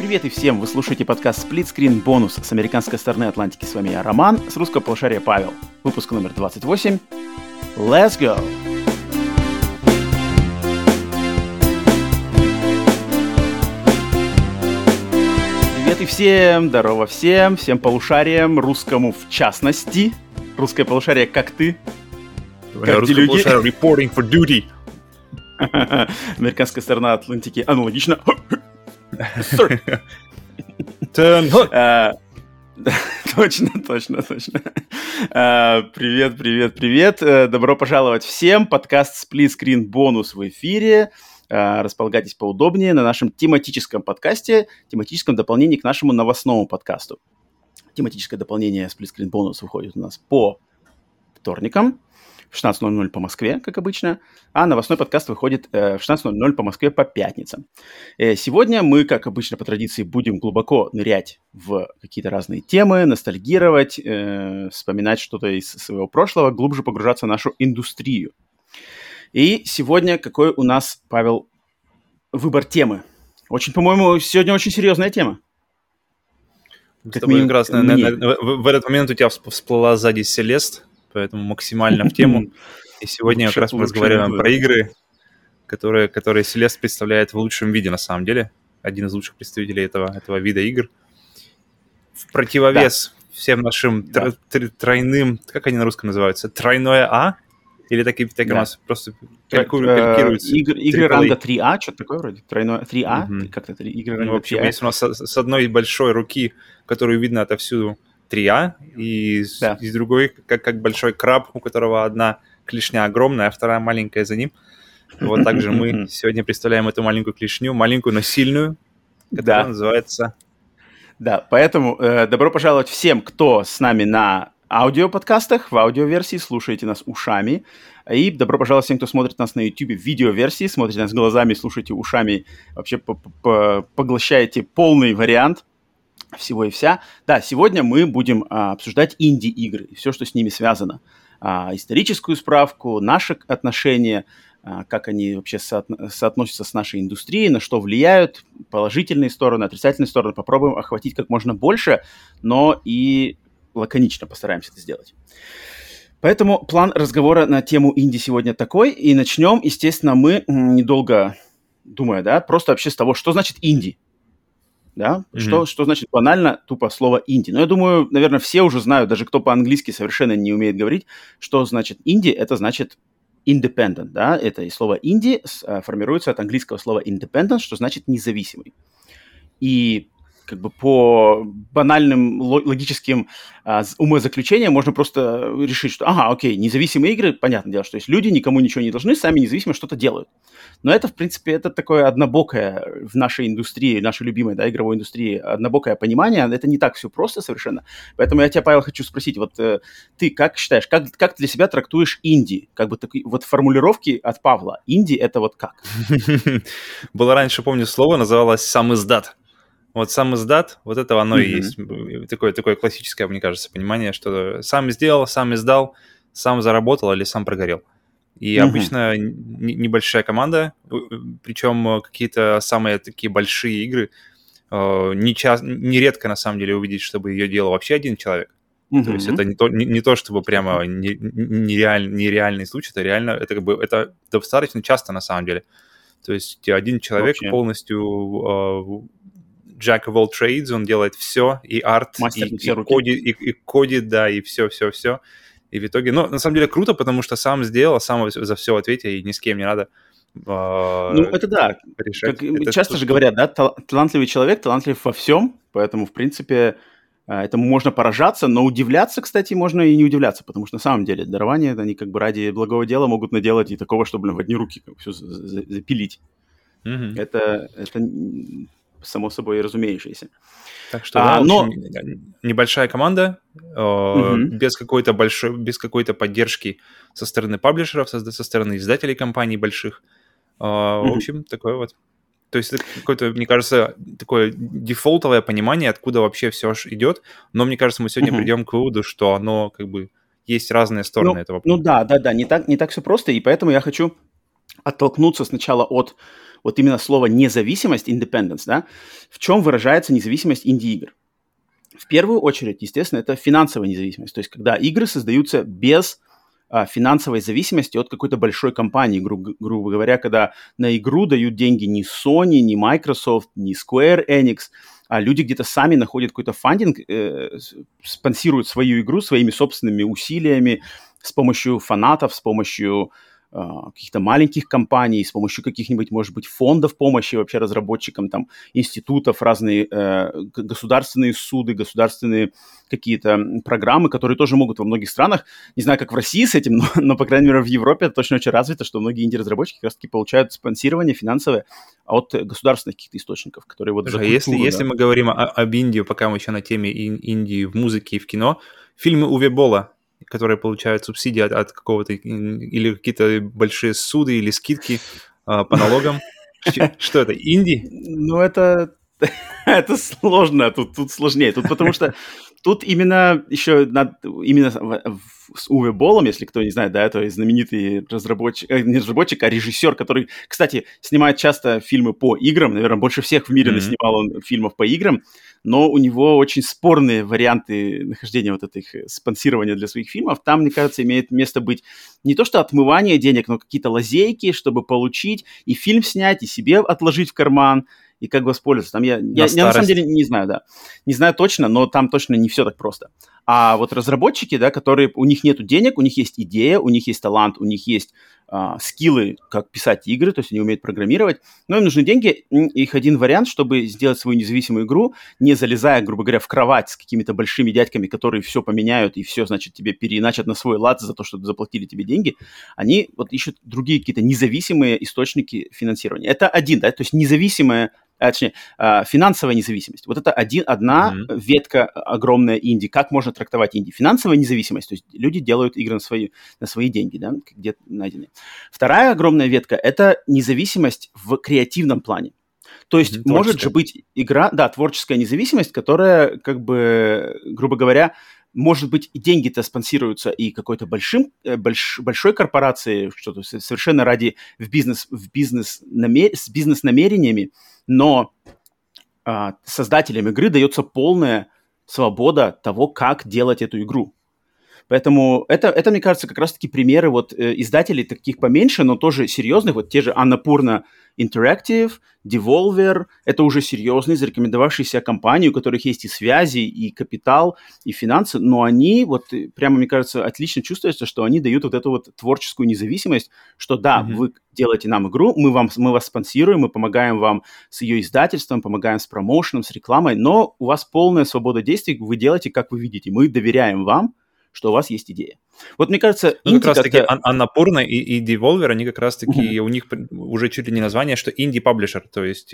привет и всем! Вы слушаете подкаст Split Screen Bonus с американской стороны Атлантики. С вами я, Роман, с русского полушария Павел. Выпуск номер 28. Let's go! Привет и всем! Здорово всем! Всем полушариям, русскому в частности. Русское полушарие, как ты? Как русское полушарие, reporting for duty. Американская сторона Атлантики аналогично. Точно. Привет. Добро пожаловать всем. Подкаст Split Screen Bonus в эфире. Располагайтесь поудобнее на нашем тематическом подкасте, тематическом дополнении к нашему новостному подкасту. Тематическое дополнение Split Screen Bonus выходит у нас по вторникам в 16:00 по Москве, как обычно, а новостной подкаст выходит в 16:00 по Москве по пятницам. Сегодня мы, как обычно по традиции, будем глубоко нырять в какие-то разные темы, ностальгировать, вспоминать что-то из своего прошлого, глубже погружаться в нашу индустрию. И сегодня какой у нас, Павел, выбор темы? Очень, по-моему, сегодня очень серьезная тема. В этот момент у тебя всплыла сзади Селест, поэтому максимально в тему. И сегодня как раз мы разговариваем про игры, которые Селест представляет в лучшем виде, на самом деле. Один из лучших представителей этого вида игр. В противовес всем нашим тройным... Как они на русском называются? Тройное А? Или так у нас просто калькируются? Игры ранга 3А, что-то такое вроде? Тройное 3А? Как-то игры ранга 3А. В общем, есть у нас с одной большой руки, которую видно отовсюду, 3А, и с другой, как большой краб, у которого одна клешня огромная, а вторая маленькая за ним. Вот так же мы сегодня представляем эту маленькую клешню, маленькую, но сильную, которая называется... Да, поэтому добро пожаловать всем, кто с нами на аудиоподкастах, в аудиоверсии, слушаете нас ушами. И добро пожаловать всем, кто смотрит нас на YouTube в видеоверсии, смотрите нас глазами, слушаете ушами, вообще поглощаете полный вариант всего и вся. Да, сегодня мы будем обсуждать инди-игры и все, что с ними связано. Историческую справку, наши отношения, как они вообще соотносятся с нашей индустрией, на что влияют, положительные стороны, отрицательные стороны. Попробуем охватить как можно больше, но и лаконично постараемся это сделать. Поэтому план разговора на тему инди сегодня такой. И начнем, естественно, мы, недолго думая, просто вообще с того, что значит инди. Да? Что значит банально, тупо слово инди. Но я думаю, наверное, все уже знают, даже кто по-английски совершенно не умеет говорить, что значит инди. Это значит independent. Да? Это и слово инди формируется от английского слова independent, что значит независимый. И как бы по банальным логическим умозаключениям можно просто решить, что, окей, независимые игры, понятное дело, что есть люди, никому ничего не должны, сами независимо что-то делают. Но это, в принципе, это такое однобокое в нашей индустрии, нашей любимой, игровой индустрии, однобокое понимание. Это не так все просто совершенно. Поэтому я тебя, Павел, хочу спросить, вот ты как считаешь, как ты для себя трактуешь инди? Как бы такие вот формулировки от Павла. Инди — это вот как? Было раньше, помню, слово, называлось «самиздат». Вот сам издат, вот это оно и есть. Такое классическое, мне кажется, понимание, что сам сделал, сам издал, сам заработал или сам прогорел. И обычно небольшая команда, причем какие-то самые такие большие игры, нередко на самом деле увидеть, чтобы ее делал вообще один человек. То есть это не то, чтобы прямо нереальный случай, это реально, это достаточно часто на самом деле. То есть один человек полностью... Jack of all trades, он делает все, и арт, и кодит, да, и все. И в итоге, на самом деле круто, потому что сам сделал, сам за все ответил, и ни с кем не надо это да. решать. Часто же говорят, талантливый человек, талантлив во всем, поэтому, в принципе, этому можно поражаться, но удивляться, кстати, можно и не удивляться, потому что на самом деле дарования, они как бы ради благого дела могут наделать и такого, что, в одни руки все запилить. Это само собой разумеющееся. Так что, в общем, небольшая команда, без какой-то поддержки со стороны паблишеров, со стороны издателей компаний больших. В общем, такое вот. То есть это какое-то, мне кажется, такое дефолтовое понимание, откуда вообще все идет. Но мне кажется, мы сегодня придем к выводу, что оно как бы есть разные стороны этого. Да, не так все просто, и поэтому я хочу оттолкнуться сначала от вот именно слова независимость, independence, да, в чем выражается независимость инди-игр. В первую очередь, естественно, это финансовая независимость, то есть когда игры создаются без финансовой зависимости от какой-то большой компании, грубо говоря, когда на игру дают деньги не Sony, не Microsoft, не Square Enix, а люди где-то сами находят какой-то фандинг, спонсируют свою игру своими собственными усилиями, с помощью фанатов, с помощью каких-то маленьких компаний, с помощью каких-нибудь, может быть, фондов помощи вообще разработчикам, там, институтов, разные государственные суды, государственные какие-то программы, которые тоже могут во многих странах, не знаю, как в России с этим, но по крайней мере, в Европе это точно очень развито, что многие инди-разработчики как раз-таки получают спонсирование финансовое от государственных каких-то источников, которые вот за культуру, если мы говорим об Индии, пока мы еще на теме Индии в музыке и в кино, фильмы Уве Болла, которые получают субсидии от какого-то, или какие-то большие суды или скидки по налогам. Что это, инди? Ну, это сложно, тут сложнее. Тут потому что тут именно еще именно с Уве Боллом, если кто не знает, да, это знаменитый разработчик, не разработчик, а режиссер, который, кстати, снимает часто фильмы по играм, наверное, больше всех в мире наснимал он фильмов по играм, но у него очень спорные варианты нахождения вот этих спонсирования для своих фильмов. Там, мне кажется, имеет место быть не то что отмывание денег, но какие-то лазейки, чтобы получить и фильм снять, и себе отложить в карман, и как воспользоваться. Там я на самом деле не знаю, да. Не знаю точно, но там точно не все так просто. А вот разработчики, да, которые, у них нету денег, у них есть идея, у них есть талант, у них есть скиллы, как писать игры, то есть они умеют программировать, но им нужны деньги. Их один вариант, чтобы сделать свою независимую игру, не залезая, грубо говоря, в кровать с какими-то большими дядьками, которые все поменяют и все, значит, тебе переиначат на свой лад за то, что заплатили тебе деньги, они вот ищут другие какие-то независимые источники финансирования. Это один, да, то есть независимая, точнее, финансовая независимость. Вот это одна ветка огромная инди. Как можно трактовать инди? Финансовая независимость, то есть люди делают игры на свои деньги, да, где найдены. Вторая огромная ветка – это независимость в креативном плане. То есть может же быть игра, да, творческая независимость, которая, как бы, грубо говоря, может быть, и деньги-то спонсируются и какой-то большой корпорацией, что-то совершенно ради с бизнес-намерениями, но создателям игры дается полная свобода того, как делать эту игру. Поэтому это, мне кажется, как раз-таки примеры вот издателей таких поменьше, но тоже серьезных. Вот те же Annapurna Interactive, Devolver, это уже серьезные, зарекомендовавшиеся компании, у которых есть и связи, и капитал, и финансы, но они вот прямо, мне кажется, отлично чувствуется, что они дают вот эту вот творческую независимость, что да, вы делаете нам игру, мы вас спонсируем, мы помогаем вам с ее издательством, помогаем с промоушеном, с рекламой, но у вас полная свобода действий, вы делаете, как вы видите, мы доверяем вам, что у вас есть идея. Вот мне кажется, как раз-таки Annapurna и Devolver, они как раз-таки, у них уже чуть ли не название, что инди-паблишер, то есть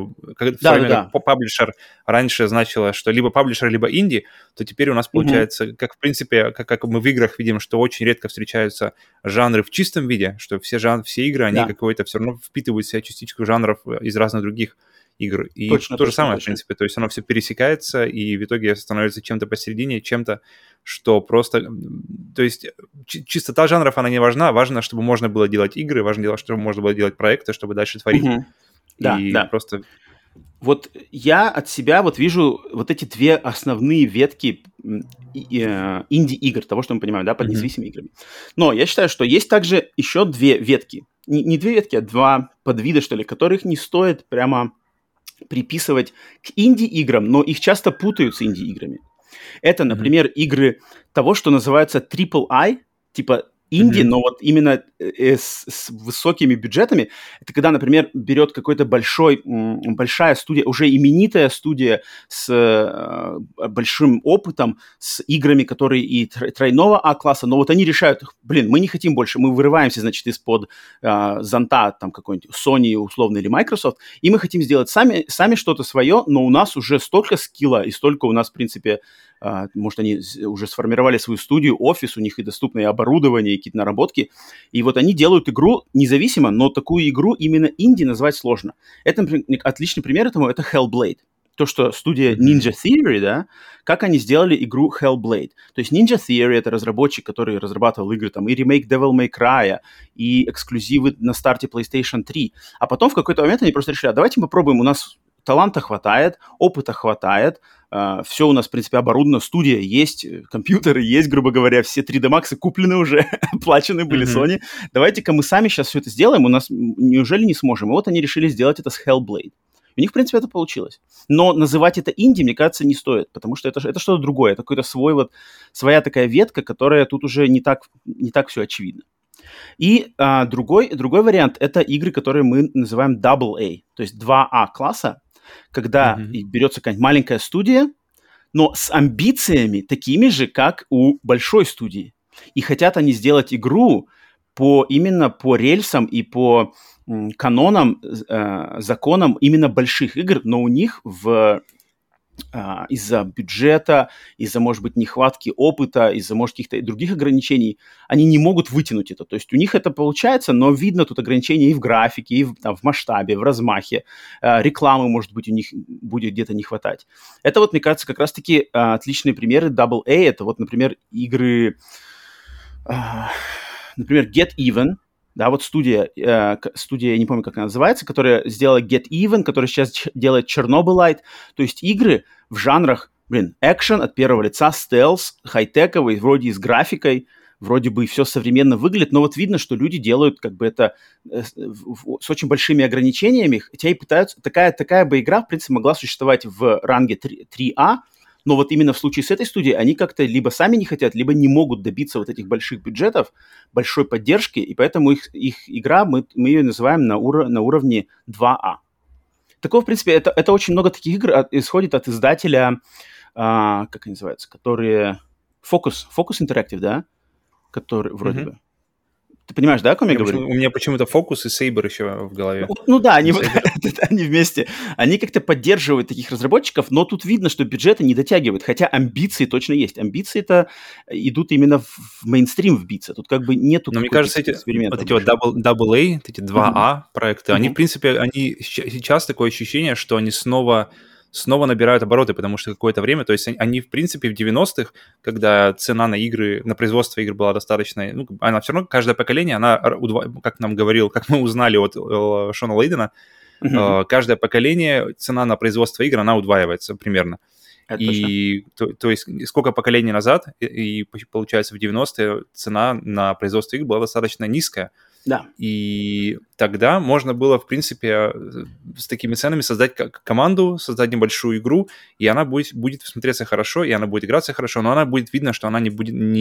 паблишер раньше значило, что либо паблишер, либо инди, то теперь у нас получается, как в принципе, как мы в играх видим, что очень редко встречаются жанры в чистом виде, что все игры, они какой-то все равно впитывают в себя частичку жанров из разных других игр. И то же самое, в принципе, то есть оно все пересекается, и в итоге становится чем-то посередине, чем-то, что просто... То есть чистота жанров, она не важна, важно, чтобы можно было делать игры, важно, чтобы можно было делать проекты, чтобы дальше творить. Да. Просто... Вот я от себя вот вижу вот эти две основные ветки инди-игр, того, что мы понимаем, да, под независимыми играми. Но я считаю, что есть также еще две ветки. Не две ветки, а два подвида, что ли, которых не стоит прямо приписывать к инди-играм, но их часто путают с инди-играми. Это, например, игры того, что называется AAA, типа инди, но вот именно с высокими бюджетами. Это когда, например, берет какой-то большая студия, уже именитая студия с большим опытом, с играми, которые и тройного А-класса, но вот они решают, мы не хотим больше, мы вырываемся, значит, из-под зонта там какой-нибудь Sony, условно, или Microsoft, и мы хотим сделать сами что-то свое, но у нас уже столько скилла и столько у нас, в принципе, может, они уже сформировали свою студию, офис, у них и доступное оборудование, и какие-то наработки. И вот они делают игру независимо, но такую игру именно инди назвать сложно. Это, например, отличный пример этому – это Hellblade. то, что студия Ninja Theory, да, как они сделали игру Hellblade. То есть Ninja Theory — это разработчик, который разрабатывал игры, там, и ремейк Devil May Cry, и эксклюзивы на старте PlayStation 3. А потом в какой-то момент они просто решили, давайте мы попробуем, у нас таланта хватает, опыта хватает, все у нас, в принципе, оборудовано, студия есть, компьютеры есть, грубо говоря, все 3D Max куплены уже, оплачены были Sony. Давайте-ка мы сами сейчас все это сделаем, у нас неужели не сможем? И вот они решили сделать это с Hellblade. У них, в принципе, это получилось. Но называть это инди, мне кажется, не стоит, потому что это что-то другое, это какой-то своя такая ветка, которая тут уже не так все очевидно. И другой вариант — это игры, которые мы называем AA, то есть 2А класса, когда берется какая-нибудь маленькая студия, но с амбициями такими же, как у большой студии. И хотят они сделать игру именно по рельсам и по канонам, законам именно больших игр, но у них из-за бюджета, из-за, может быть, нехватки опыта, из-за, может, каких-то других ограничений, они не могут вытянуть это. То есть у них это получается, но видно тут ограничения и в графике, и в масштабе, в размахе. Рекламы, может быть, у них будет где-то не хватать. Это вот, мне кажется, как раз-таки отличные примеры AA. Это вот, например, игры, например, Get Even. Да, вот студия, я не помню, как она называется, которая сделала Get Even, которая сейчас делает Chernobylite. То есть игры в жанрах, экшен от первого лица, стелс, хай-тековый, вроде и с графикой, вроде бы все современно выглядит, но вот видно, что люди делают как бы это с очень большими ограничениями, хотя и пытаются... Такая бы игра, в принципе, могла существовать в ранге 3А, но вот именно в случае с этой студией они как-то либо сами не хотят, либо не могут добиться вот этих больших бюджетов, большой поддержки, и поэтому их игра, мы ее называем на уровне 2А. Такого, в принципе, это очень много таких игр исходит от издателя, как они называются, которые... Focus Interactive, да? Который вроде бы... Ты понимаешь, да, о ком я говорю? У меня почему-то Focus и Saber еще в голове. Ну да, они вместе. Они как-то поддерживают таких разработчиков, но тут видно, что бюджеты не дотягивают, хотя амбиции точно есть. Амбиции-то идут именно в мейнстрим вбиться. Тут как бы нету... Но мне кажется, эти вот AA, эти 2А проекты, они, в принципе, сейчас такое ощущение, что они снова набирают обороты, потому что какое-то время, то есть они, в принципе, в 90-х, когда цена на игры, на производство игр была достаточно, она все равно, каждое поколение, она, как мы узнали от Шона Лейдена, каждое поколение, цена на производство игр, она удваивается примерно. И то есть сколько поколений назад, и получается в 90-е цена на производство игр была достаточно низкая. Да. И тогда можно было, в принципе, с такими ценами создать команду, создать небольшую игру, и она будет смотреться хорошо, и она будет играться хорошо, но она будет видно, что она не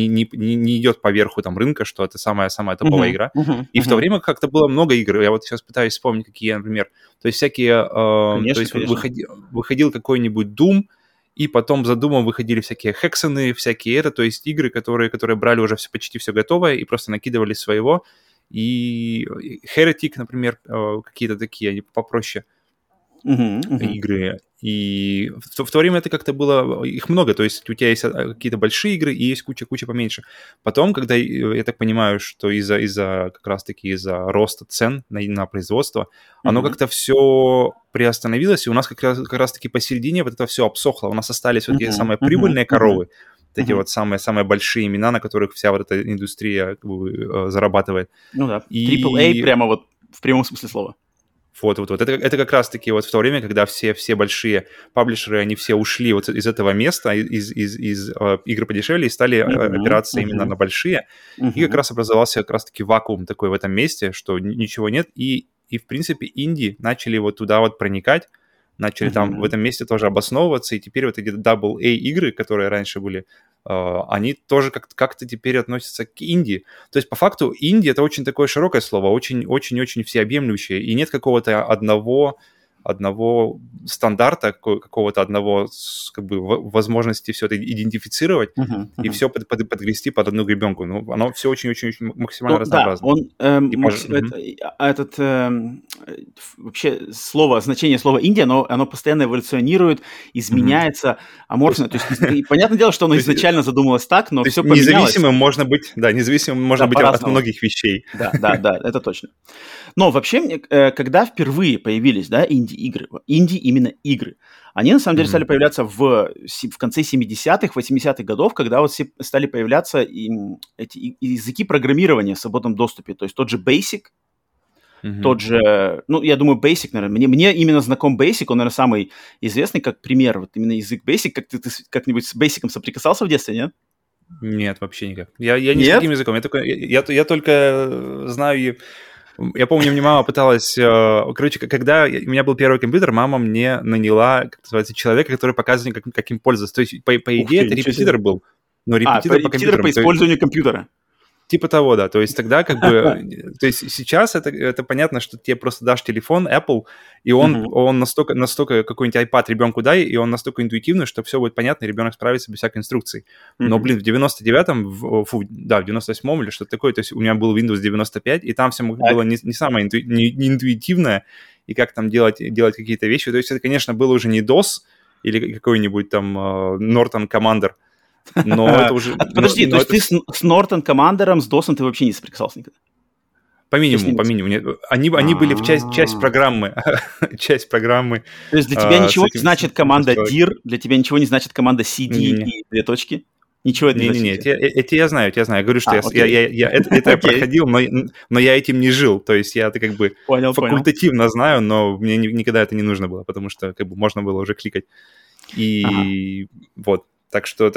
идет по верху там рынка, что это самая топовая игра. И в то время как-то было много игр. Я вот сейчас пытаюсь вспомнить, какие, например. То есть всякие... Конечно. Выходил какой-нибудь Doom, и потом за Doom выходили всякие Hexen, всякие то есть игры, которые брали уже почти все готовое и просто накидывали своего. И Heretic, например, какие-то такие, они попроще игры. И в то время это как-то было... Их много, то есть у тебя есть какие-то большие игры и есть куча поменьше. Потом, когда, я так понимаю, что как раз-таки из-за роста цен на производство, оно как-то все приостановилось, и у нас как раз-таки посередине вот это все обсохло. У нас остались вот эти самые прибыльные коровы, вот эти вот самые большие имена, на которых вся вот эта индустрия зарабатывает. Ну да, AAA прямо вот в прямом смысле слова. Вот. Это как раз-таки вот в то время, когда все большие паблишеры, они все ушли вот из этого места, из игр подешевле и стали опираться именно на большие. И как раз образовался как раз-таки вакуум такой в этом месте, что ничего нет. И в принципе, инди начали вот туда вот проникать, начали там в этом месте тоже обосновываться, и теперь вот эти AA игры, которые раньше были, они тоже как-то теперь относятся к инди. То есть, по факту, инди — это очень такое широкое слово, очень-очень-очень всеобъемлющее, и нет какого-то одного стандарта, какого-то одного как бы возможности все это идентифицировать и все подгрести под одну гребенку. Ну, оно все очень-очень максимально разнообразно. Вообще значение слова «Индия», оно постоянно эволюционирует, изменяется, аморфно. То есть, понятное дело, что оно изначально задумалось так, но все поменялось. Независимым можно быть от многих вещей. Да, это точно. Но вообще, когда впервые появились, инди, инди-игры. Инди именно игры. Они, на самом деле, стали появляться в конце 70-х, 80-х годов, когда вот стали появляться эти языки программирования в свободном доступе. То есть тот же Basic, тот же... Ну, я думаю, Basic, наверное. Мне именно знаком Basic, он, наверное, самый известный как пример. Вот именно язык Basic. Как ты как-нибудь с Basic соприкасался в детстве, нет? Нет, вообще никак. Я не с таким языком. Я только знаю... Я помню, мне мама пыталась... Короче, когда у меня был первый компьютер, мама мне наняла, как называется, человека, который показывает, как им пользоваться. То есть, по идее, это репетитор был. Но репетитор по компьютеру. По использованию компьютера. Типа того, да. То есть тогда как бы... То есть сейчас это понятно, что тебе просто дашь телефон Apple, и он настолько какой-нибудь iPad ребенку дай, и он настолько интуитивный, что все будет понятно, и ребенок справится без всякой инструкции. Но, блин, в 99-м, в 98-м или что-то такое, то есть у меня был Windows 95, и там все было не самое не интуитивное, и как там делать какие-то вещи. То есть это, конечно, было уже не DOS или какой-нибудь там Norton Commander, но это уже... Подожди, то есть ты с Norton Commander'ом, с DOS'ом ты вообще не соприкасался никогда? По минимуму. Они были в часть программы. Часть программы. То есть для тебя ничего не значит команда dir, для тебя ничего не значит команда cd и две точки? Ничего это не значит? Нет, эти я знаю. Я говорю, что это я проходил, но я этим не жил. То есть я это как бы факультативно знаю, но мне никогда это не нужно было, потому что как бы можно было уже кликать. И вот. Так что...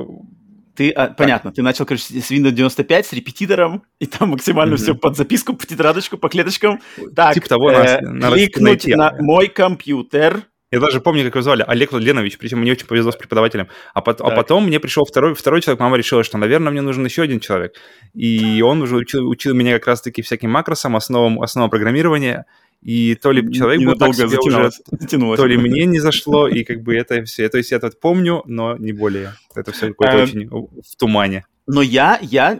Понятно, ты начал, короче, с Windows 95, с репетитором, и там максимально все под записку, по тетрадочку, по клеточкам. Так, типа того, кликнуть на мой компьютер. Я даже помню, как его звали, Олег Ленович, причем мне очень повезло с преподавателем. А потом мне пришел второй человек, мама решила, что, наверное, мне нужен еще один человек. И он уже учил меня как раз-таки всяким макросам, основам программирования. И то ли человек был так себе уже, то ли мне не зашло, и как бы это все. То есть я это помню, но не более. Это все какое-то очень в тумане. Но я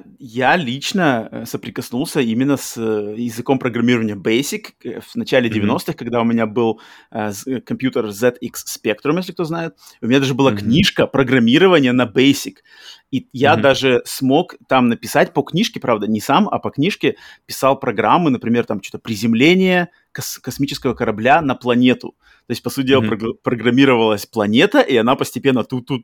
лично соприкоснулся именно с языком программирования Basic в начале 90-х, когда у меня был компьютер ZX Spectrum, если кто знает. У меня даже была книжка программирования на Basic. И я даже смог там написать по книжке, правда, не сам, а по книжке писал программы, например, там что-то приземление космического корабля на планету. То есть, по сути дела, программировалась планета, и она постепенно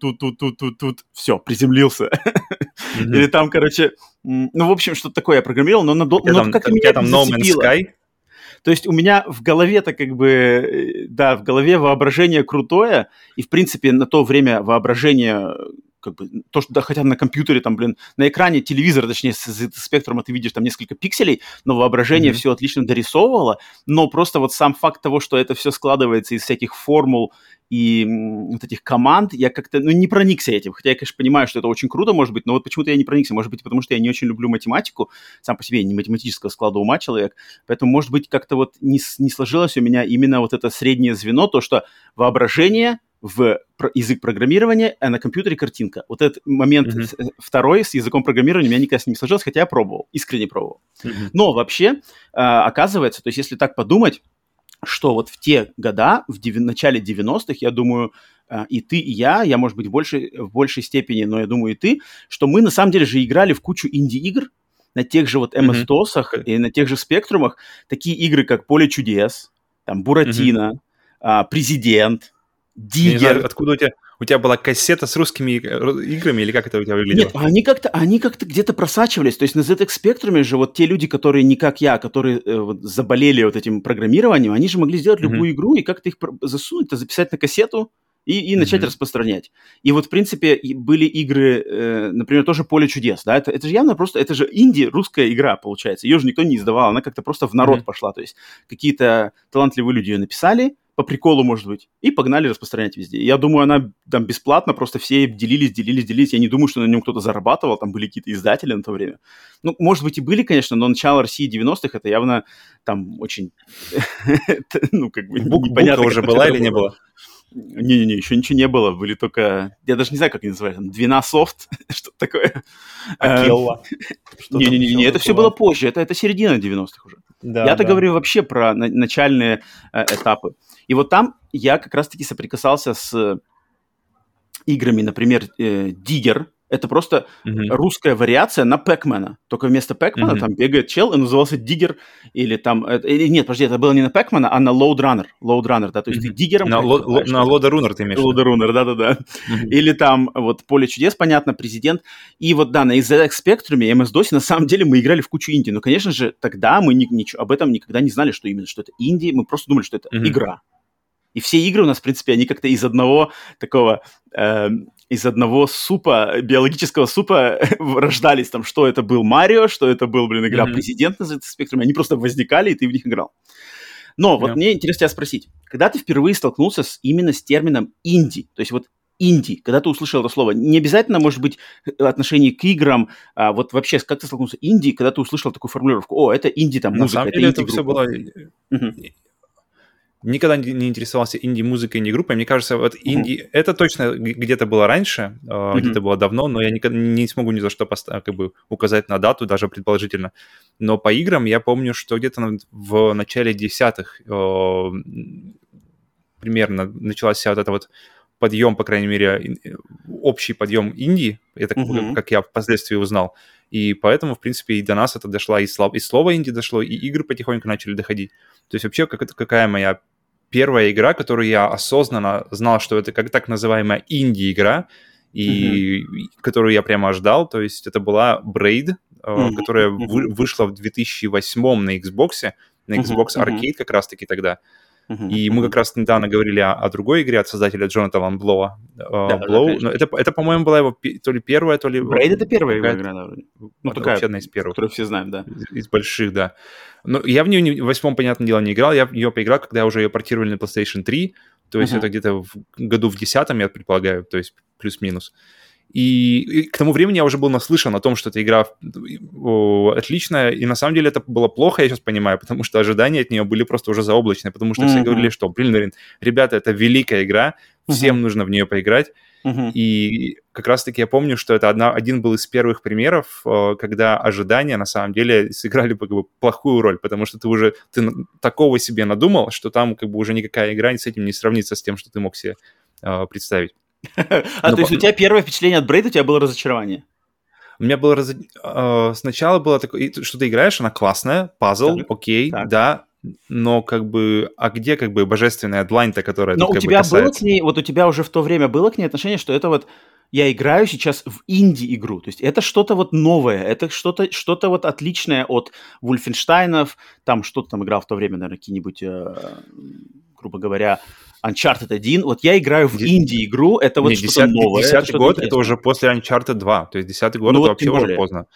все, приземлился. Или там, короче, ну, в общем, что-то такое я программировал, но как-то меня это зацепило. То есть у меня в голове-то как бы, да, в голове воображение крутое, и, в принципе, на то время воображение... Как бы, то, что, да, хотя на компьютере, там, блин, на экране телевизора, точнее, с спектром ты видишь там несколько пикселей, но воображение все отлично дорисовывало, но просто вот сам факт того, что это все складывается из всяких формул и вот этих команд, я как-то, не проникся этим, хотя я, конечно, понимаю, что это очень круто, может быть, но вот почему-то я не проникся, может быть, потому что я не очень люблю математику, сам по себе не математического склада ума человек, поэтому, может быть, как-то вот не сложилось у меня именно вот это среднее звено, то, что воображение в язык программирования, а на компьютере картинка. Вот этот момент второй с языком программирования у меня никогда не сложилось, хотя я пробовал, искренне пробовал. Но вообще, оказывается, то есть если так подумать, что вот в те года, в начале 90-х, я думаю, и ты, и я, может быть, в большей степени, но я думаю, и ты, что мы на самом деле же играли в кучу инди-игр, на тех же вот MS-DOS-ах и на тех же спектрумах, такие игры, как «Поле чудес», там, «Буратино», «Президент», Диггер. Знаю, откуда у тебя была кассета с русскими играми, или как это у тебя выглядело? Нет, они как-то где-то просачивались. То есть на ZX Spectrum же вот те люди, которые не как я, которые вот заболели вот этим программированием, они же могли сделать любую игру и как-то их засунуть, записать на кассету и начать распространять. И вот, в принципе, были игры, например, тоже «Поле чудес». Да? Это же явно просто, это же инди, русская игра, получается. Ее же никто не издавал, она как-то просто в народ пошла. То есть какие-то талантливые люди ее написали, по приколу, может быть, и погнали распространять везде. Я думаю, она там бесплатно, просто все делились. Я не думаю, что на нем кто-то зарабатывал, там были какие-то издатели на то время. Ну, может быть, и были, конечно, но начало России 90-х, это явно там очень, ну, как бы непонятно. Бука уже была или не было? Не-не-не, еще ничего не было, были только... Я даже не знаю, как они называются, Двинасофт, что-то такое. Акелла. Не-не-не, это все было позже, это середина 90-х уже. Я-то говорю вообще про начальные этапы. И вот там я как раз-таки соприкасался с играми, например, Digger, Это просто русская вариация на Пэкмана. Только вместо Пэкмана там бегает чел, и назывался Диггер, или там... Или нет, подожди, это было не на Пэкмана, а на Loadrunner. Loadrunner, да, то есть ты диггером... На Loaderunner ты имеешь в виду? Loaderunner, да-да-да. Или там вот Поле чудес, понятно, Президент. И вот, да, на ZX Spectrum и MS-DOS на самом деле мы играли в кучу инди. Но, конечно же, тогда мы об этом никогда не знали, что именно, что это инди. Мы просто думали, что это игра. И все игры у нас, в принципе, они как-то из одного такого... из одного супа, биологического супа рождались там, что это был Марио, что это был, игра «Президент» на ZX Spectrum, они просто возникали, и ты в них играл. Но вот мне интересно тебя спросить, когда ты впервые столкнулся именно с термином «инди», то есть вот «инди», когда ты услышал это слово, не обязательно, может быть, отношение к играм, а вот вообще, как ты столкнулся «инди», когда ты услышал такую формулировку, о, это инди, там, музыка, это инди-группа. Это все было... Никогда не интересовался инди-музыкой, инди-группой. Мне кажется, вот инди... Это точно где-то было раньше, где-то было давно, но я никогда не смогу ни за что указать на дату, даже предположительно. Но по играм я помню, что где-то в начале 10-х примерно началась вот эта вот подъем, по крайней мере, общий подъем инди, это как я впоследствии узнал. И поэтому, в принципе, и до нас это дошло, и слово инди дошло, и игры потихоньку начали доходить. То есть вообще, какая моя первая игра, которую я осознанно знал, что это как так называемая инди-игра, и которую я прямо ждал, то есть это была Braid, которая вышла в 2008 на Xbox, на Xbox Arcade как раз-таки тогда. И мы как раз недавно говорили о другой игре от создателя Джонатана Блоа. Blow. Но это, по-моему, была его то ли первая, то ли... Braid — это первая его игра, наверное. Ну, такая, вообще одна из первых. Которую все знаем, да. Из больших, да. Но я в нее в 8-м, понятное дело, не играл. Я в нее поиграл, когда уже ее портировали на PlayStation 3. То есть это где-то в году в 10-м, я предполагаю, то есть плюс-минус. И к тому времени я уже был наслышан о том, что эта игра отличная, и на самом деле это было плохо, я сейчас понимаю, потому что ожидания от нее были просто уже заоблачные, потому что все говорили, что, блин, ребята, это великая игра, всем нужно в нее поиграть. И как раз-таки я помню, что это один был из первых примеров, когда ожидания на самом деле сыграли плохую роль, потому что ты такого себе надумал, что там уже никакая игра с этим не сравнится с тем, что ты мог себе представить. То есть у тебя первое впечатление от Braid, у тебя было разочарование? У меня было сначала было такое, что ты играешь, она классная, пазл, окей, да, но а где божественная длань-то, которая тут касается? Но у тебя было к ней, вот у тебя уже в то время было к ней отношение, что это вот я играю сейчас в инди-игру, то есть это что-то вот новое, это что-то вот отличное от Вульфенштайнов, там что-то там играл в то время, наверное, какие-нибудь, грубо говоря, Uncharted 1. Вот я играю в инди-игру, это вот что-то новое. 10-й год, это уже после Uncharted 2. То есть 10-й год, это вообще уже поздно.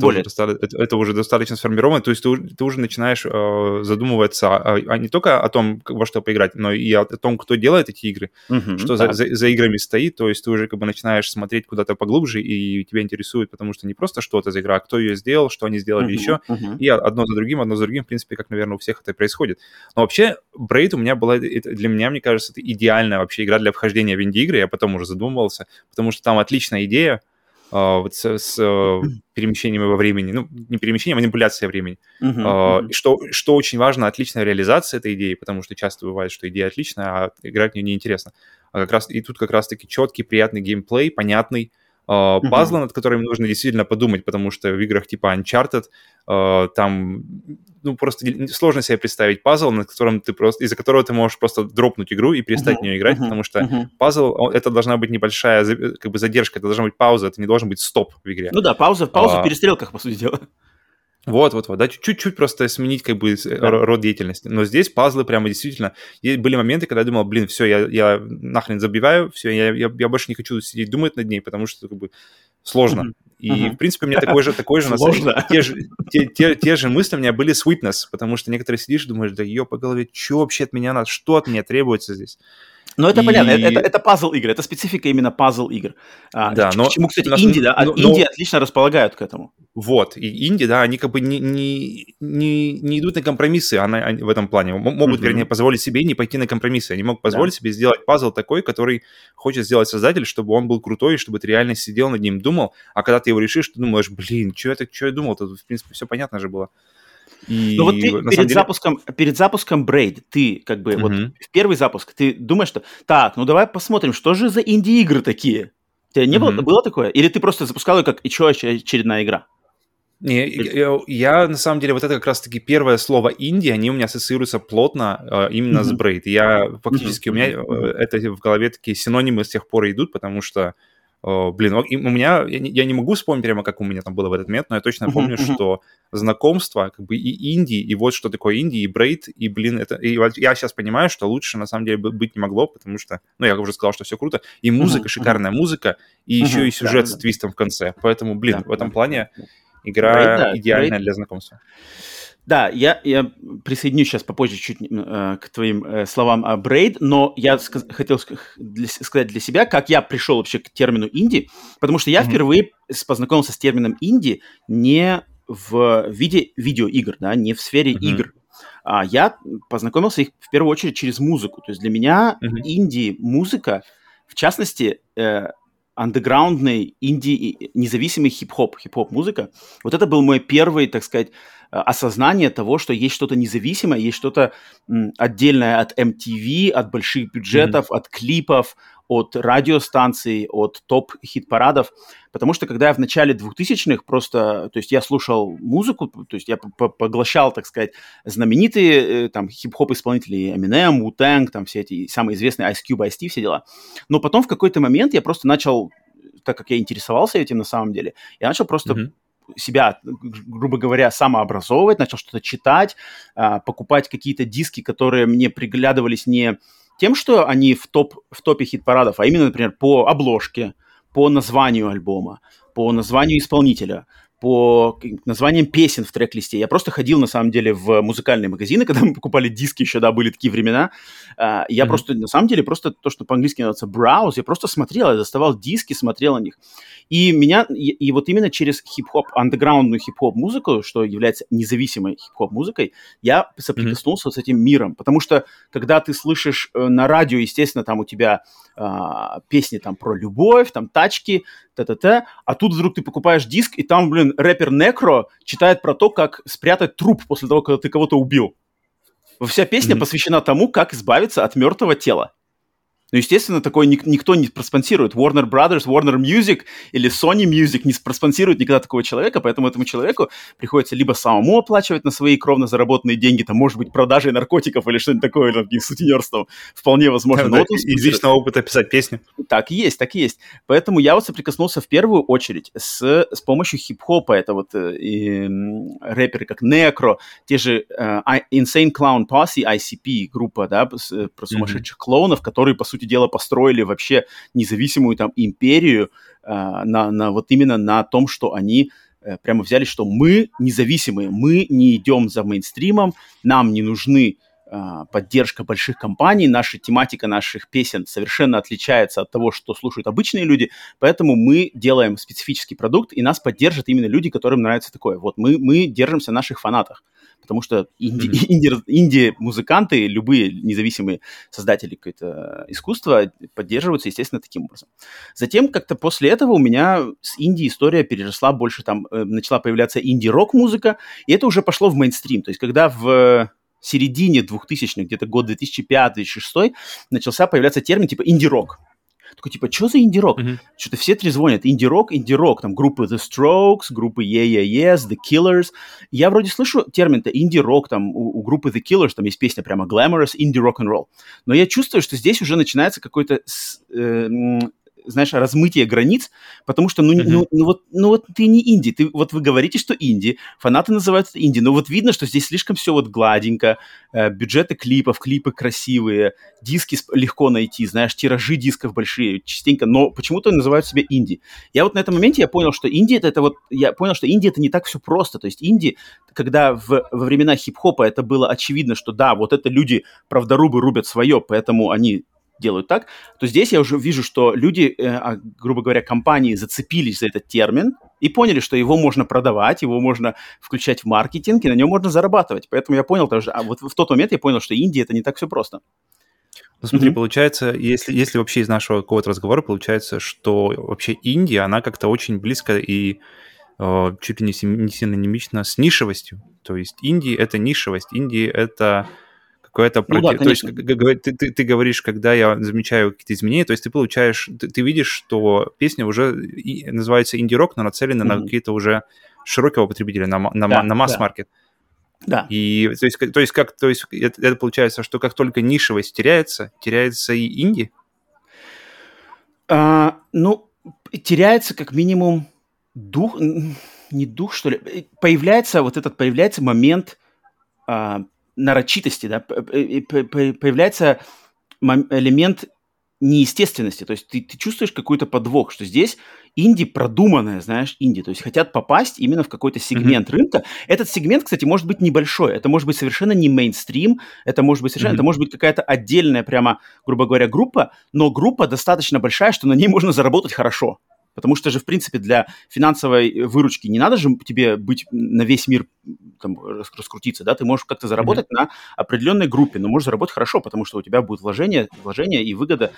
Это уже достаточно сформировано. То есть ты уже начинаешь задумываться не только о том, во что поиграть, но и о том, кто делает эти игры, что за играми стоит. То есть ты уже начинаешь смотреть куда-то поглубже, и тебя интересует, потому что не просто что-то за игра, а кто ее сделал, что они сделали еще. И одно за другим, в принципе, как, наверное, у всех это происходит. Но вообще, Braid у меня была, для меня, мне кажется, это идеальная вообще игра для вхождения в инди-игры. Я потом уже задумывался, потому что там отличная идея, вот с перемещением во времени, ну, не перемещением, а манипуляцией времени. И что очень важно, отличная реализация этой идеи, потому что часто бывает, что идея отличная, а играть в нее неинтересно. И тут как раз-таки четкий, приятный геймплей, понятный, пазлы, над которыми нужно действительно подумать, потому что в играх типа Uncharted там, ну, просто сложно себе представить пазл, из-за которого ты можешь просто дропнуть игру и перестать в нее играть, потому что пазл, это должна быть небольшая задержка, это должна быть пауза, это не должен быть стоп в игре. Ну да, пауза в перестрелках, по сути дела. Вот, да, чуть-чуть просто сменить род деятельности. Но здесь пазлы прямо действительно... Были моменты, когда я думал, блин, все, я нахрен забиваю, все, я больше не хочу сидеть думать над ней, потому что сложно. И, в принципе, у меня такой же те же мысли у меня были с Witness, потому что некоторые сидишь и думаешь, да по голове, что вообще от меня надо, что от меня требуется здесь? Ну, это понятно, это пазл-игры, это специфика именно пазл-игр. Да, к чему, кстати, инди, да, инди отлично располагают к этому. Вот, и инди, да, они не идут на компромиссы в этом плане, могут, вернее, позволить себе не пойти на компромиссы, они могут позволить себе сделать пазл такой, который хочет сделать создатель, чтобы он был крутой, чтобы ты реально сидел над ним, думал, а когда ты его решишь, ты думаешь, блин, что я думал-то, в принципе, все понятно же было. Ну вот ты перед запуском Braid, ты вот в первый запуск, ты думаешь, что так, ну давай посмотрим, что же за инди-игры такие? У тебя не было такое? Или ты просто запускал ее как еще очередная игра? Не, я на самом деле вот это как раз-таки первое слово инди, они у меня ассоциируются плотно именно с Braid. Я фактически у меня это в голове такие синонимы с тех пор идут, потому что, блин, у меня я не могу вспомнить прямо, как у меня там было в этот момент, но я точно помню, что знакомство, как бы и инди, и вот что такое инди, и Braid, и, блин, это... И вот я сейчас понимаю, что лучше на самом деле быть не могло, потому что, ну, я уже сказал, что все круто, и музыка, шикарная музыка, и еще и сюжет с твистом в конце. Поэтому, блин, в этом плане... Игра идеальная для знакомства. Да, я присоединюсь сейчас попозже чуть к твоим словам о Braid, но я хотел сказать для себя, как я пришел вообще к термину инди, потому что я впервые познакомился с термином инди не в виде видеоигр, да, не в сфере игр. Я познакомился их в первую очередь через музыку. То есть для меня инди-музыка, в частности, андеграундный, инди, независимый хип-хоп музыка. Вот это был мой первый, так сказать, осознание того, что есть что-то независимое, есть что-то отдельное от MTV, от больших бюджетов, от клипов, от радиостанций, от топ-хит-парадов. Потому что когда я в начале 2000-х просто, то есть я слушал музыку, то есть я поглощал, так сказать, знаменитые там хип-хоп-исполнители Eminem, Wu-Tang, там все эти самые известные Ice Cube, Ice-T, все дела. Но потом в какой-то момент я просто начал, так как я интересовался этим на самом деле, я начал просто себя, грубо говоря, самообразовывать, начал что-то читать, покупать какие-то диски, которые мне приглядывались не тем, что они в топе хит-парадов, а именно, например, по обложке, по названию альбома, по названию исполнителя, по названиям песен в трек-листе. Я просто ходил, на самом деле, в музыкальные магазины, когда мы покупали диски еще, да, были такие времена. Я просто, на самом деле, просто то, что по-английски называется browse, я просто смотрел, я доставал диски, смотрел на них. И вот именно через хип-хоп, андеграундную хип-хоп-музыку, что является независимой хип-хоп-музыкой, я соприкоснулся с этим миром. Потому что, когда ты слышишь на радио, естественно, там у тебя песни там про любовь, там тачки, т-т-т, а тут вдруг ты покупаешь диск, и там, блин, рэпер Некро читает про то, как спрятать труп после того, когда ты кого-то убил. Вся песня посвящена тому, как избавиться от мертвого тела. Ну, естественно, такое никто не проспонсирует. Warner Brothers, Warner Music или Sony Music не проспонсирует никогда такого человека, поэтому этому человеку приходится либо самому оплачивать на свои кровно заработанные деньги, там, может быть, продажей наркотиков или что-нибудь такое, там, сутенерством, вполне возможно. Да, из личного опыта писать песню. Так и есть, так и есть. Поэтому я вот соприкоснулся в первую очередь с помощью хип-хопа. Это вот рэперы как Necro, те же Insane Clown Posse, ICP группа, да, про сумасшедших клоунов, которые, по сути дела, построили вообще независимую там империю вот именно на том, что они прямо взяли, что мы независимые, мы не идем за мейнстримом, нам не нужны поддержка больших компаний, наша тематика наших песен совершенно отличается от того, что слушают обычные люди, поэтому мы делаем специфический продукт, и нас поддержат именно люди, которым нравится такое. Вот мы держимся на наших фанатах, потому что инди-музыканты, любые независимые создатели какого-то искусства поддерживаются, естественно, таким образом. Затем как-то после этого у меня с инди история переросла больше, там начала появляться инди-рок-музыка, и это уже пошло в мейнстрим, то есть когда в середине 2000-х, где-то год 2005-2006, начался появляться термин типа инди-рок. Такой, типа, что за инди-рок? Что-то все трезвонят. Инди-рок, там группы The Strokes, группы Yeah Yeah Yeahs, The Killers. Я вроде слышу термин-то инди-рок, там у группы The Killers, там есть песня прямо Glamorous, инди-рок-н-ролл. Но я чувствую, что здесь уже начинается какой-то знаешь, размытие границ, потому что, ну вот ты не инди, вот вы говорите, что инди, фанаты называют это инди, но вот видно, что здесь слишком все вот гладенько, бюджеты клипов, клипы красивые, диски легко найти, знаешь, тиражи дисков большие, частенько, но почему-то называют себя инди. Я вот на этом моменте я понял, что инди это не так все просто, то есть инди, когда во времена хип-хопа это было очевидно, что да, вот это люди, правдорубы рубят свое, поэтому они делают так, то здесь я уже вижу, что люди, грубо говоря, компании зацепились за этот термин и поняли, что его можно продавать, его можно включать в маркетинг, и на нем можно зарабатывать. Поэтому я понял, вот в тот момент я понял, что Индия — это не так все просто. Ну, смотри, получается, если вообще из нашего какого-то разговора получается, что вообще Индия, она как-то очень близко и чуть ли не синонимично с нишевостью. То есть Индия — это нишевость, Индия — это какое-то... Ну да, То есть конечно. ты говоришь, когда я замечаю какие-то изменения, то есть ты получаешь... Ты видишь, что песня уже называется инди-рок, но нацелена на какие-то уже широкого потребителя, на Да, масс-маркет. да. И то есть это получается, что как только нишевость теряется и инди? Ну, теряется как минимум дух, не дух, что ли. Появляется момент нарочитости, да, появляется элемент неестественности. То есть ты чувствуешь какой-то подвох, что здесь инди продуманное, знаешь, инди. То есть хотят попасть именно в какой-то сегмент рынка. Этот сегмент, кстати, может быть небольшой. Это может быть совершенно не мейнстрим. Это может быть совершенно... Это может быть какая-то отдельная прямо, грубо говоря, группа. Но группа достаточно большая, что на ней можно заработать хорошо. Потому что же, в принципе, для финансовой выручки не надо же тебе быть на весь мир там, раскрутиться, да, ты можешь как-то заработать на определенной группе, но можешь заработать хорошо, потому что у тебя будет вложение и выгода,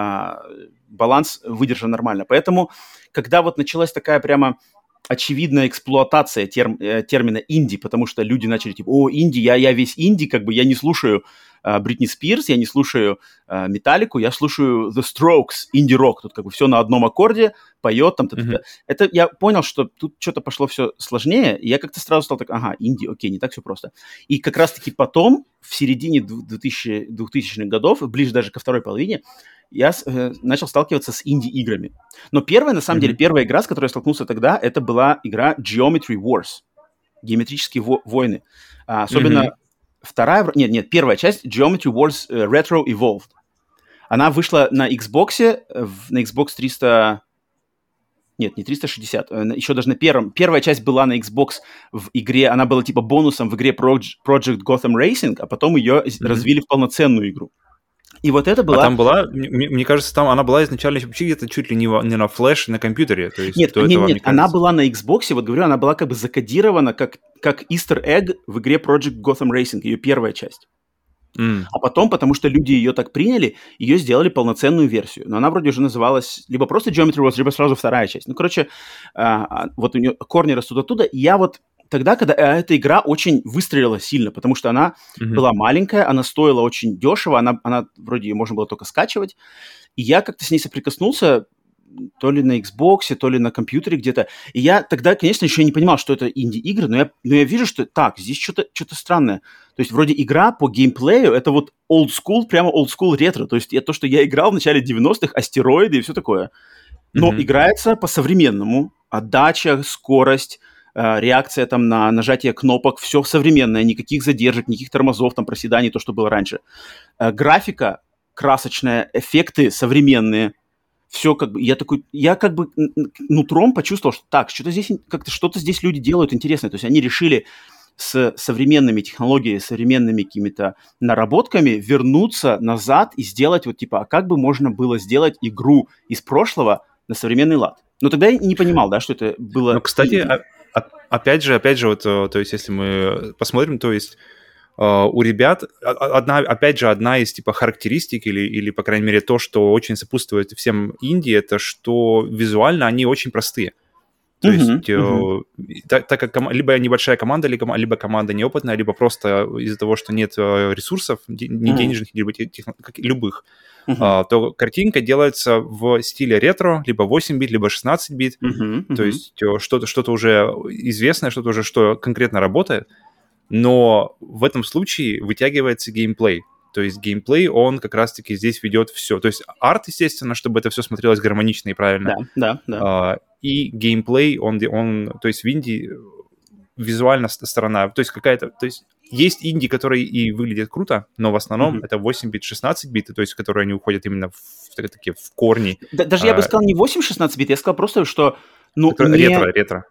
баланс выдержан нормально. Поэтому, когда вот началась такая прямо очевидная эксплуатация термина инди, потому что люди начали типа, о, инди, я весь инди, как бы я не слушаю Бритни Спирс, я не слушаю Металлику, я слушаю The Strokes, инди-рок, тут как бы все на одном аккорде, поет там. Это я понял, что тут что-то пошло все сложнее, и я как-то сразу стал так, ага, инди, окей, не так все просто. И как раз-таки потом, в середине 2000-х годов, ближе даже ко второй половине, я начал сталкиваться с инди-играми. Но первая игра, с которой я столкнулся тогда, это была игра Geometry Wars, геометрические войны. Особенно первая часть Geometry Wars Retro Evolved. Она вышла на Xbox, на Xbox 300... Нет, не 360, еще даже на Первая часть была на Xbox в игре, она была типа бонусом в игре Project Gotham Racing, а потом ее развили в полноценную игру. И вот это была... А там была, мне кажется, там она была изначально вообще где-то чуть ли не на флеш, на компьютере. То есть нет, она была на Xbox, вот говорю, она была как бы закодирована как Easter egg в игре Project Gotham Racing, ее первая часть. А потом, потому что люди ее так приняли, ее сделали полноценную версию. Но она вроде уже называлась либо просто Geometry Wars, либо сразу вторая часть. Ну, короче, вот у нее корни растут оттуда. И я вот тогда, когда эта игра очень выстрелила сильно, потому что она была маленькая, она стоила очень дешево, она вроде ее можно было только скачивать. И я как-то с ней соприкоснулся, то ли на Xbox, то ли на компьютере где-то. И я тогда, конечно, еще не понимал, что это инди-игры, но я вижу, что так, здесь что-то странное. То есть вроде игра по геймплею, это вот old school, прямо old school ретро. То есть то, что я играл в начале 90-х, астероиды и все такое. Но играется по-современному. Отдача, скорость, реакция там на нажатие кнопок, все современное, никаких задержек, никаких тормозов, там проседаний, то, что было раньше. Графика красочная, эффекты современные. Все как бы, я как бы нутром почувствовал, что так, что-то здесь люди делают интересное. То есть они решили с современными технологиями, современными какими-то наработками вернуться назад и сделать вот типа, а как бы можно было сделать игру из прошлого на современный лад? Но тогда я не понимал, да, что это было... Ну, кстати, опять же, вот, то есть если мы посмотрим, то есть у ребят, одна из типа характеристик или, по крайней мере, то, что очень сопутствует всем инди, это что визуально они очень простые. То есть, так как либо небольшая команда, либо команда неопытная, либо просто из-за того, что нет ресурсов, не денежных, либо любых, то картинка делается в стиле ретро, либо 8 бит, либо 16 бит. То есть что-то уже известное, что-то уже что конкретно работает. Но в этом случае вытягивается геймплей. То есть геймплей, он как раз-таки здесь ведет все. То есть арт, естественно, чтобы это все смотрелось гармонично и правильно. Да. И геймплей, он, то есть в инди визуальная сторона, то есть какая-то... То есть есть инди, которые и выглядят круто, но в основном это 8 бит, 16 бит, то есть которые они уходят именно в корни. Даже я бы сказал не 8-16 бит, я сказал просто, что... Ретро.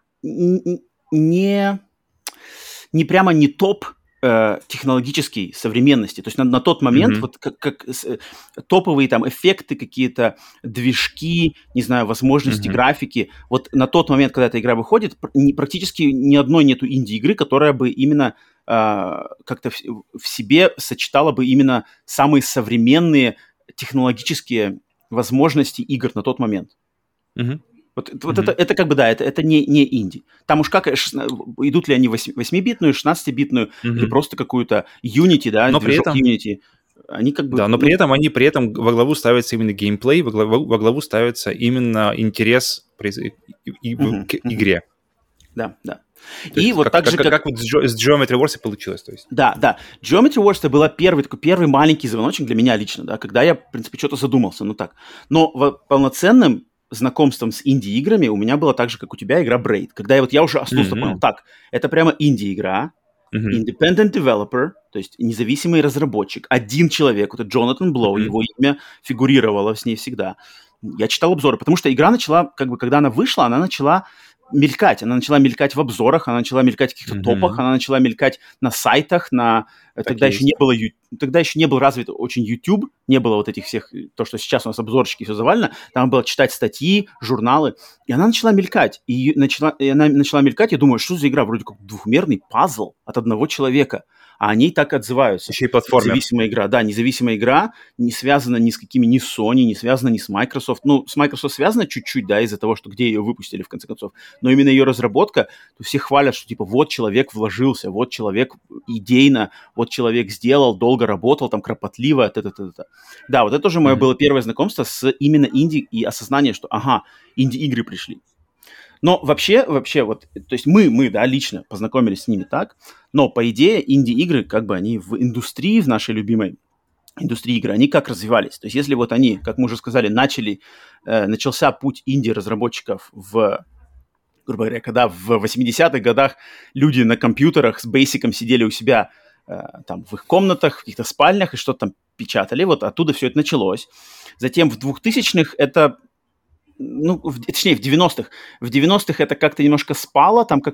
Не прямо не топ технологической современности. То есть на тот момент вот как топовые там эффекты какие-то, движки, не знаю, возможности графики. Вот на тот момент, когда эта игра выходит, практически ни одной нету инди-игры, которая бы именно как-то в себе сочетала бы именно самые современные технологические возможности игр на тот момент. Вот это как бы, да, это не инди. Там уж как, идут ли они 8-битную, 16-битную, или просто какую-то Unity, да, но движок Unity. Они как бы... Да, но при этом во главу ставится именно геймплей, во главу ставится именно интерес к игре. Да, да. И вот так же, как вот с Geometry Wars и получилось, то есть. Да. Geometry Wars это был первый маленький звоночек для меня лично, да, когда я, в принципе, что-то задумался, ну так. Но полноценным знакомством с инди-играми у меня было так же, как у тебя, игра Braid. Когда я уже осознанно понял, так, это прямо инди-игра, independent developer, то есть независимый разработчик, один человек, это Джонатан Блоу, его имя фигурировало с ней всегда. Я читал обзоры, потому что игра начала, как бы, когда она вышла, она начала мелькать в обзорах, она начала мелькать в каких-то топах, она начала мелькать на сайтах, тогда еще не был развит очень YouTube, не было вот этих всех, то, что сейчас у нас обзорчики все завалено, там было читать статьи, журналы, и она начала мелькать, и она начала мелькать, я думаю, что за игра, вроде как двухмерный пазл от одного человека, а они так отзываются. Еще и платформер. Независимая игра, да, независимая игра, не связана ни с какими, ни с Sony, не связана ни с Microsoft. Ну, с Microsoft связана чуть-чуть, да, из-за того, что где ее выпустили, в конце концов. Но именно ее разработка, то все хвалят, что, типа, вот человек вложился, вот человек идейно, вот человек сделал, долго работал, там, кропотливо, т-т-т-т. Да, вот это тоже мое было первое знакомство с именно инди и осознание, что, ага, инди-игры пришли. Но вообще, вот, то есть мы, да, лично познакомились с ними так, но, по идее, инди-игры, как бы они в индустрии, в нашей любимой индустрии игр, они как развивались? То есть если вот они, как мы уже сказали, начался путь инди-разработчиков грубо говоря, когда в 80-х годах люди на компьютерах с бейсиком сидели у себя там в их комнатах, в каких-то спальнях и что-то там печатали, вот оттуда все это началось. Затем в 2000-х это... точнее, в 90-х. В 90-х это как-то немножко спало, там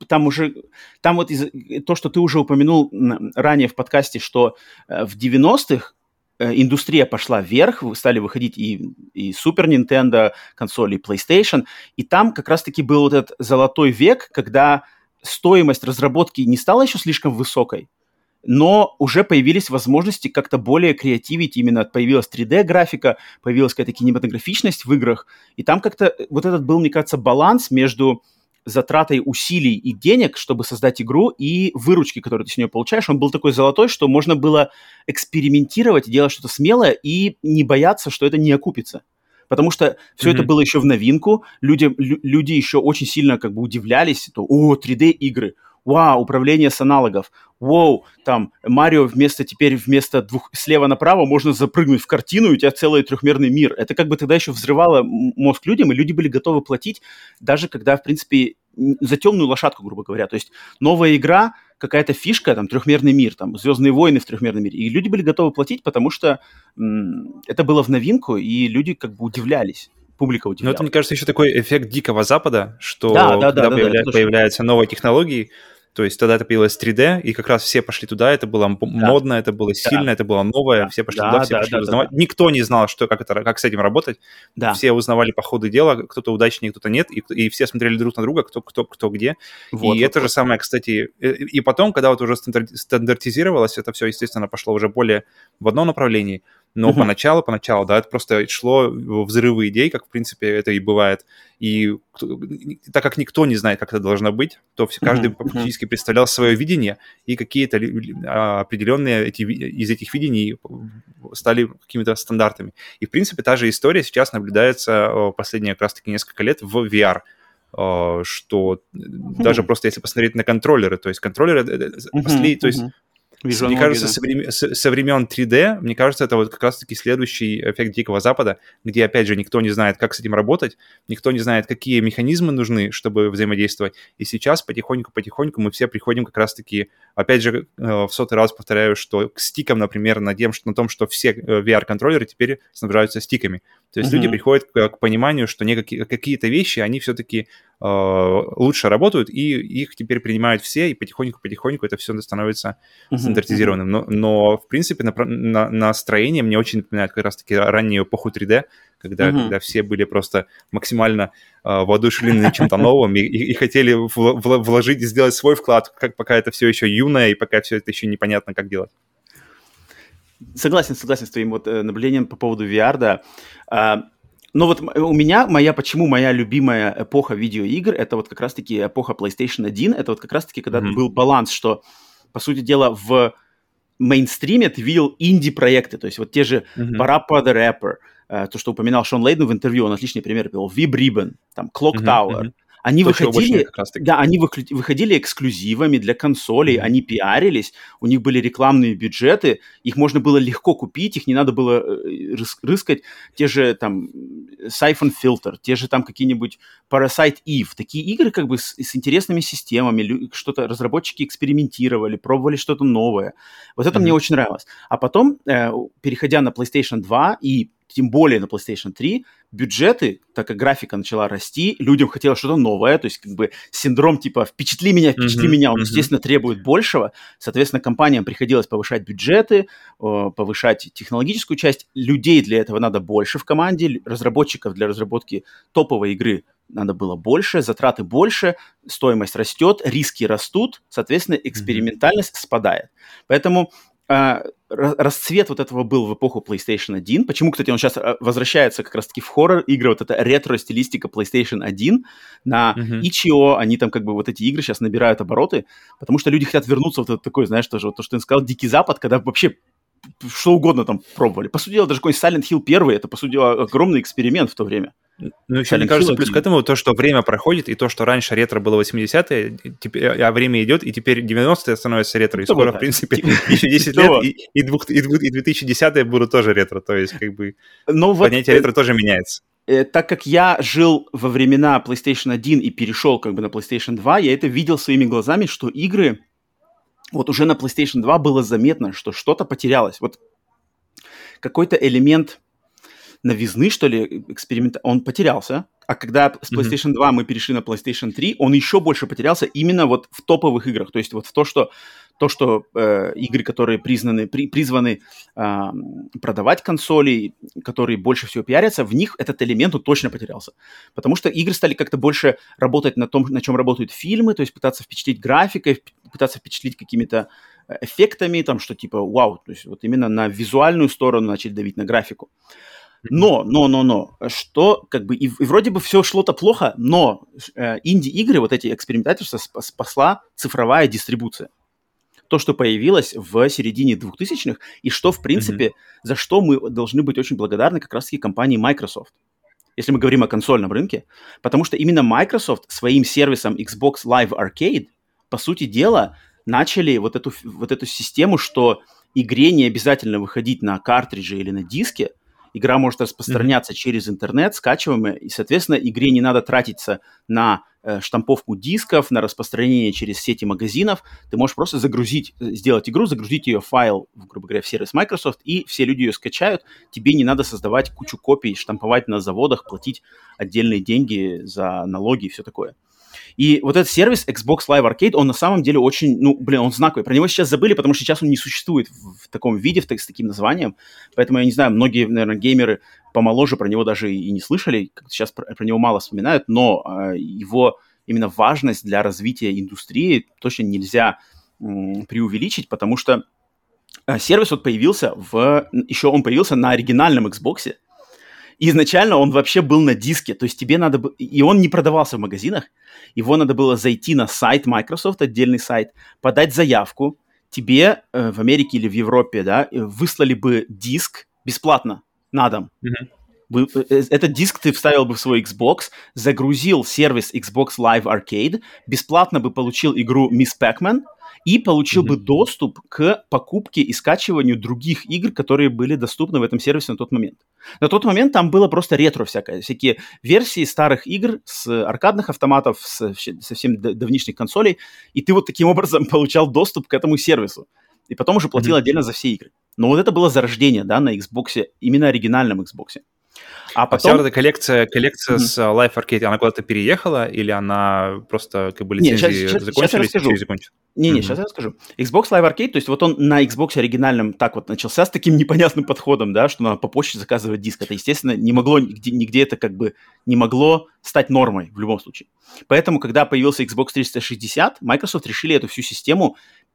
вот то, что ты уже упомянул ранее в подкасте, что в 90-х индустрия пошла вверх, стали выходить и Super Nintendo консоли, и PlayStation, и там как раз-таки был вот этот золотой век, когда стоимость разработки не стала еще слишком высокой, но уже появились возможности как-то более креативить, именно появилась 3D-графика, появилась какая-то кинематографичность в играх, и там как-то вот этот был, мне кажется, баланс между затратой усилий и денег, чтобы создать игру, и выручки, которые ты с нее получаешь, он был такой золотой, что можно было экспериментировать, делать что-то смелое и не бояться, что это не окупится. Потому что все это было еще в новинку, люди еще очень сильно как бы удивлялись, 3D-игры, вау, управление с аналогов, вау, там, Марио вместо двух слева направо можно запрыгнуть в картину, и у тебя целый трехмерный мир. Это как бы тогда еще взрывало мозг людям, и люди были готовы платить, даже когда, в принципе, за темную лошадку, грубо говоря. То есть новая игра, какая-то фишка, там, трехмерный мир, там, «Звездные войны» в трехмерном мире. И люди были готовы платить, потому что это было в новинку, и люди как бы удивлялись. Публика удивлялась. Но это, мне кажется, еще такой эффект Дикого Запада, что когда появляются новые технологии, то есть тогда это появилось 3D, и как раз все пошли туда, это было модно, это было сильно, это было новое, все пошли туда, все пошли узнавать. Никто не знал, как с этим работать, все узнавали по ходу дела, кто-то удачнее, кто-то нет, и все смотрели друг на друга, кто где. Это же самое, кстати, и потом, когда вот уже стандартизировалось, это все, естественно, пошло уже более в одном направлении. Но поначалу, да, это просто шло взрывы идей, как, в принципе, это и бывает. И так как никто не знает, как это должно быть, то каждый практически представлял свое видение, и какие-то определенные из этих видений стали какими-то стандартами. И, в принципе, та же история сейчас наблюдается последние как раз-таки несколько лет в VR. Что даже просто если посмотреть на контроллеры, то есть контроллеры, то есть мне кажется, со времен 3D, мне кажется, это вот как раз-таки следующий эффект Дикого Запада, где, опять же, никто не знает, как с этим работать, никто не знает, какие механизмы нужны, чтобы взаимодействовать. И сейчас потихоньку мы все приходим как раз-таки, опять же, в сотый раз повторяю, что к стикам, например, на том, что все VR-контроллеры теперь снабжаются стиками. То есть люди приходят к пониманию, что какие-то вещи, они все-таки лучше работают, и их теперь принимают все, и потихоньку это все становится стандартизированным. Но в принципе, настроение мне очень напоминает как раз-таки раннюю эпоху 3D, когда все были просто максимально воодушевлены чем-то новым и хотели вложить и сделать свой вклад, пока это все еще юное, и пока все это еще непонятно, как делать. Согласен с твоим вот наблюдением по поводу VR, да. Но вот у меня, почему моя любимая эпоха видеоигр, это вот как раз-таки эпоха PlayStation 1, это вот как раз-таки когда был баланс, что, по сути дела, в мейнстриме ты видел инди-проекты, то есть вот те же Parappa the Rapper, то, что упоминал Шон Лейден в интервью, он отличный пример привел, Vib Ribbon, там, Clock Tower. Они выходили, они выходили эксклюзивами для консолей, они пиарились, у них были рекламные бюджеты, их можно было легко купить, их не надо было рыскать. Те же там Siphon Filter, те же там какие-нибудь Parasite Eve, такие игры как бы с интересными системами, что-то разработчики экспериментировали, пробовали что-то новое. Вот это мне очень нравилось. А потом, переходя на PlayStation 2 и тем более на PlayStation 3, бюджеты, так как графика начала расти, людям хотелось что-то новое, то есть как бы синдром типа «впечатли меня», он, естественно, требует большего. Соответственно, компаниям приходилось повышать бюджеты, повышать технологическую часть. Людей для этого надо больше в команде, разработчиков для разработки топовой игры надо было больше, затраты больше, стоимость растет, риски растут, соответственно, экспериментальность спадает. Поэтому расцвет вот этого был в эпоху PlayStation 1. Почему, кстати, он сейчас возвращается как раз-таки в хоррор-игры, вот эта ретро-стилистика PlayStation 1 на Itch.io, они там как бы вот эти игры сейчас набирают обороты, потому что люди хотят вернуться вот это такое, знаешь, тоже вот то, что ты сказал, Дикий Запад, когда вообще что угодно там пробовали. По сути дела, даже какой-нибудь Silent Hill 1, это, по сути дела, огромный эксперимент в то время. Ну, еще, мне кажется, плюс к этому то, что время проходит, и то, что раньше ретро было 80-е, а время идет, и теперь 90-е становятся ретро, и скоро, в принципе, еще 10 лет, и 2010-е будут тоже ретро, то есть, как бы, понятие ретро тоже меняется. Так как я жил во времена PlayStation 1 и перешел как бы на PlayStation 2, я это видел своими глазами, что игры, вот уже на PlayStation 2 было заметно, что что-то потерялось. Вот какой-то элемент новизны, что ли, эксперимента, он потерялся. А когда с PlayStation 2 мы перешли на PlayStation 3, он еще больше потерялся именно вот в топовых играх. То есть вот в то, что игры, которые призваны продавать консоли, которые больше всего пиарятся, в них этот элемент он точно потерялся. Потому что игры стали как-то больше работать на том, на чем работают фильмы, то есть пытаться впечатлить графикой, пытаться впечатлить какими-то эффектами, там, что типа вау, то есть вот именно на визуальную сторону начали давить на графику. Но, что как бы, и вроде бы все шло-то плохо, но инди-игры, вот эти экспериментаторства спасла цифровая дистрибуция. То, что появилось в середине 2000-х, и что, в принципе, за что мы должны быть очень благодарны как раз-таки компании Microsoft, если мы говорим о консольном рынке, потому что именно Microsoft своим сервисом Xbox Live Arcade, по сути дела, начали вот эту систему, что игре не обязательно выходить на картридже или на диске, игра может распространяться через интернет, скачиваемая, и, соответственно, игре не надо тратиться на штамповку дисков, на распространение через сети магазинов. Ты можешь просто сделать игру, загрузить ее файл, грубо говоря, в сервис Microsoft, и все люди ее скачают. Тебе не надо создавать кучу копий, штамповать на заводах, платить отдельные деньги за налоги и все такое. И вот этот сервис Xbox Live Arcade, он на самом деле очень, он знаковый. Про него сейчас забыли, потому что сейчас он не существует в таком виде, с таким названием. Поэтому, я не знаю, многие, наверное, геймеры помоложе про него даже и не слышали. Сейчас про него мало вспоминают, но его именно важность для развития индустрии точно нельзя преувеличить, потому что сервис вот появился он появился на оригинальном Xbox'е. И изначально он вообще был на диске, то есть тебе надо было... И он не продавался в магазинах, его надо было зайти на сайт Microsoft, отдельный сайт, подать заявку, тебе в Америке или в Европе, да, выслали бы диск бесплатно на дом. Этот диск ты вставил бы в свой Xbox, загрузил сервис Xbox Live Arcade, бесплатно бы получил игру Miss Pac-Man, и получил бы доступ к покупке и скачиванию других игр, которые были доступны в этом сервисе на тот момент. На тот момент там было просто ретро всякие версии старых игр с аркадных автоматов, совсем давнишних консолей, и ты вот таким образом получал доступ к этому сервису. И потом уже платил отдельно за все игры. Но вот это было зарождение, да, на Xbox'е, именно оригинальном Xbox'е. А потом... вся вот эта коллекция с Live Arcade, она куда-то переехала, или она просто как бы лицензии закончились? Сейчас я расскажу. Xbox Live Arcade, то есть вот он на Xbox оригинальном так вот начался с таким непонятным подходом, да, что надо по почте заказывать диск. Это, естественно, не могло нигде это как бы не могло стать нормой в любом случае. Поэтому, когда появился Xbox 360, Microsoft решили эту всю систему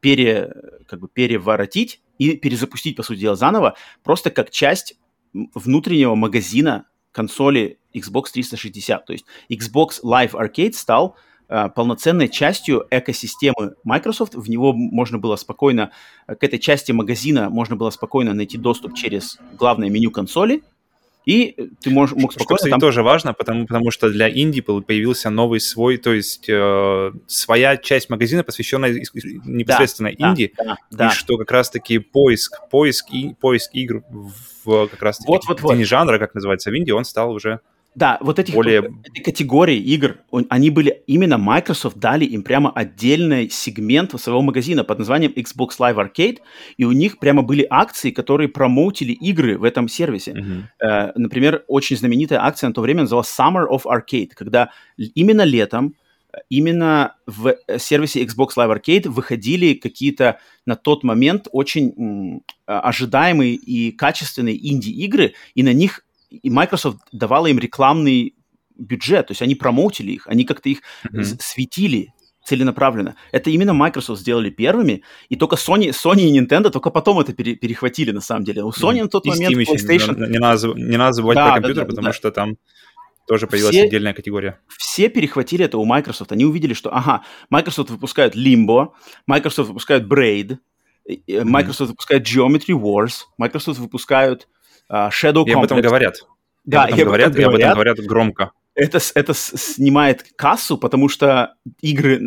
переворотить и перезапустить, по сути дела, заново, просто как часть внутреннего магазина консоли Xbox 360. То есть Xbox Live Arcade стал полноценной частью экосистемы Microsoft. В него можно было спокойно, к этой части магазина можно было спокойно найти доступ через главное меню консоли. И ты мог спокойно... Что, кстати, там... тоже важно, потому что для инди появился новый свой, то есть своя часть магазина, посвященная непосредственно инди, и что как раз-таки поиск игр в как раз-таки жанра, как называется, в инди, он стал уже... Да, вот эти категории игр, они были именно Microsoft дали им прямо отдельный сегмент своего магазина под названием Xbox Live Arcade, и у них прямо были акции, которые промоутили игры в этом сервисе. Например, очень знаменитая акция на то время называлась Summer of Arcade, когда именно летом, именно в сервисе Xbox Live Arcade выходили какие-то на тот момент очень ожидаемые и качественные инди-игры, и на них и Microsoft давала им рекламный бюджет, то есть они промоутили их, они как-то их светили целенаправленно. Это именно Microsoft сделали первыми, и только Sony и Nintendo только потом это перехватили на самом деле. У Sony на тот момент PlayStation... Не надо забывать про компьютер, потому что там тоже появилась отдельная категория. Все перехватили это у Microsoft. Они увидели, что, Microsoft выпускает Limbo, Microsoft выпускает Braid, Microsoft выпускает Geometry Wars, Microsoft выпускают Shadow Complex. И об этом говорят. Да, об этом говорят громко. Это снимает кассу, потому что игры,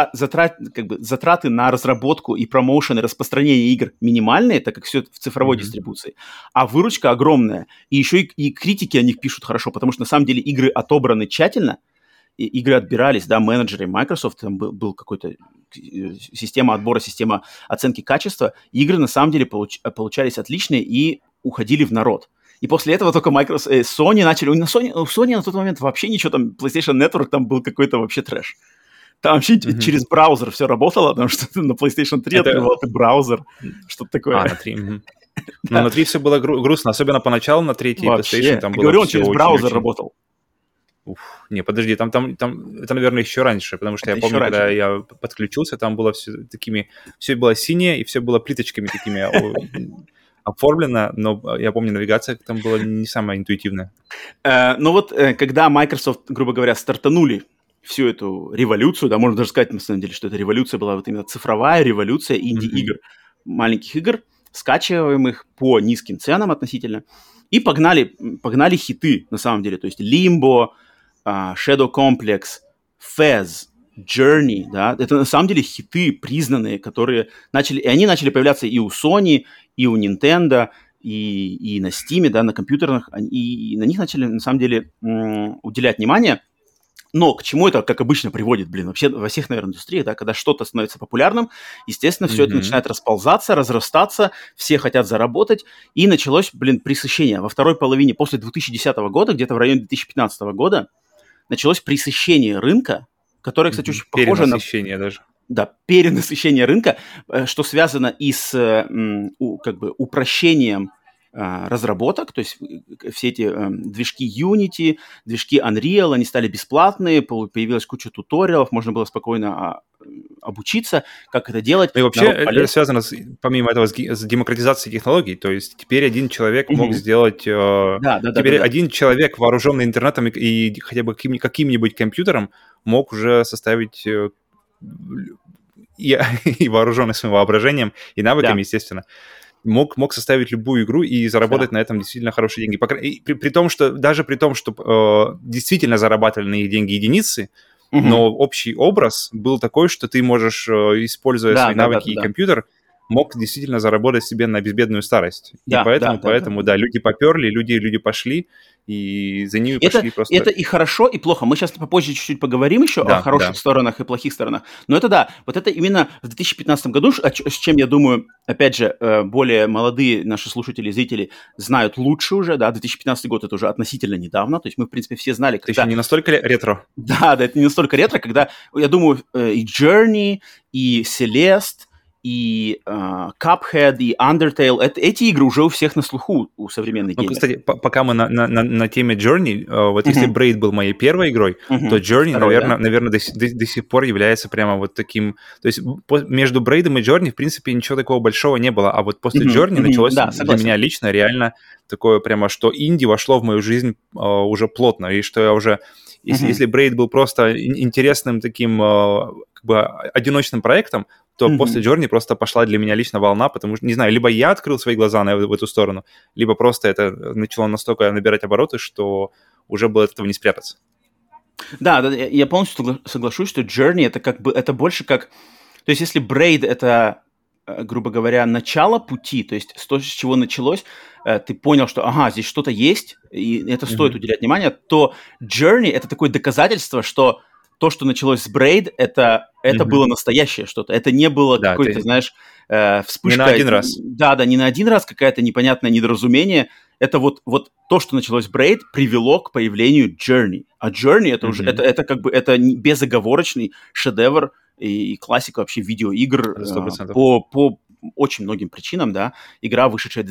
затраты на разработку и промоушен, и распространение игр минимальные, так как все в цифровой дистрибуции, а выручка огромная. И еще и критики о них пишут хорошо, потому что на самом деле игры отобраны тщательно, и игры отбирались, да, менеджеры Microsoft, там был какой-то система отбора, система оценки качества. Игры на самом деле получались отличные и уходили в народ. И после этого только Microsoft, Sony начали... У Sony на тот момент вообще ничего, там PlayStation Network, там был какой-то вообще трэш. Там вообще через браузер все работало, потому что ты на PlayStation 3 открывал ты браузер, что-то такое. На 3. Ну, на 3 все было грустно, особенно поначалу на 3 PlayStation. Там было он через браузер работал. Не, подожди, там это, наверное, еще раньше, потому что я помню, когда я подключился, там было все было синее, и все было плиточками такими оформлено, но я помню, навигация там была не самая интуитивная. Ну вот, когда Microsoft, грубо говоря, стартанули всю эту революцию, да, можно даже сказать, на самом деле, что эта революция была вот именно цифровая революция инди-игр, маленьких игр, скачиваемых по низким ценам относительно, и погнали хиты, на самом деле, то есть Limbo, Shadow Complex, Fez, Journey, да, это на самом деле хиты признанные, которые они начали появляться и у Sony, и у Nintendo, и на Steam, да, на компьютерах, и на них начали, на самом деле, уделять внимание. Но к чему это, как обычно, приводит, вообще во всех, наверное, индустриях, да, когда что-то становится популярным, естественно, все это начинает расползаться, разрастаться, все хотят заработать, и началось, пресыщение. Во второй половине, после 2010 года, где-то в районе 2015 года, началось пресыщение рынка, которое, кстати, очень похоже на... Перенасыщение даже. Да, перенасыщение рынка, что связано и с упрощением разработок, то есть все эти движки Unity, движки Unreal, они стали бесплатные, появилась куча туториалов, можно было спокойно обучиться, как это делать. И вообще это связано, помимо этого, с демократизацией технологий, то есть теперь один человек мог сделать... один человек, вооруженный интернетом и хотя бы каким-нибудь компьютером, мог уже составить... И вооруженный своим воображением, и навыками, естественно, мог составить любую игру и заработать на этом действительно хорошие деньги. При том, что действительно зарабатывали на их деньги единицы, но общий образ был такой, что ты можешь, используя свои навыки и компьютер, мог действительно заработать себе на безбедную старость. И поэтому, люди поперли, люди пошли, и за ними пошли просто... Это и хорошо, и плохо. Мы сейчас попозже чуть-чуть поговорим еще о хороших сторонах и плохих сторонах. Но это вот это именно в 2015 году, с чем, я думаю, опять же, более молодые наши слушатели и зрители знают лучше уже, да, 2015 год это уже относительно недавно, то есть мы, в принципе, все знали, когда... Это еще не настолько ретро. Да, это не настолько ретро, когда, я думаю, и Journey, и Celeste, и Cuphead, и Undertale, эти игры уже у всех на слуху, у современных геймеров. Кстати, пока мы на теме Journey, вот если Braid был моей первой игрой, то Journey, наверное, до сих пор является прямо вот таким... То есть между Braid'ом и Journey, в принципе, ничего такого большого не было, а вот после Journey началось для меня лично реально такое прямо, что инди вошло в мою жизнь уже плотно, и что я уже... Если Braid был просто интересным таким как бы одиночным проектом, то после Journey просто пошла для меня лично волна, потому что, не знаю, либо я открыл свои глаза в эту сторону, либо просто это начало настолько набирать обороты, что уже было от этого не спрятаться. Да, я полностью соглашусь, что Journey это больше как... То есть если Braid это, грубо говоря, начало пути, то есть с чего началось, ты понял, что ага, здесь что-то есть, и это стоит уделять внимание, то Journey это такое доказательство, что то, что началось с Braid, это было настоящее что-то. Это не было какой-то, знаешь, вспышка. Не на один раз. Да, не на один раз, какое-то непонятное недоразумение. Это вот то, что началось с Braid, привело к появлению Journey. А Journey это уже, это как бы, это безоговорочный шедевр и классика вообще видеоигр по очень многим причинам, да. Игра, вышедшая в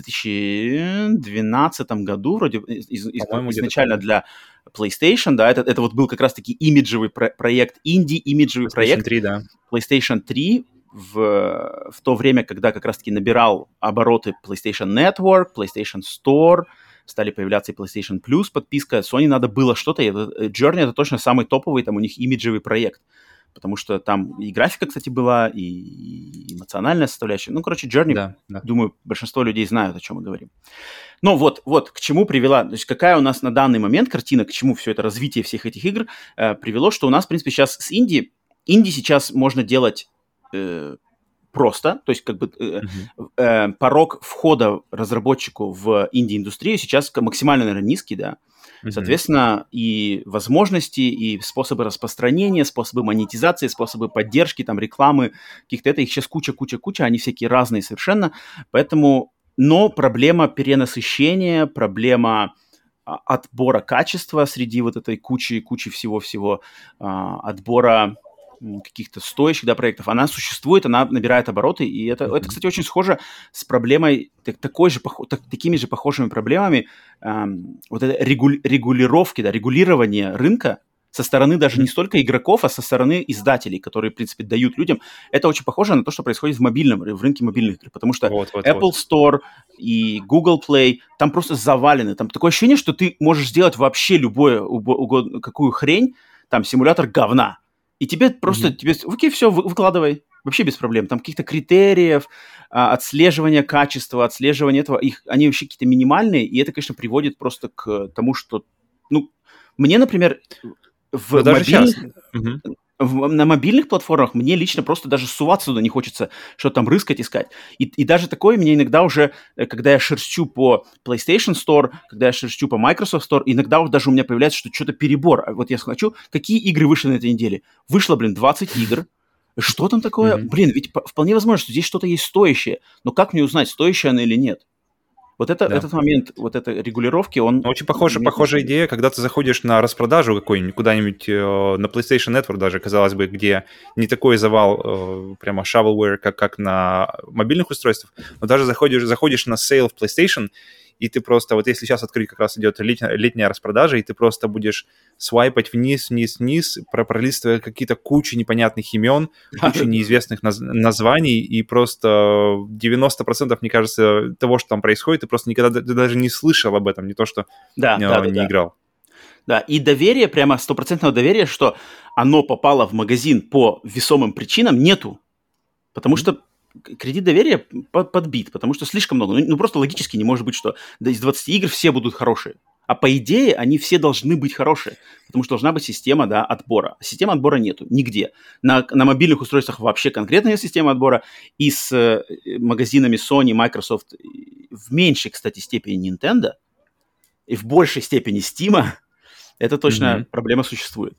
2012 году, вроде изначально для PlayStation, да, это вот был как раз-таки имиджевый проект, инди-имиджевый проект. PlayStation 3, да. PlayStation 3 в то время, когда как раз-таки набирал обороты PlayStation Network, PlayStation Store, стали появляться и PlayStation Plus подписка, Sony надо было что-то, Journey это точно самый топовый, там у них имиджевый проект. Потому что там и графика, кстати, была, и эмоциональная составляющая. Ну, короче, Journey, думаю, большинство людей знают, о чем мы говорим. Но вот к чему привела, то есть какая у нас на данный момент картина, к чему все это развитие всех этих игр привело, что у нас, в принципе, сейчас с инди сейчас можно делать просто, то есть как бы порог входа разработчику в инди-индустрию сейчас максимально, наверное, низкий, да. Соответственно, и возможности, и способы распространения, способы монетизации, способы поддержки, там, рекламы, каких-то их сейчас куча, они всякие разные совершенно. Поэтому, но проблема перенасыщения, проблема отбора качества среди вот этой кучи всего-всего, отбора каких-то стоящих, да, проектов, она существует, она набирает обороты, и это, кстати, очень схоже с проблемой, такими же похожими проблемами вот этой регулировки, да, регулирования рынка со стороны даже не столько игроков, а со стороны издателей, которые, в принципе, дают людям. Это очень похоже на то, что происходит в рынке мобильных игр, потому что Apple Store и Google Play там просто завалены. Там такое ощущение, что ты можешь сделать вообще какую хрень, там, симулятор говна. И тебе просто, окей, все, выкладывай, вообще без проблем. Там каких-то критериев, отслеживания качества, отслеживания этого, они вообще какие-то минимальные, и это, конечно, приводит просто к тому, что, ну, мне, например, на мобильных платформах мне лично просто даже суваться туда не хочется, что там рыскать, искать. И даже такое мне иногда уже, когда я шерстю по PlayStation Store, когда я шерстю по Microsoft Store, иногда уже даже у меня появляется, что что-то перебор. Вот я хочу, какие игры вышли на этой неделе? Вышло, 20 игр. Что там такое? Ведь вполне возможно, что здесь что-то есть стоящее. Но как мне узнать, стоящее оно или нет? Вот этот момент, вот этой регулировки, он... Очень похожая идея, когда ты заходишь на распродажу какую-нибудь, куда-нибудь на PlayStation Network даже, казалось бы, где не такой завал прямо shovelware, как на мобильных устройствах, но даже заходишь на сейл в PlayStation, и ты просто, вот если сейчас открыть, как раз идет летняя распродажа, и ты просто будешь свайпать вниз, пролистывая какие-то кучи непонятных имен, кучу неизвестных названий, и просто 90%, мне кажется, того, что там происходит, ты просто никогда даже не слышал об этом, не то, что не играл. Да, и доверие, прямо 100% доверия, что оно попало в магазин по весомым причинам, нету. Потому что кредит доверия подбит, потому что слишком много. Ну, просто логически не может быть, что из 20 игр все будут хорошие. А по идее, они все должны быть хорошие, потому что должна быть система, да, отбора. Системы отбора нету нигде. На мобильных устройствах вообще конкретная система отбора, и с магазинами Sony, Microsoft, в меньшей, кстати, степени Nintendo, и в большей степени Steam, это точно проблема существует.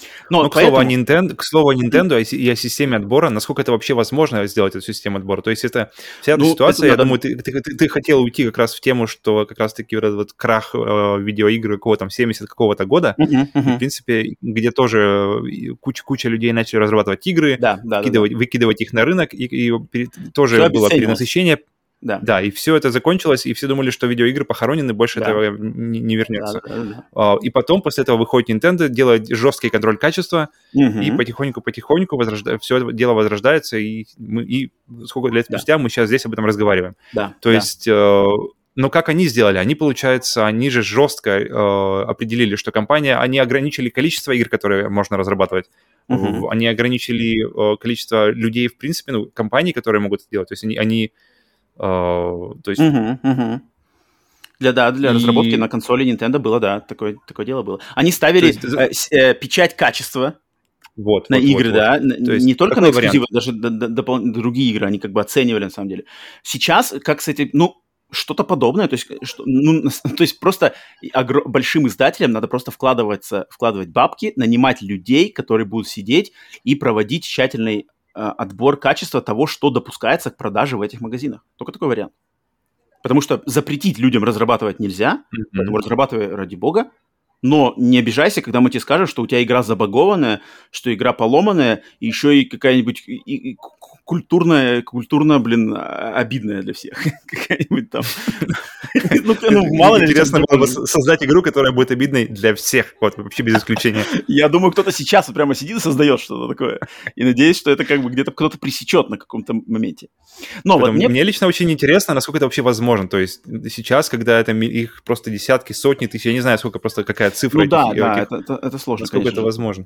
Но к слову о Nintendo и о системе отбора, насколько это вообще возможно сделать, эту систему отбора? То есть это вся эта ситуация, я думаю, ты хотел уйти как раз в тему, что как раз-таки вот крах видеоигр какого там 70 какого-то года, и, в принципе, где тоже куча людей начали разрабатывать игры, выкидывать их на рынок, и тоже все было перенасыщение. Да, и все это закончилось, и все думали, что видеоигры похоронены, больше этого не вернется. И потом, после этого, выходит Nintendo, делает жесткий контроль качества, и потихоньку все это дело возрождается, и сколько лет спустя мы сейчас здесь об этом разговариваем. То есть... Но как они сделали? Они же жестко определили, что компания, они ограничили количество игр, которые можно разрабатывать. Они ограничили количество людей, в принципе, компаний, которые могут это делать. То есть они то есть... Для разработки на консоли Nintendo было, такое дело было. Они ставили печать качества на игры, да, не только на эксклюзивы, даже другие игры они как бы оценивали на самом деле. Сейчас, как, кстати, что-то подобное, то есть просто большим издателям надо просто вкладывать бабки, нанимать людей, которые будут сидеть и проводить тщательный отбор качества того, что допускается к продаже в этих магазинах. Только такой вариант. Потому что запретить людям разрабатывать нельзя, поэтому разрабатывай ради бога, но не обижайся, когда мы тебе скажем, что у тебя игра забагованная, что игра поломанная, и еще и какая-нибудь культурно, обидная для всех. Какая-нибудь там... Мало ли. Интересно было бы создать игру, которая будет обидной для всех, вот, вообще без исключения. Я думаю, кто-то сейчас прямо сидит и создает что-то такое. И надеюсь, что это как бы где-то кто-то пресечет на каком-то моменте. Но вот мне лично очень интересно, насколько это вообще возможно. То есть сейчас, когда их просто десятки, сотни тысяч, я не знаю, сколько просто какая цифра. Это сложно, насколько это возможно.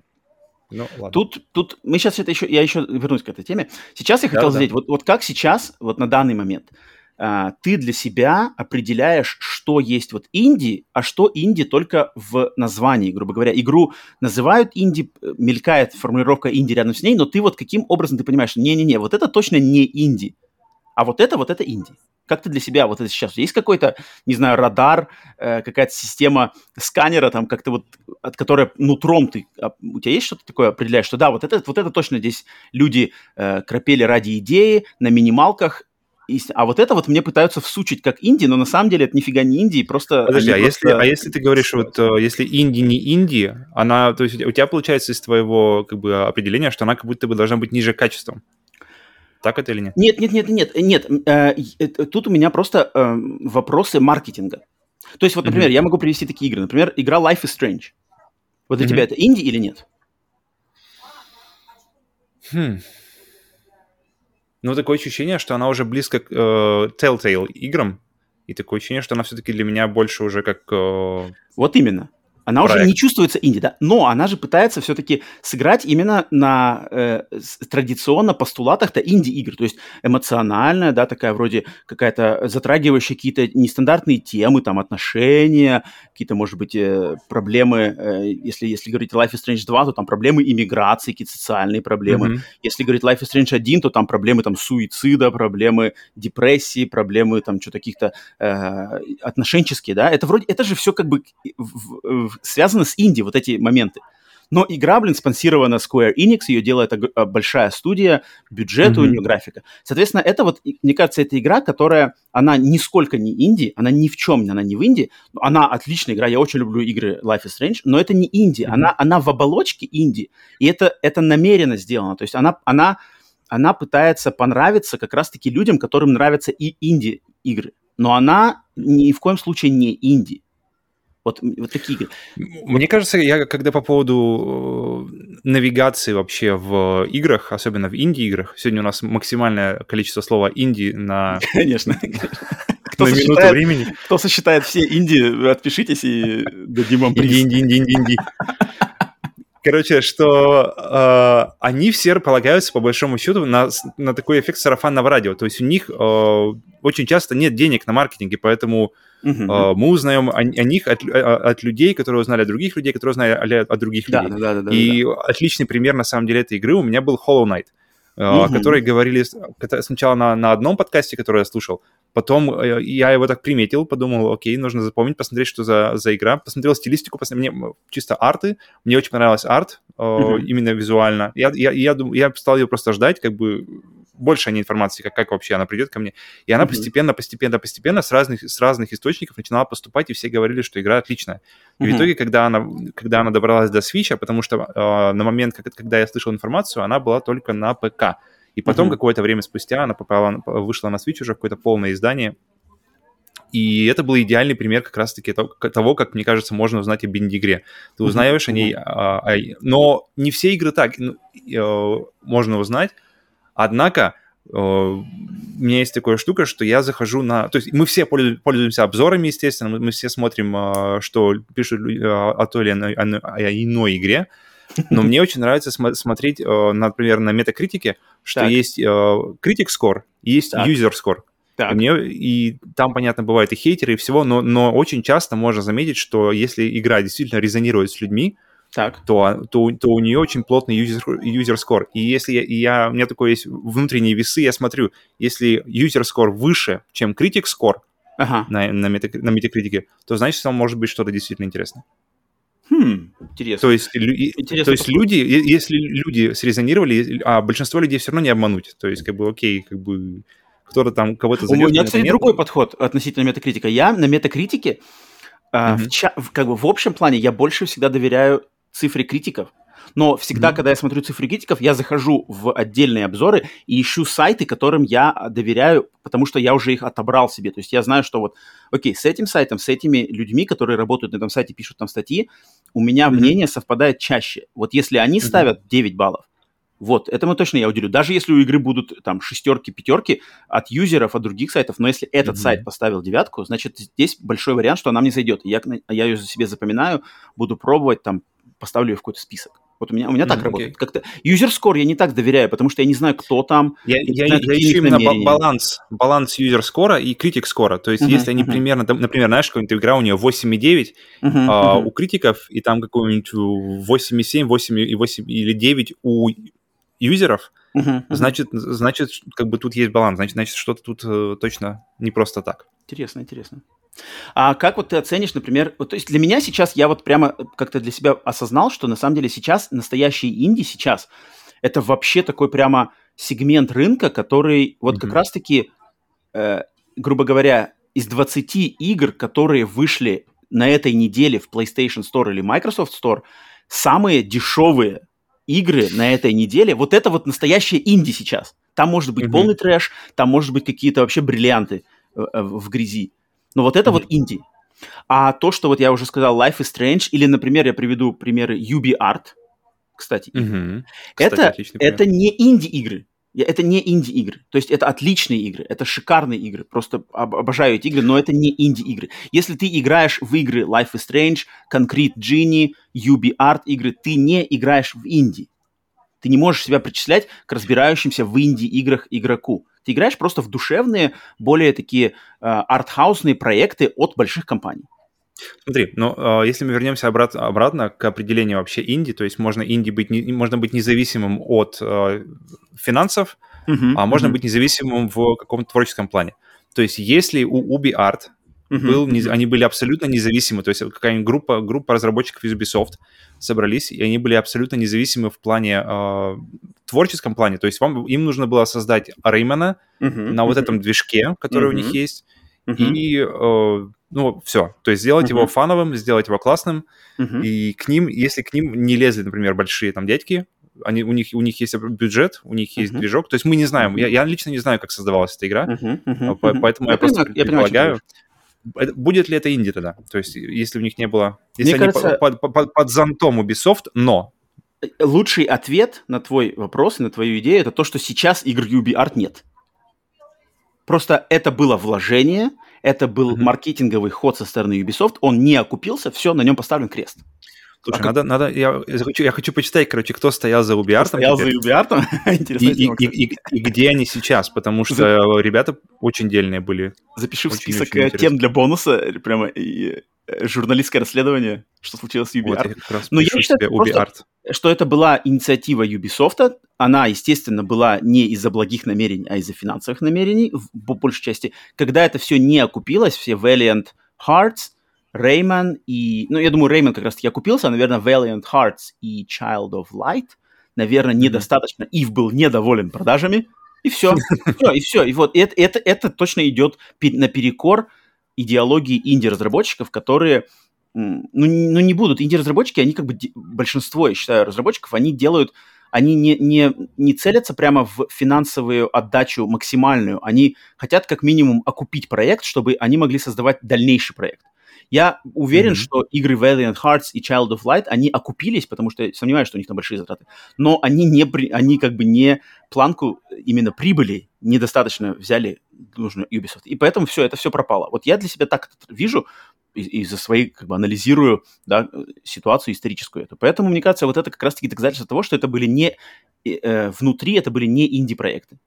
Тут мы сейчас я еще вернусь к этой теме. Сейчас я хотел задать, вот как сейчас, вот на данный момент, ты для себя определяешь, что есть вот инди, а что инди только в названии, грубо говоря. Игру называют инди, мелькает формулировка инди рядом с ней, но ты вот каким образом ты понимаешь, не-не-не, вот это точно не инди, а вот это инди. Как ты для себя вот это сейчас? Есть какой-то, не знаю, радар, какая-то система сканера, там как-то вот, от которой нутром у тебя есть что-то такое, определяешь, что да, вот это точно здесь люди крапели ради идеи на минималках, а вот это вот мне пытаются всучить как инди, но на самом деле это нифига не инди, просто... Подожди, если ты говоришь, вот если инди не инди, то есть у тебя получается из твоего как бы определения, что она как будто бы должна быть ниже качеством. Так это или нет? Нет. Тут у меня просто вопросы маркетинга. То есть вот, например, я могу привести такие игры. Например, игра Life is Strange. Вот для тебя это инди или нет? Такое ощущение, что она уже близко к Telltale играм, и такое ощущение, что она все-таки для меня больше уже как... Вот именно. Она уже не чувствуется инди, да, но она же пытается все-таки сыграть именно на традиционно постулатах-то инди-игр, то есть эмоциональная, да, такая вроде какая-то затрагивающая какие-то нестандартные темы, там, отношения, какие-то, может быть, проблемы, если говорить Life is Strange 2, то там проблемы иммиграции, какие-то социальные проблемы, если говорить Life is Strange 1, то там проблемы там суицида, проблемы депрессии, проблемы там что-то каких-то отношенческие, да, это же все как бы связано с инди, вот эти моменты. Но игра, спонсирована Square Enix, ее делает большая студия, бюджет у нее, графика. Соответственно, это вот, мне кажется, это игра, которая, она нисколько не инди, она ни в чем, она не в инди, она отличная игра, я очень люблю игры Life is Strange, но это не инди, она в оболочке инди, и это намеренно сделано, то есть она пытается понравиться как раз-таки людям, которым нравятся и инди-игры, но она ни в коем случае не инди. Вот такие игры. Мне кажется, я когда по поводу навигации вообще в играх, особенно в инди-играх, сегодня у нас максимальное количество слова инди на... Конечно. На минуту времени. Кто сосчитает все инди, отпишитесь и дадим вам приз. Инди. Короче, что они все полагаются, по большому счету, на такой эффект сарафанного радио. То есть у них очень часто нет денег на маркетинге, поэтому мы узнаем о них от людей, которые узнали от других людей, которые узнали от других людей. И отличный пример, на самом деле, этой игры у меня был Hollow Knight, о которой говорили сначала на одном подкасте, который я слушал, Потом я его так приметил, подумал, окей, нужно запомнить, посмотреть, что за игра. Посмотрел стилистику, мне чисто арты. Мне очень понравился арт, именно визуально. Я стал ее просто ждать, как бы больше не информации, как вообще она придет ко мне. И она постепенно с разных источников начинала поступать, и все говорили, что игра отличная. И в итоге, когда она добралась до Switch, потому что на момент, когда я слышал информацию, она была только на ПК. И потом, какое-то время спустя, она вышла на Switch уже в какое-то полное издание. И это был идеальный пример как раз-таки того, как, мне кажется, можно узнать о инди-игре. Ты узнаешь о ней, но не все игры так можно узнать. Однако у меня есть такая штука, что я захожу на... То есть мы все пользуемся обзорами, естественно, мы все смотрим, что пишут о той или иной игре. Но мне очень нравится смотреть, например, на Metacritic, что есть Critic Score и есть User Score. И там, понятно, бывают и хейтеры, и всего, но очень часто можно заметить, что если игра действительно резонирует с людьми, то у нее очень плотный user score. И если у меня такое есть внутренние весы, я смотрю, если user score выше, чем critic score на Metacritic, то значит, там может быть что-то действительно интересное. Интересно. То есть люди, если люди срезонировали, а большинство людей все равно не обмануть. То есть, как бы, окей, как бы кто-то там кого-то зайдет. У меня, кстати, другой подход относительно Metacritic. Я на Metacritic, как бы в общем плане, я больше всегда доверяю цифре критиков. Но всегда, когда я смотрю цифры критиков, я захожу в отдельные обзоры и ищу сайты, которым я доверяю, потому что я уже их отобрал себе. То есть я знаю, что вот, окей, с этим сайтом, с этими людьми, которые работают на этом сайте, пишут там статьи, у меня мнение совпадает чаще. Вот если они ставят 9 баллов, вот, этому точно я уделю. Даже если у игры будут там 6, 5 от юзеров, от других сайтов, но если этот сайт поставил 9, значит, здесь большой вариант, что она мне зайдет. И я ее себе запоминаю, буду пробовать, там, поставлю ее в какой-то список. Вот у меня так работает. Как-то user score я не так доверяю, потому что я не знаю, кто там. Я ищу именно баланс user score и critic score. То есть, если они примерно, например, знаешь, какая-нибудь игра, у нее 8,9 у критиков, и там какой-нибудь 8,7, 8 или 9 у юзеров, значит, как бы тут есть баланс. Значит, что-то тут точно не просто так. Интересно. А как вот ты оценишь, например, вот, то есть для меня сейчас, я вот прямо как-то для себя осознал, что на самом деле сейчас настоящие инди сейчас это вообще такой прямо сегмент рынка, который вот как раз-таки, грубо говоря, из 20 игр, которые вышли на этой неделе в PlayStation Store или Microsoft Store, самые дешевые игры на этой неделе, вот это вот настоящее инди сейчас. Там может быть полный трэш, там может быть какие-то вообще бриллианты в грязи. Но вот это вот инди. А то, что вот я уже сказал, Life is Strange, или, например, я приведу примеры UbiArt, кстати, это не инди-игры. Это не инди-игры. То есть это отличные игры, это шикарные игры. Просто обожаю эти игры, но это не инди-игры. Если ты играешь в игры Life is Strange, Concrete Genie, UbiArt игры, ты не играешь в инди. Ты не можешь себя причислять к разбирающимся в инди-играх игроку. Ты играешь просто в душевные, более такие артхаусные проекты от больших компаний. Смотри, если мы вернемся обратно к определению вообще инди, то есть можно быть независимым от финансов, можно быть независимым в каком-то творческом плане. То есть если у UbiArt они были абсолютно независимы, то есть какая-нибудь группа разработчиков из Ubisoft собрались, и они были абсолютно независимы в плане, творческом плане, то есть им нужно было создать Реймана на вот этом движке, который у них есть, и, все, то есть сделать его фановым, сделать его классным, и если к ним не лезли, например, большие там дядьки, у них есть бюджет, у них есть движок, то есть мы не знаем, я лично не знаю, как создавалась эта игра, поэтому я просто предполагаю, будет ли это инди тогда? То есть, если у них не было... Если они кажется, под зонтом Ubisoft, но... Лучший ответ на твой вопрос, на твою идею, это то, что сейчас игр UbiArt нет. Просто это было вложение, это был маркетинговый ход со стороны Ubisoft, он не окупился, все, на нем поставлен крест. Слушай, я хочу почитать, кто стоял за UbiArt. Стоял за UbiArt? Интересно. И где они сейчас, потому что ребята очень дельные были. Запиши в список тем для бонуса, прямо журналистское расследование, что случилось с UbiArt. Но я считаю, что это была инициатива Ubisoft она, естественно, была не из-за благих намерений, а из-за финансовых намерений, по большей части. Когда это все не окупилось, все Valiant Hearts, Rayman и... Ну, я думаю, Rayman как раз-таки окупился, а, наверное, Valiant Hearts и Child of Light, наверное, недостаточно. Ив был недоволен продажами, и все. И все. И вот это точно идет наперекор идеологии инди-разработчиков, которые... не будут. Инди-разработчики, они как бы... Большинство, я считаю, разработчиков, они делают... Они не целятся прямо в финансовую отдачу максимальную. Они хотят как минимум окупить проект, чтобы они могли создавать дальнейший проект. Я уверен, что игры Valiant Hearts и Child of Light, они окупились, потому что я сомневаюсь, что у них там большие затраты, но они как бы не планку именно прибыли недостаточно взяли нужную Ubisoft. И поэтому это все пропало. Вот я для себя так вижу, из-за своей, как бы, анализирую, да, ситуацию историческую эту. Поэтому, мне кажется, вот это как раз-таки доказательство того, что это были не... внутри это были не инди-проекты.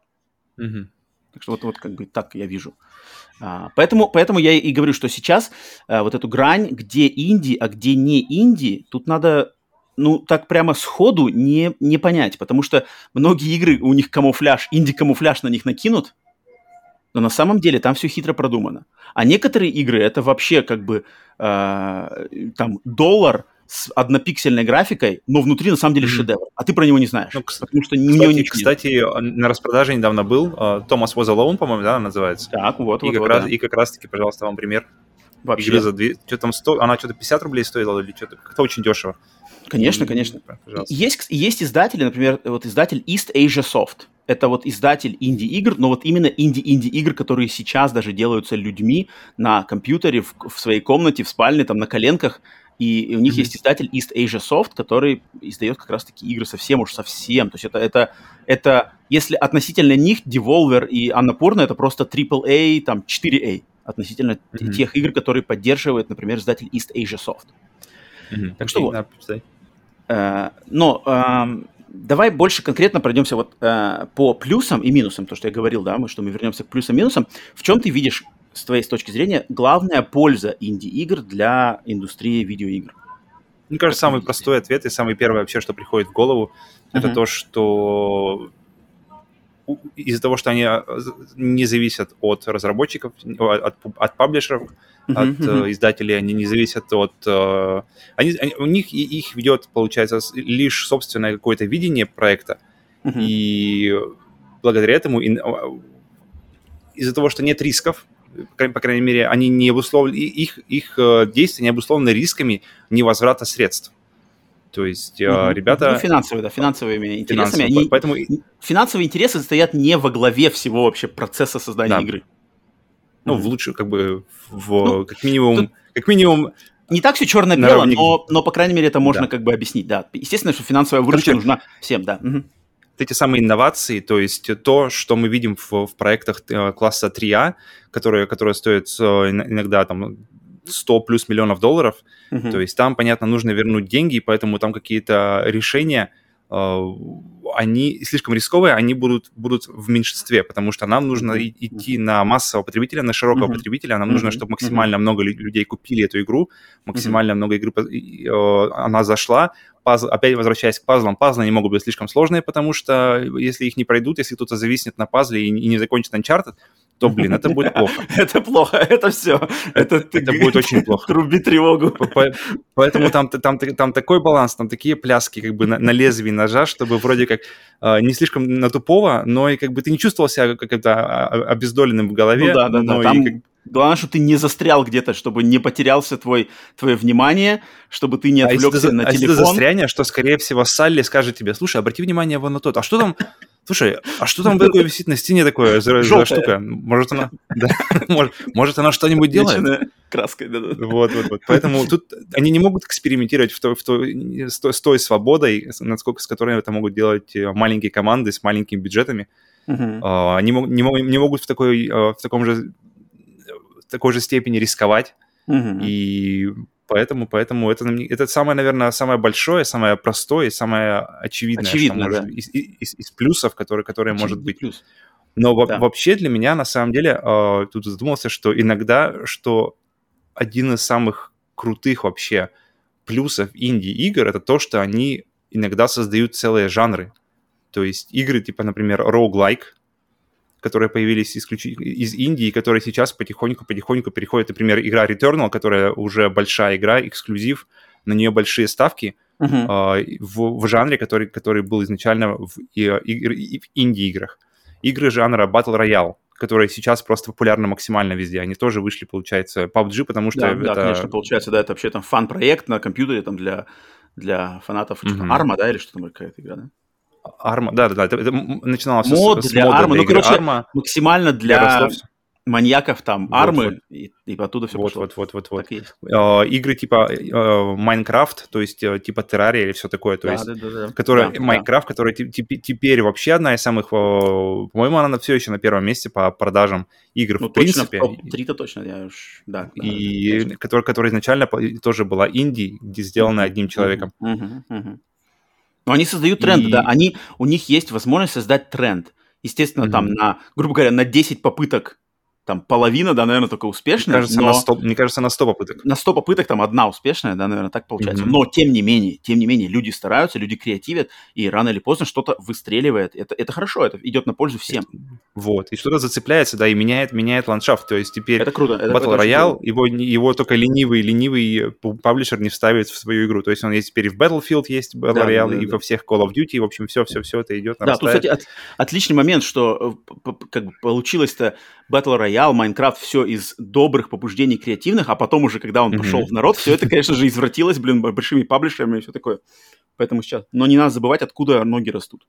Так что вот как бы так я вижу. Поэтому я и говорю, что сейчас вот эту грань, где инди, а где не инди, тут надо, так прямо сходу не понять, потому что многие игры, у них камуфляж, инди-камуфляж на них накинут, но на самом деле там все хитро продумано. А некоторые игры это вообще как бы там доллар с однопиксельной графикой, но внутри на самом деле шедевр. А ты про него не знаешь. Потому что кстати, на распродаже недавно был Thomas Was Alone, по-моему, да, называется. Так, И как раз-таки, пожалуйста, вам пример. Вообще. Игры за 2... Что там, она что-то 50 рублей стоила или что-то? Как-то очень дешево. Конечно. Есть издатели, например, вот издатель East Asia Soft. Это вот издатель инди-игр, но вот именно инди-игр, которые сейчас даже делаются людьми на компьютере, в своей комнате, в спальне, там, на коленках. И у них есть издатель East Asia Soft, который издает как раз-таки игры совсем. То есть это если относительно них Devolver и Annapurna, это просто AAA, там, 4A относительно тех игр, которые поддерживает, например, издатель East Asia Soft. Так что вот. Давай больше конкретно пройдемся вот по плюсам и минусам, то, что я говорил, да, что мы вернемся к плюсам и минусам. В чем ты видишь, с твоей точки зрения, главная польза инди-игр для индустрии видеоигр? Мне кажется, самый простой ответ и самый первый вообще, что приходит в голову, это то, что из-за того, что они не зависят от разработчиков, от паблишеров, от издателей, они не зависят от... у них их ведет, получается, лишь собственное какое-то видение проекта, и благодаря этому из-за того, что нет рисков, по крайней мере, они не обусловлены, их действия не обусловлены рисками невозврата средств. То есть ребята... финансовыми интересами. Поэтому... Финансовые интересы стоят не во главе всего вообще процесса создания игры. В лучшем, как бы, как минимум... Не так все черно-бело, но, по крайней мере, это можно как бы объяснить, да. Естественно, что финансовая выручка нужна всем, да. Эти самые инновации, то есть то, что мы видим в проектах класса 3А, которые стоят иногда там 100 плюс миллионов долларов, то есть там, понятно, нужно вернуть деньги, поэтому там какие-то решения, они слишком рисковые, они будут в меньшинстве, потому что нам нужно идти на массового потребителя, на широкого потребителя, нам нужно, чтобы максимально много людей купили эту игру, максимально много игры, она зашла. Опять возвращаясь к пазлам, пазлы не могут быть слишком сложные, потому что если их не пройдут, если кто-то зависнет на пазле и не закончит Uncharted, то, это будет плохо. Это плохо, это все. Это будет очень плохо. Труби тревогу. Поэтому там такой баланс, там такие пляски как бы на лезвии ножа, чтобы вроде как не слишком на тупого, но и как бы ты не чувствовал себя как-то обездоленным в голове. Да. Главное, чтобы ты не застрял где-то, чтобы не потерялся твое внимание, чтобы ты не отвлекся на телефон. Если ты застрянешь, что, скорее всего, Салли скажет тебе: слушай, обрати внимание вон на тот. А что там... Слушай, а что там такое висит на стене, такое за штука? Может, она что-нибудь делает? Краской, да. Вот. Поэтому тут они не могут экспериментировать с той свободой, с которой это могут делать маленькие команды с маленькими бюджетами. Они не могут в такой же степени рисковать. И поэтому это самое, наверное, самое большое, самое простое, самое очевидное, что может, из плюсов, которые может быть. Плюс. Но вообще для меня, на самом деле, тут задумался, что иногда, что один из самых крутых вообще плюсов инди-игр — это то, что они иногда создают целые жанры. То есть игры типа, например, roguelike, которые появились исключительно из Индии, которые сейчас потихоньку переходят, например, игра Returnal, которая уже большая игра, эксклюзив, на нее большие ставки в жанре, который был изначально в инди-играх. Игры жанра Battle Royale, которые сейчас просто популярны максимально везде. Они тоже вышли, получается, PUBG, потому что это... Да, конечно, получается, да, это вообще там фан-проект на компьютере там для фанатов Арма, да, или что там какая-то игра, да? Арма, да, это начиналось мод с для мода Арма, для игры Arma, максимально для маньяков там Армы, и оттуда все пошло. Вот. Игры типа Майнкрафт, то есть типа Террария или все такое, то есть, которая Майнкрафт, которая теперь вообще одна из самых, по-моему, она все еще на первом месте по продажам игр, в принципе. Топ-3-то точно, да. И которая изначально тоже была инди, где сделана одним человеком. Но они создают тренд, да, у них есть возможность создать тренд. Естественно, там грубо говоря, на 10 попыток там половина, да, наверное, только успешная. Мне кажется, на 100 попыток. На 100 попыток там одна успешная, да, наверное, так получается. Но, тем не менее, люди стараются, люди креативят, и рано или поздно что-то выстреливает. Это хорошо, это идет на пользу всем. Вот, и что-то зацепляется, да, и меняет ландшафт. То есть теперь это круто, Battle Royale, его только ленивый паблишер не вставит в свою игру. То есть он есть теперь и в Battlefield есть Battle Royale, и во всех Call of Duty, в общем, все это идет, нарастает. Да, тут, кстати, отличный момент, что как бы получилось-то Battle Royale, Minecraft, все из добрых побуждений креативных, а потом уже, когда он пошел в народ, все это, конечно же, извратилось, большими паблишерами и все такое. Поэтому сейчас... Но не надо забывать, откуда ноги растут.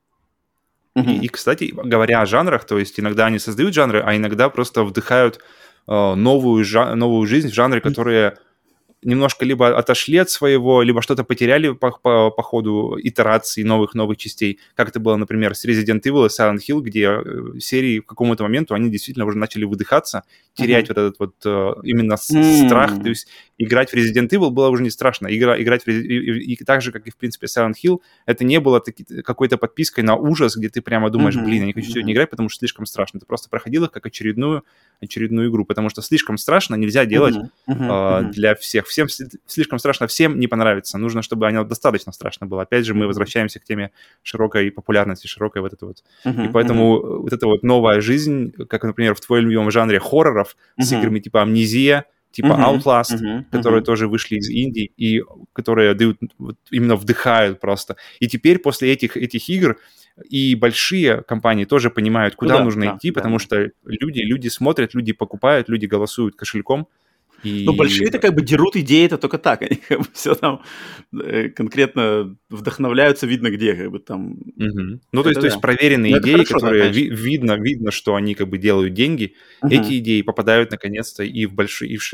И, кстати, говоря о жанрах, то есть иногда они создают жанры, а иногда просто вдыхают новую жизнь в жанры, которые немножко либо отошли от своего, либо что-то потеряли по ходу итераций новых частей. Как это было, например, с Resident Evil и Silent Hill, где серии к какому-то моменту они действительно уже начали выдыхаться, терять вот этот вот именно страх. То есть играть в Resident Evil было уже не страшно. Играть и так же, как и, в принципе, Silent Hill, это не было какой-то подпиской на ужас, где ты прямо думаешь, блин, я не хочу сегодня играть, потому что слишком страшно. Ты просто проходил их как очередную игру, потому что слишком страшно нельзя делать для всех. Всем слишком страшно, всем не понравится. Нужно, чтобы оно достаточно страшно было. Опять же, мы возвращаемся к теме широкой популярности, широкой вот этой вот. И поэтому вот эта вот новая жизнь, как, например, в твоем любимом жанре хорроров с играми типа «Амнезия», типа Outlast, которые тоже вышли из Индии и которые дают, вот, именно вдыхают просто. И теперь после этих игр и большие компании тоже понимают, куда нужно идти, потому что люди смотрят, люди покупают, люди голосуют кошельком. Ну, большие-то как бы дерут идеи, это только так. Они как бы все там конкретно вдохновляются, видно где, как бы там. Ну, то есть проверенные идеи, хорошо, которые видно, что они как бы делают деньги, эти идеи попадают наконец-то и в большие, и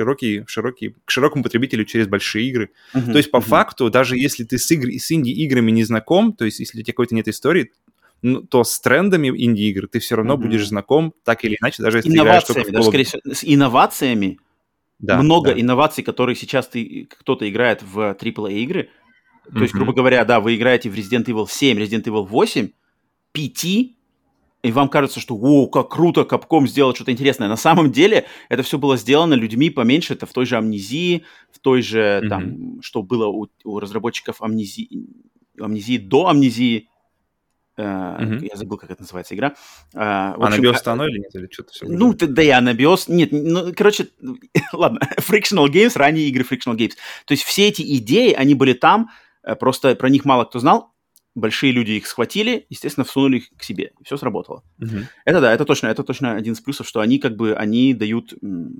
к широкому потребителю через большие игры. То есть по факту, даже если ты с инди-играми не знаком, то есть если у тебя какой-то нет истории, то с трендами инди-игр ты все равно будешь знаком, так или иначе, даже если ты играешь только в Call of Duty. Скорее всего, с инновациями. Много инноваций, которые сейчас кто-то играет в AAA игры. То есть, грубо говоря, да, вы играете в Resident Evil 7, Resident Evil 8, PT, и вам кажется, что «О, как круто, Capcom сделал что-то интересное». На самом деле это все было сделано людьми поменьше. Это в той же Амнезии, в той же, там, что было у разработчиков Амнезии до Амнезии. Я забыл, как это называется игра. Анабиос-то оно или нет? Или что-то все ну, да и Анабиос. Нет, ну, короче, ладно. Frictional Games, ранние игры Frictional Games. То есть все эти идеи, они были там, просто про них мало кто знал. Большие люди их схватили, естественно, всунули их к себе. И все сработало. Это да, это точно один из плюсов, что они как бы, они дают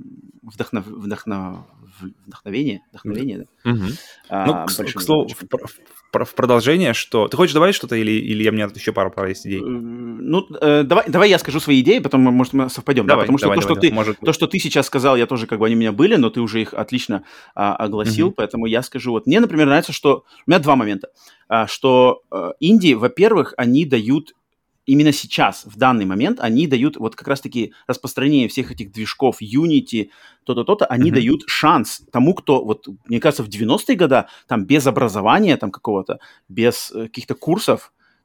вдохновение, да? Ну, к слову, в продолжение, что... Ты хочешь добавить что-то, или у меня тут еще пару есть идей? Ну, давай я скажу свои идеи, потом, может, мы совпадем. Давай, да? Потому что то, что ты сейчас сказал, я тоже, как бы, они у меня были, но ты уже их отлично огласил, поэтому я скажу. Вот мне, например, нравится, что... У меня два момента. Что инди, во-первых, они дают... Именно сейчас, в данный момент, они дают вот как раз-таки распространение всех этих движков Unity, то-то, они дают шанс тому, кто, вот, мне кажется, в 90-е годы, там, без образования там какого-то, без каких-то курсов,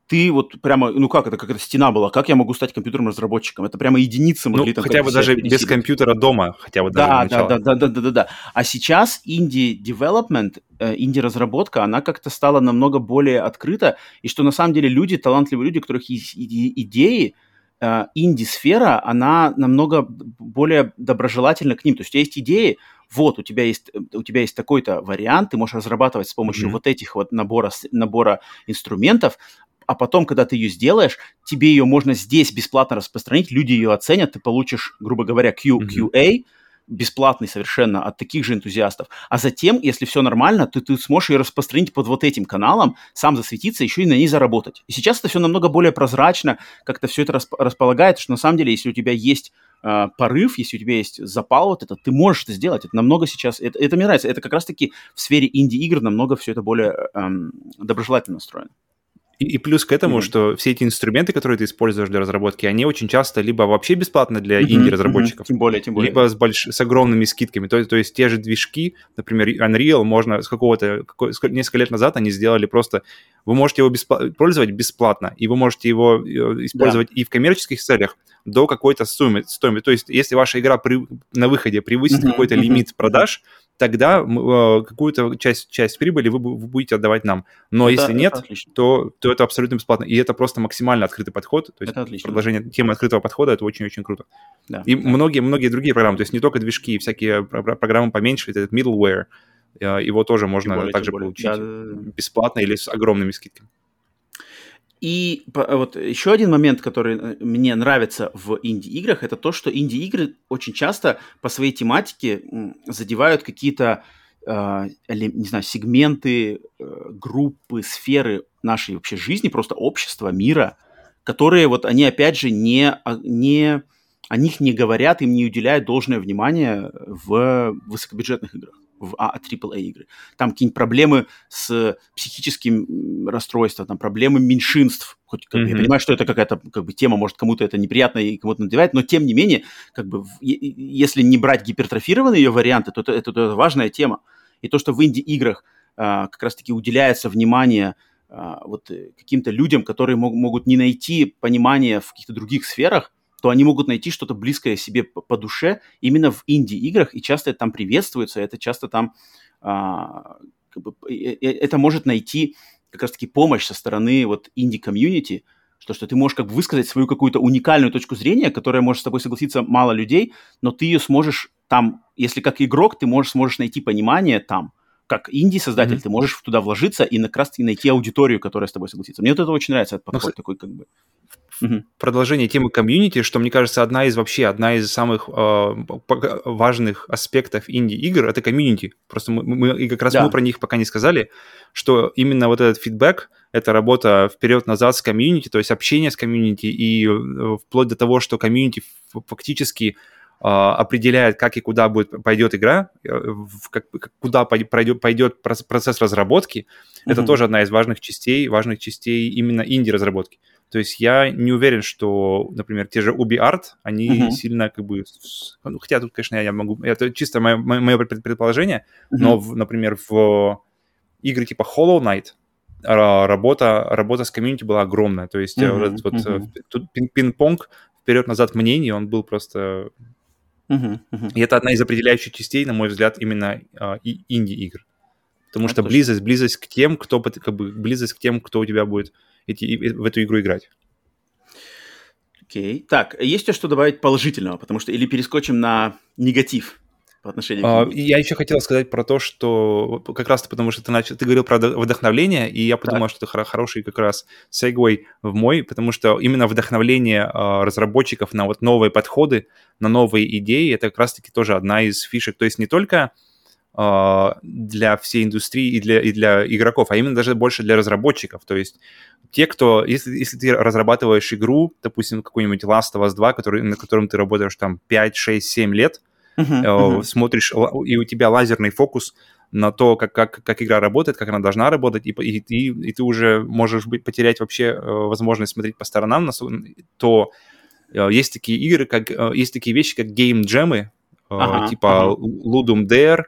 ты вот прямо, ну как это, как эта стена была, как я могу стать компьютерным разработчиком? Это прямо единицы могли там хотя бы даже без компьютера дома, хотя бы даже для начала. Да. А сейчас инди-девелопмент, инди-разработка, она как-то стала намного более открыта, и что на самом деле люди, талантливые люди, у которых есть идеи, инди-сфера, она намного более доброжелательна к ним. То есть у тебя есть идеи, вот, у тебя есть такой-то вариант, ты можешь разрабатывать с помощью вот этих вот набора инструментов, а потом, когда ты ее сделаешь, тебе ее можно здесь бесплатно распространить, люди ее оценят, ты получишь, грубо говоря, QA, бесплатный совершенно от таких же энтузиастов. А затем, если все нормально, то ты сможешь ее распространить под вот этим каналом, сам засветиться, еще и на ней заработать. И сейчас это все намного более прозрачно, как-то все это располагает, что на самом деле, если у тебя есть порыв, если у тебя есть запал вот этот, ты можешь это сделать. Это намного сейчас... Это мне нравится. Это как раз-таки в сфере инди-игр намного все это более доброжелательно настроено. И плюс к этому, что все эти инструменты, которые ты используешь для разработки, они очень часто либо вообще бесплатны для инди-разработчиков, тем более. Либо с огромными скидками. То есть те же движки, например, Unreal, можно несколько лет назад они сделали просто... Вы можете его пользовать бесплатно, и вы можете его использовать и в коммерческих целях до какой-то стоимости. То есть если ваша игра на выходе превысит какой-то лимит продаж, тогда какую-то часть прибыли вы будете отдавать нам. Но если нет, то это абсолютно бесплатно. И это просто максимально открытый подход. То есть продолжение темы открытого подхода – это очень-очень круто. Многие другие программы, то есть не только движки, всякие программы поменьше, этот middleware, его тоже можно также получить бесплатно или с огромными скидками. И вот еще один момент, который мне нравится в инди-играх, это то, что инди-игры очень часто по своей тематике задевают какие-то, не знаю, сегменты, группы, сферы нашей вообще жизни, просто общества, мира, которые вот они, опять же, о них не говорят, им не уделяют должное внимание в высокобюджетных играх, в AAA игры. Там какие-нибудь проблемы с психическим расстройством, там проблемы меньшинств. Хоть я понимаю, что это какая-то тема, может, кому-то это неприятно и кому-то надевает, но тем не менее, если не брать гипертрофированные ее варианты, то это важная тема. И то, что в инди-играх как раз-таки уделяется внимание вот каким-то людям, которые могут не найти понимания в каких-то других сферах, то они могут найти что-то близкое себе по душе именно в инди-играх, и часто это там приветствуется, это часто там это может найти как раз-таки помощь со стороны вот инди-комьюнити, что ты можешь как бы высказать свою какую-то уникальную точку зрения, которая может с тобой согласиться мало людей, но ты ее сможешь там, если как игрок, ты сможешь найти понимание там, как инди-создатель, ты можешь туда вложиться и как раз-таки найти аудиторию, которая с тобой согласится. Мне вот это очень нравится, этот подход такой как бы... Продолжение темы комьюнити, что, мне кажется, одна из самых важных аспектов инди-игр — это комьюнити. Просто мы про них пока не сказали, что именно вот этот фидбэк — это работа вперед-назад с комьюнити, то есть общение с комьюнити, и вплоть до того, что комьюнити фактически определяет, как и куда пойдет игра, куда пойдет процесс разработки. Это тоже одна из важных частей именно инди-разработки. То есть я не уверен, что, например, те же UbiArt, они сильно как бы... Ну, хотя тут, конечно, я могу... Это чисто мое предположение, но, например, в игры типа Hollow Knight работа с комьюнити была огромная. То есть тут пинг-понг вперед-назад мнений, он был просто... И это одна из определяющих частей, на мой взгляд, именно инди-игр. Потому что близость к тем, кто у тебя будет в эту игру играть. Окей. Так, есть у тебя что добавить положительного? Потому что или перескочим на негатив по отношению к ним? Я еще хотел сказать про то, что как раз потому что ты говорил про вдохновление, и я подумал, что это хороший как раз сегвей в мой, потому что именно вдохновление разработчиков на вот новые подходы, на новые идеи, это как раз-таки тоже одна из фишек. То есть не только для всей индустрии и для игроков, а именно даже больше для разработчиков. То есть те, кто... Если ты разрабатываешь игру, допустим, какой-нибудь Last of Us 2, на котором ты работаешь там 5, 6, 7 лет, смотришь, и у тебя лазерный фокус на то, как игра работает, как она должна работать, и ты уже можешь потерять вообще возможность смотреть по сторонам, то есть такие вещи, как гейм-джемы, типа Ludum Dare,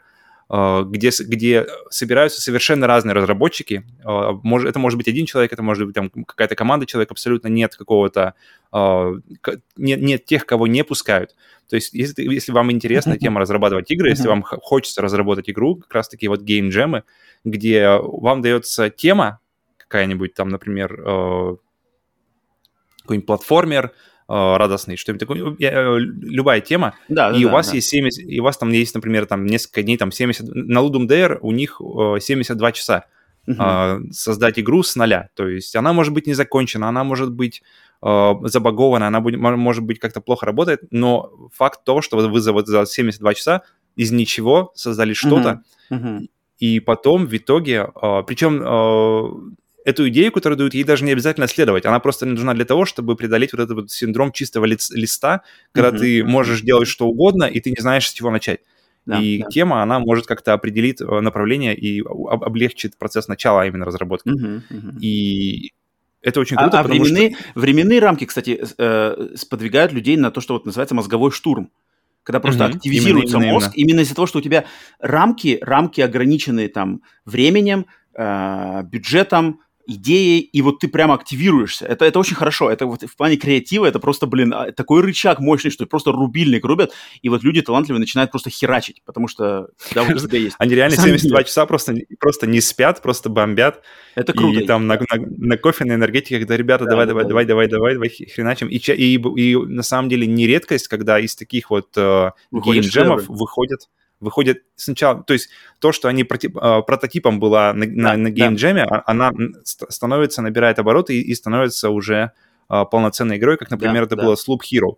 где собираются совершенно разные разработчики. Это может быть один человек, это может быть там какая-то команда человек, абсолютно нет какого-то... Нет тех, кого не пускают. То есть если вам интересна тема разрабатывать игры, если вам хочется разработать игру, как раз-таки вот гейм-джемы, где вам дается тема какая-нибудь там, например, какой-нибудь платформер, радостный, что-нибудь такое, любая тема, и у вас есть 70, и у вас там есть, например, там несколько дней, там 70, на Ludum Dare у них 72 часа создать игру с нуля, то есть она может быть не закончена, она может быть забагована, она может быть как-то плохо работает, но факт того, что вы за 72 часа из ничего создали что-то, и потом в итоге, причем эту идею, которую дают, ей даже не обязательно следовать. Она просто нужна для того, чтобы преодолеть вот этот вот синдром чистого листа, когда ты можешь делать что угодно, и ты не знаешь, с чего начать. Тема, она может как-то определить направление и облегчит процесс начала именно разработки. И это очень круто, потому что... Временные рамки, кстати, сподвигают людей на то, что вот называется мозговой штурм. Когда просто активизируется мозг, именно из-за того, что у тебя рамки ограниченные там временем, бюджетом, идеей, и вот ты прямо активируешься. Это очень хорошо. Это вот в плане креатива, это просто, такой рычаг мощный, что просто рубильник рубят, и вот люди талантливые начинают просто херачить, потому что да, вот у тебя есть. Они реально 72 часа просто не спят, просто бомбят. Это круто. И там на кофейной энергетике, когда ребята, давай, хреначим. И на самом деле не редкость, когда из таких вот гейм-джемов выходят сначала, то есть то, что они прототипом была на гейм-джеме, она набирает обороты и становится уже полноценной игрой, как, например, это было с Loop Hero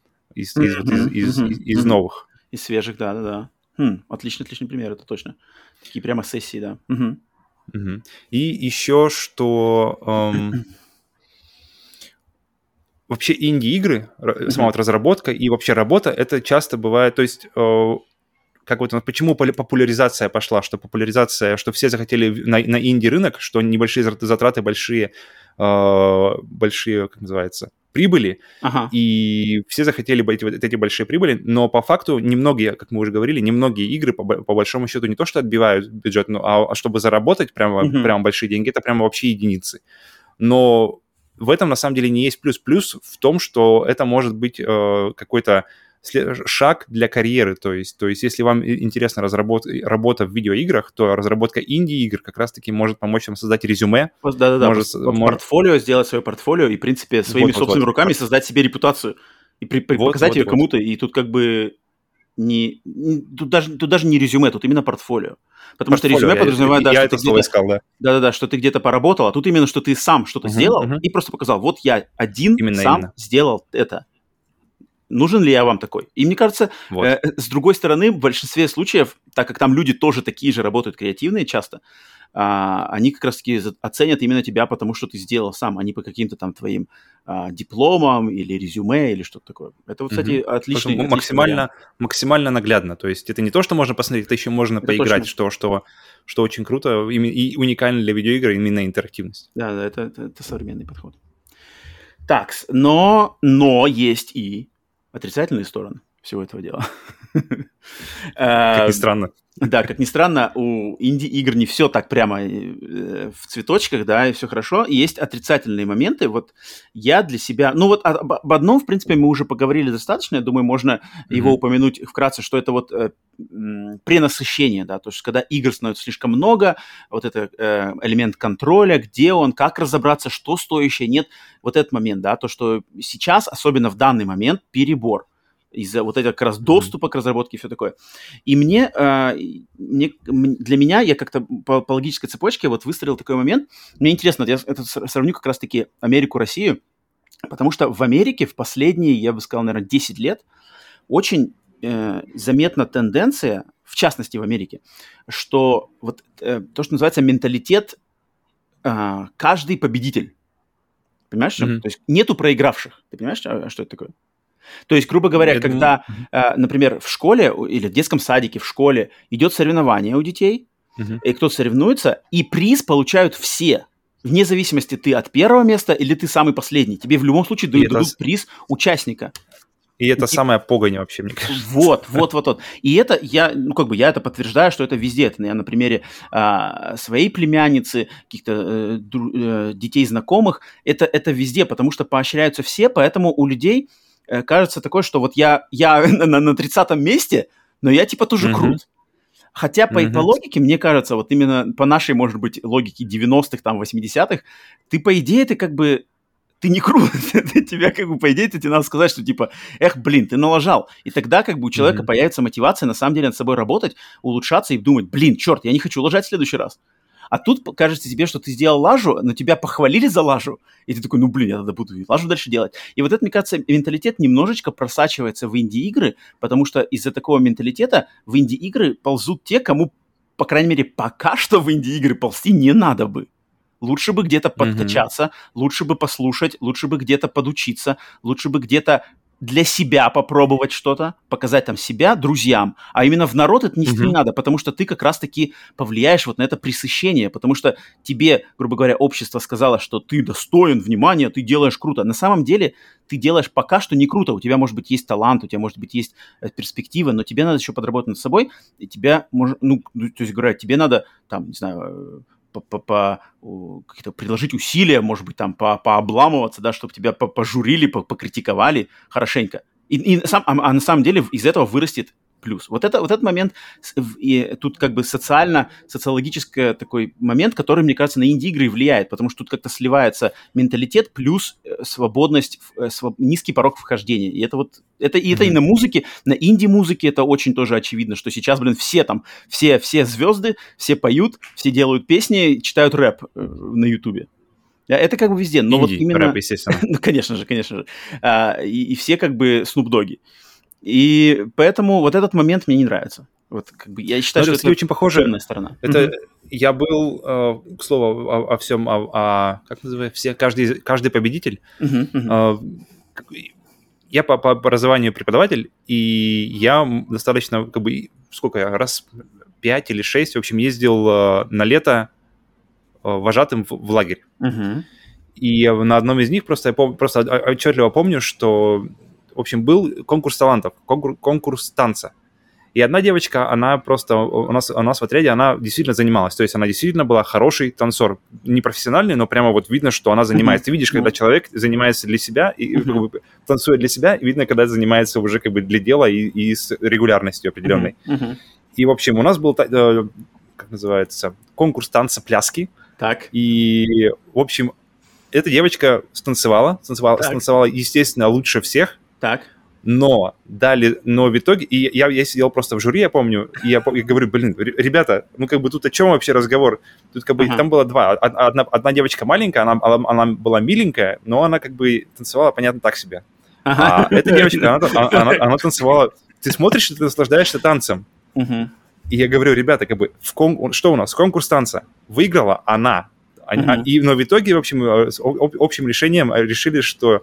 из новых. Из свежих, да. Отличный пример, это точно. Такие прямо сессии, да. И еще что... Вообще инди-игры, сама вот разработка и вообще работа, это часто бывает, то есть... Как вот почему популяризация пошла, что все захотели на инди-рынок, что небольшие затраты, большие, как называется, прибыли, и все захотели эти большие прибыли, но по факту немногие, как мы уже говорили, немногие игры по большому счету не то, что отбивают бюджет, а чтобы заработать прямо большие деньги, это прямо вообще единицы. Но в этом на самом деле не есть плюс. Плюс в том, что это может быть какой-то шаг для карьеры, то есть если вам интересна работа в видеоиграх, то разработка инди-игр как раз-таки может помочь вам создать резюме. Портфолио, сделать свое портфолио и, в принципе, своими собственными руками создать себе репутацию и показать ее кому-то, и тут как бы тут даже не резюме, тут именно портфолио. Потому что резюме подразумевает, что ты где-то поработал, а тут именно, что ты сам что-то сделал и просто показал, вот я сам сделал это. Нужен ли я вам такой? И мне кажется, с другой стороны, в большинстве случаев, так как там люди тоже такие же работают креативные часто, они как раз-таки оценят именно тебя, потому что ты сделал сам, а не по каким-то там твоим дипломам или резюме или что-то такое. Это, вот, кстати, отличный максимально наглядно. То есть это не то, что можно посмотреть, это еще можно поиграть, что очень круто и уникально для видеоигр именно интерактивность. Да, это современный подход. Так, но есть и отрицательные стороны всего этого дела. Как ни странно. Да, как ни странно, у инди-игр не все так прямо в цветочках, да, и все хорошо. И есть отрицательные моменты. Вот я для себя... Ну вот об одном, в принципе, мы уже поговорили достаточно. Я думаю, можно его упомянуть вкратце, что это вот пренасыщение, да, то есть когда игр становится слишком много, вот это элемент контроля, где он, как разобраться, что стоящее, нет. Вот этот момент, да, то, что сейчас, особенно в данный момент, перебор из-за вот этого как раз доступа к разработке и все такое. И для меня, я как-то по логической цепочке вот выстроил такой момент. Мне интересно, я это сравню как раз-таки Америку, Россию, потому что в Америке в последние, я бы сказал, наверное, 10 лет очень заметна тенденция, в частности в Америке, что вот то, что называется менталитет каждый победитель. Понимаешь, что? То есть нету проигравших. Ты понимаешь, что это такое? То есть, грубо говоря, когда, например, в школе или в детском садике, в школе идет соревнование у детей, и кто-то соревнуется, и приз получают все. Вне зависимости, ты от первого места или ты самый последний. Тебе в любом случае дадут приз участника. И это самая погонь вообще, мне кажется. Вот. И это я это подтверждаю, что это везде. Это я на примере своей племянницы, каких-то детей знакомых. Это везде, потому что поощряются все, поэтому у людей кажется такое, что вот я на 30-м месте, но я типа тоже крут. Хотя по логике, мне кажется, вот именно по нашей, может быть, логике 90-х, там, 80-х, ты, по идее, ты не крут. Тебя, по идее, тебе надо сказать, что, типа, блин, ты налажал. И тогда, у человека появится мотивация, на самом деле, над собой работать, улучшаться и думать, блин, черт, я не хочу лажать в следующий раз. А тут кажется тебе, что ты сделал лажу, но тебя похвалили за лажу, и ты такой, я тогда буду лажу дальше делать. И вот это, мне кажется, менталитет немножечко просачивается в инди-игры, потому что из-за такого менталитета в инди-игры ползут те, кому, по крайней мере, пока что в инди-игры ползти не надо бы. Лучше бы где-то подкачаться, лучше бы послушать, лучше бы где-то подучиться, лучше бы где-то для себя попробовать что-то, показать там себя друзьям, а именно в народ это нести не надо, потому что ты как раз-таки повлияешь вот на это пресыщение, потому что тебе, грубо говоря, общество сказало, что ты достоин внимания, ты делаешь круто. На самом деле ты делаешь пока что не круто, у тебя, может быть, есть талант, у тебя, может быть, есть перспектива, но тебе надо еще подработать над собой, и тебя, то есть, говоря, тебе надо, там, не знаю, какие-то приложить усилия, может быть, там, пообламываться, да, чтобы тебя пожурили, покритиковали хорошенько. А на самом деле из этого вырастет плюс. Вот этот момент, и тут социологический такой момент, который, мне кажется, на инди-игры влияет, потому что тут как-то сливается менталитет плюс свободность, низкий порог вхождения. И это и на музыке, на инди-музыке это очень тоже очевидно, что сейчас, все звезды, все поют, все делают песни, читают рэп на Ютубе. Это везде, но инди, вот именно... рэп, естественно. Ну, конечно же. И все Snoop Doggy. И поэтому вот этот момент мне не нравится. Я считаю, что это очень похоже. Темная сторона. Это я был, к слову, о всем, как называется, каждый победитель. Я по образованию преподаватель, и я достаточно, раз 5 или 6, в общем, ездил на лето вожатым в лагерь. И на одном из них просто отчетливо помню, что, в общем, был конкурс талантов, конкурс танца. И одна девочка, она просто у нас в отряде, она действительно занималась. То есть она действительно была хороший танцор. Не профессиональный, но прямо вот видно, что она занимается. Ты видишь, когда человек занимается для себя, и танцует для себя, и видно, когда занимается уже для дела и с регулярностью определенной. И, в общем, у нас был, как называется, конкурс танца-пляски. Так. И, в общем, эта девочка станцевала, естественно, лучше всех. Так. Но в итоге, и я сидел просто в жюри, я помню, и я говорю, ребята, тут о чем вообще разговор? Тут там было два. Одна девочка маленькая, она была миленькая, но она танцевала, понятно, так себе. А эта девочка, она танцевала, ты смотришь, и ты наслаждаешься танцем. И я говорю, ребята, что у нас? Конкурс танца. Выиграла она. Но в итоге, в общем, общим решением решили, что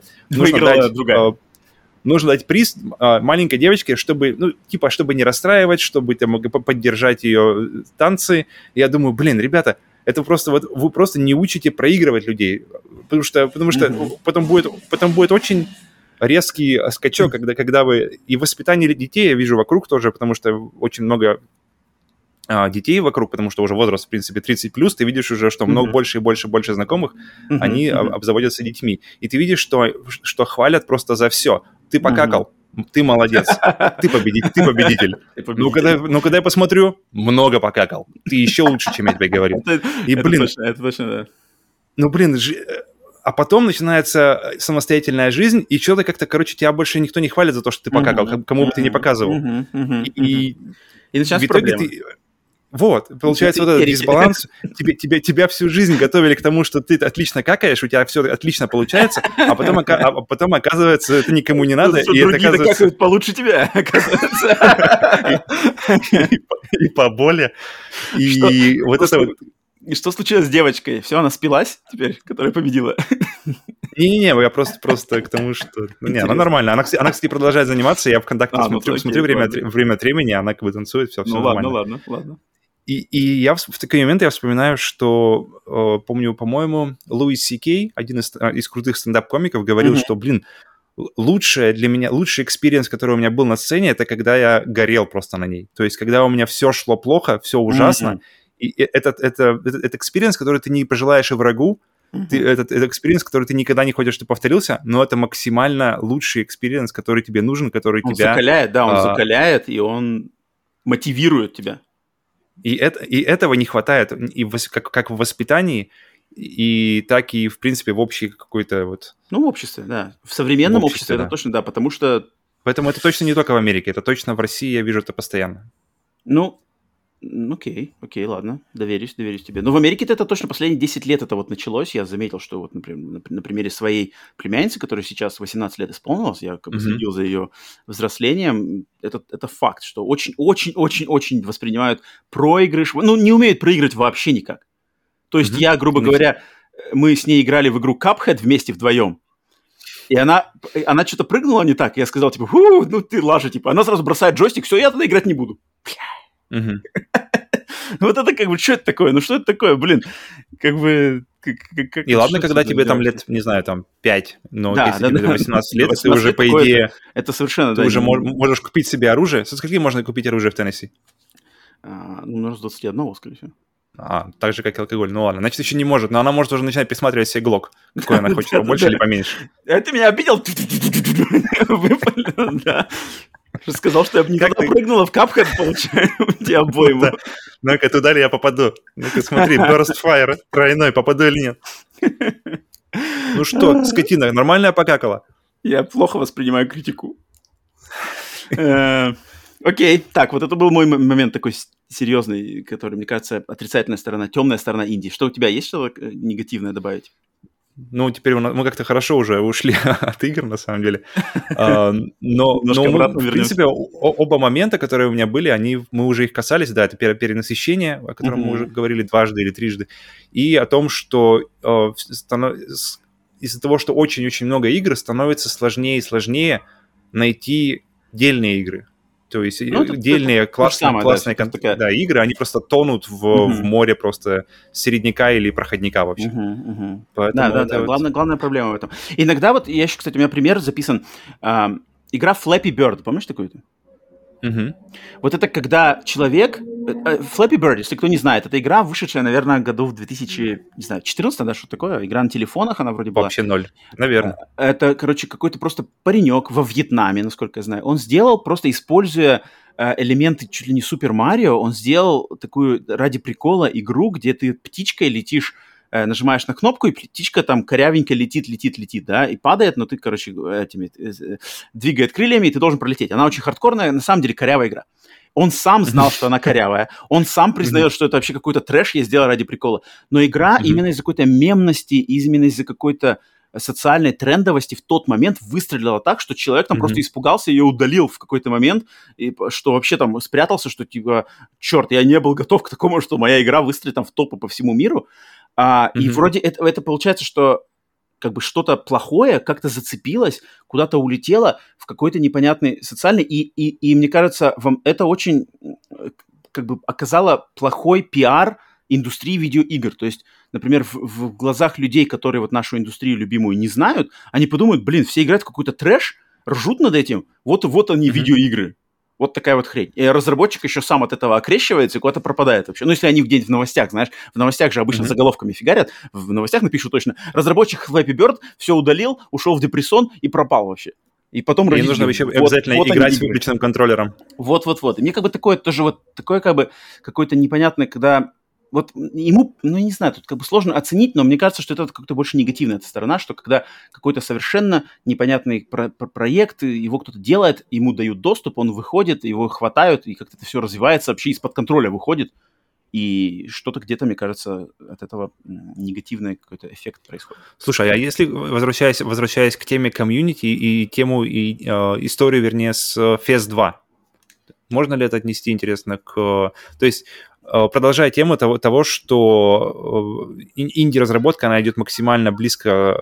нужно дать приз маленькой девочке, чтобы не расстраивать, чтобы поддержать ее танцы. И я думаю, ребята, это просто вы просто не учите проигрывать людей, потому что потом будет очень резкий скачок, когда вы... И воспитание детей я вижу вокруг тоже, потому что очень много детей вокруг, потому что уже возраст, в принципе, 30+, ты видишь уже, что много больше и больше знакомых, они обзаводятся детьми. И ты видишь, что хвалят просто за все. Ты покакал, ты молодец, ты победитель. Но когда я посмотрю, много покакал. Ты еще лучше, чем я тебе говорил. Это точно, да. А потом начинается самостоятельная жизнь, и что-то тебя больше никто не хвалит за то, что ты покакал, кому бы ты ни показывал. И начинаются проблемы. Вот, получается вот этот дисбаланс, тебя всю жизнь готовили к тому, что ты отлично какаешь, у тебя все отлично получается, а потом оказывается, это никому не надо. И это оказывается... получше тебя, оказывается. И поболее. И вот это вот... И что случилось с девочкой? Все, она спилась теперь, которая победила? Не-не-не, я просто к тому, что... Не, она нормально. Она, кстати, продолжает заниматься, я ВКонтакте смотрю время от времени, она танцует, все нормально. Ладно. И я в такие моменты вспоминаю, что, помню, по-моему, Луис Си Кей, один из крутых стендап-комиков, говорил, что, лучший экспириенс, который у меня был на сцене, это когда я горел просто на ней. То есть, когда у меня все шло плохо, все ужасно, и этот экспириенс, который ты не пожелаешь и врагу, этот экспириенс, который ты никогда не хочешь, чтобы повторился, но это максимально лучший экспириенс, который тебе нужен, который он тебя... закаляет, да, он закаляет, и он мотивирует тебя. И этого не хватает и как в воспитании, и так и, в принципе, в общей какой-то вот... Ну, в обществе, да. В современном обществе это точно, да, потому что... Поэтому это точно не только в Америке, это точно в России, я вижу это постоянно. Ну, окей, ладно, доверюсь тебе. Но в Америке это точно последние 10 лет это вот началось. Я заметил, что вот, например, на примере своей племянницы, которой сейчас 18 лет исполнилось, я как бы следил за ее взрослением, это факт, что очень-очень-очень-очень воспринимают проигрыш, ну, не умеют проигрывать вообще никак. То есть я, грубо говоря, мы с ней играли в игру Cuphead вместе вдвоем, и она что-то прыгнула не так, и я сказал, типа, ну ты лажа, типа. Она сразу бросает джойстик, все, я тогда играть не буду. Вот это как бы, что это такое? Ну что это такое, блин? Как бы... И ладно, когда тебе там лет, не знаю, там 5, но если тебе 18 лет, ты уже, по идее... Это совершенно... Ты уже можешь купить себе оружие. Со скольки можно купить оружие в Теннесси? Ну, с 21, скорее всего. Так же, как и алкоголь. Ну ладно, значит, еще не может, но она может уже начинать присматривать себе глок. Какой она хочет, побольше или поменьше. Ты меня обидел? Выпалил, да. Сказал, что я бы никогда прыгнула в Cuphead, получаю, тебя обоим. Ну-ка, туда ли я попаду? Ну-ка, смотри, Burst Fire тройной, попаду или нет? Ну что, скотина, нормально покакала? Я плохо воспринимаю критику. Окей, так, вот это был мой момент такой серьезный, который, мне кажется, отрицательная сторона, темная сторона Индии. Что у тебя есть что-то негативное добавить? Ну, теперь мы как-то хорошо уже ушли от игр, на самом деле. Но в принципе, оба момента, которые у меня были, мы уже их касались, да, это перенасыщение, о котором мы уже говорили дважды или трижды, и о том, что из-за того, что очень-очень много игр, становится сложнее и сложнее найти дельные игры. То есть отдельные классные игры, они просто тонут в море просто середняка или проходника вообще. Да, главная проблема в этом. Иногда вот, я еще, кстати, у меня пример записан. Игра Flappy Bird, помнишь такую-то? Вот это когда человек... Flappy Bird, если кто не знает, это игра, вышедшая, наверное, году в 2014, да, что такое? Игра на телефонах, она вроде была. Вообще ноль, наверное. Это, короче, какой-то просто паренек во Вьетнаме, насколько я знаю. Он сделал, просто используя элементы чуть ли не Супер Марио, он сделал такую ради прикола игру, где ты птичкой летишь, нажимаешь на кнопку, и птичка там корявенько летит, да, и падает, но ты, короче, двигает крыльями, и ты должен пролететь. Она очень хардкорная, на самом деле корявая игра. Он сам знал, что она корявая, он сам признает, что это вообще какой-то трэш я сделал ради прикола. Но игра именно из-за какой-то мемности, именно из-за какой-то социальной трендовости в тот момент выстрелила так, что человек там просто испугался и ее удалил в какой-то момент, и что вообще там спрятался, что типа, черт, я не был готов к такому, что моя игра выстрелит там в топы по всему миру. И вроде это получается, что как бы что-то плохое как-то зацепилось, куда-то улетело в какой-то непонятный социальный, и мне кажется, вам это очень как бы оказало плохой пиар индустрии видеоигр. То есть, например, в глазах людей, которые вот нашу индустрию любимую не знают, они подумают, блин, все играют в какой-то трэш, ржут над этим, вот они видеоигры. Вот такая вот хрень. И разработчик еще сам от этого окрещивается и куда-то пропадает вообще. Ну, если они где-нибудь в новостях, знаешь, в новостях же обычно заголовками фигарят, в новостях напишут точно, разработчик Flappy Bird все удалил, ушел в депрессон и пропал вообще. И потом родители... нужно еще обязательно играть с выключенным контроллером. Вот. И мне как бы такое тоже вот, такое как бы какое-то непонятное, когда... Вот ему, ну, не знаю, тут как бы сложно оценить, но мне кажется, что это как-то больше негативная эта сторона, что когда какой-то совершенно непонятный проект, его кто-то делает, ему дают доступ, он выходит, его хватают, и как-то это все развивается, вообще из-под контроля выходит, и что-то где-то, мне кажется, от этого негативный какой-то эффект происходит. Слушай, а если, возвращаясь к теме комьюнити и тему, историю, вернее, с Fest 2, можно ли это отнести, интересно, к... То есть... Продолжая тему того, что инди-разработка, она идет максимально близко,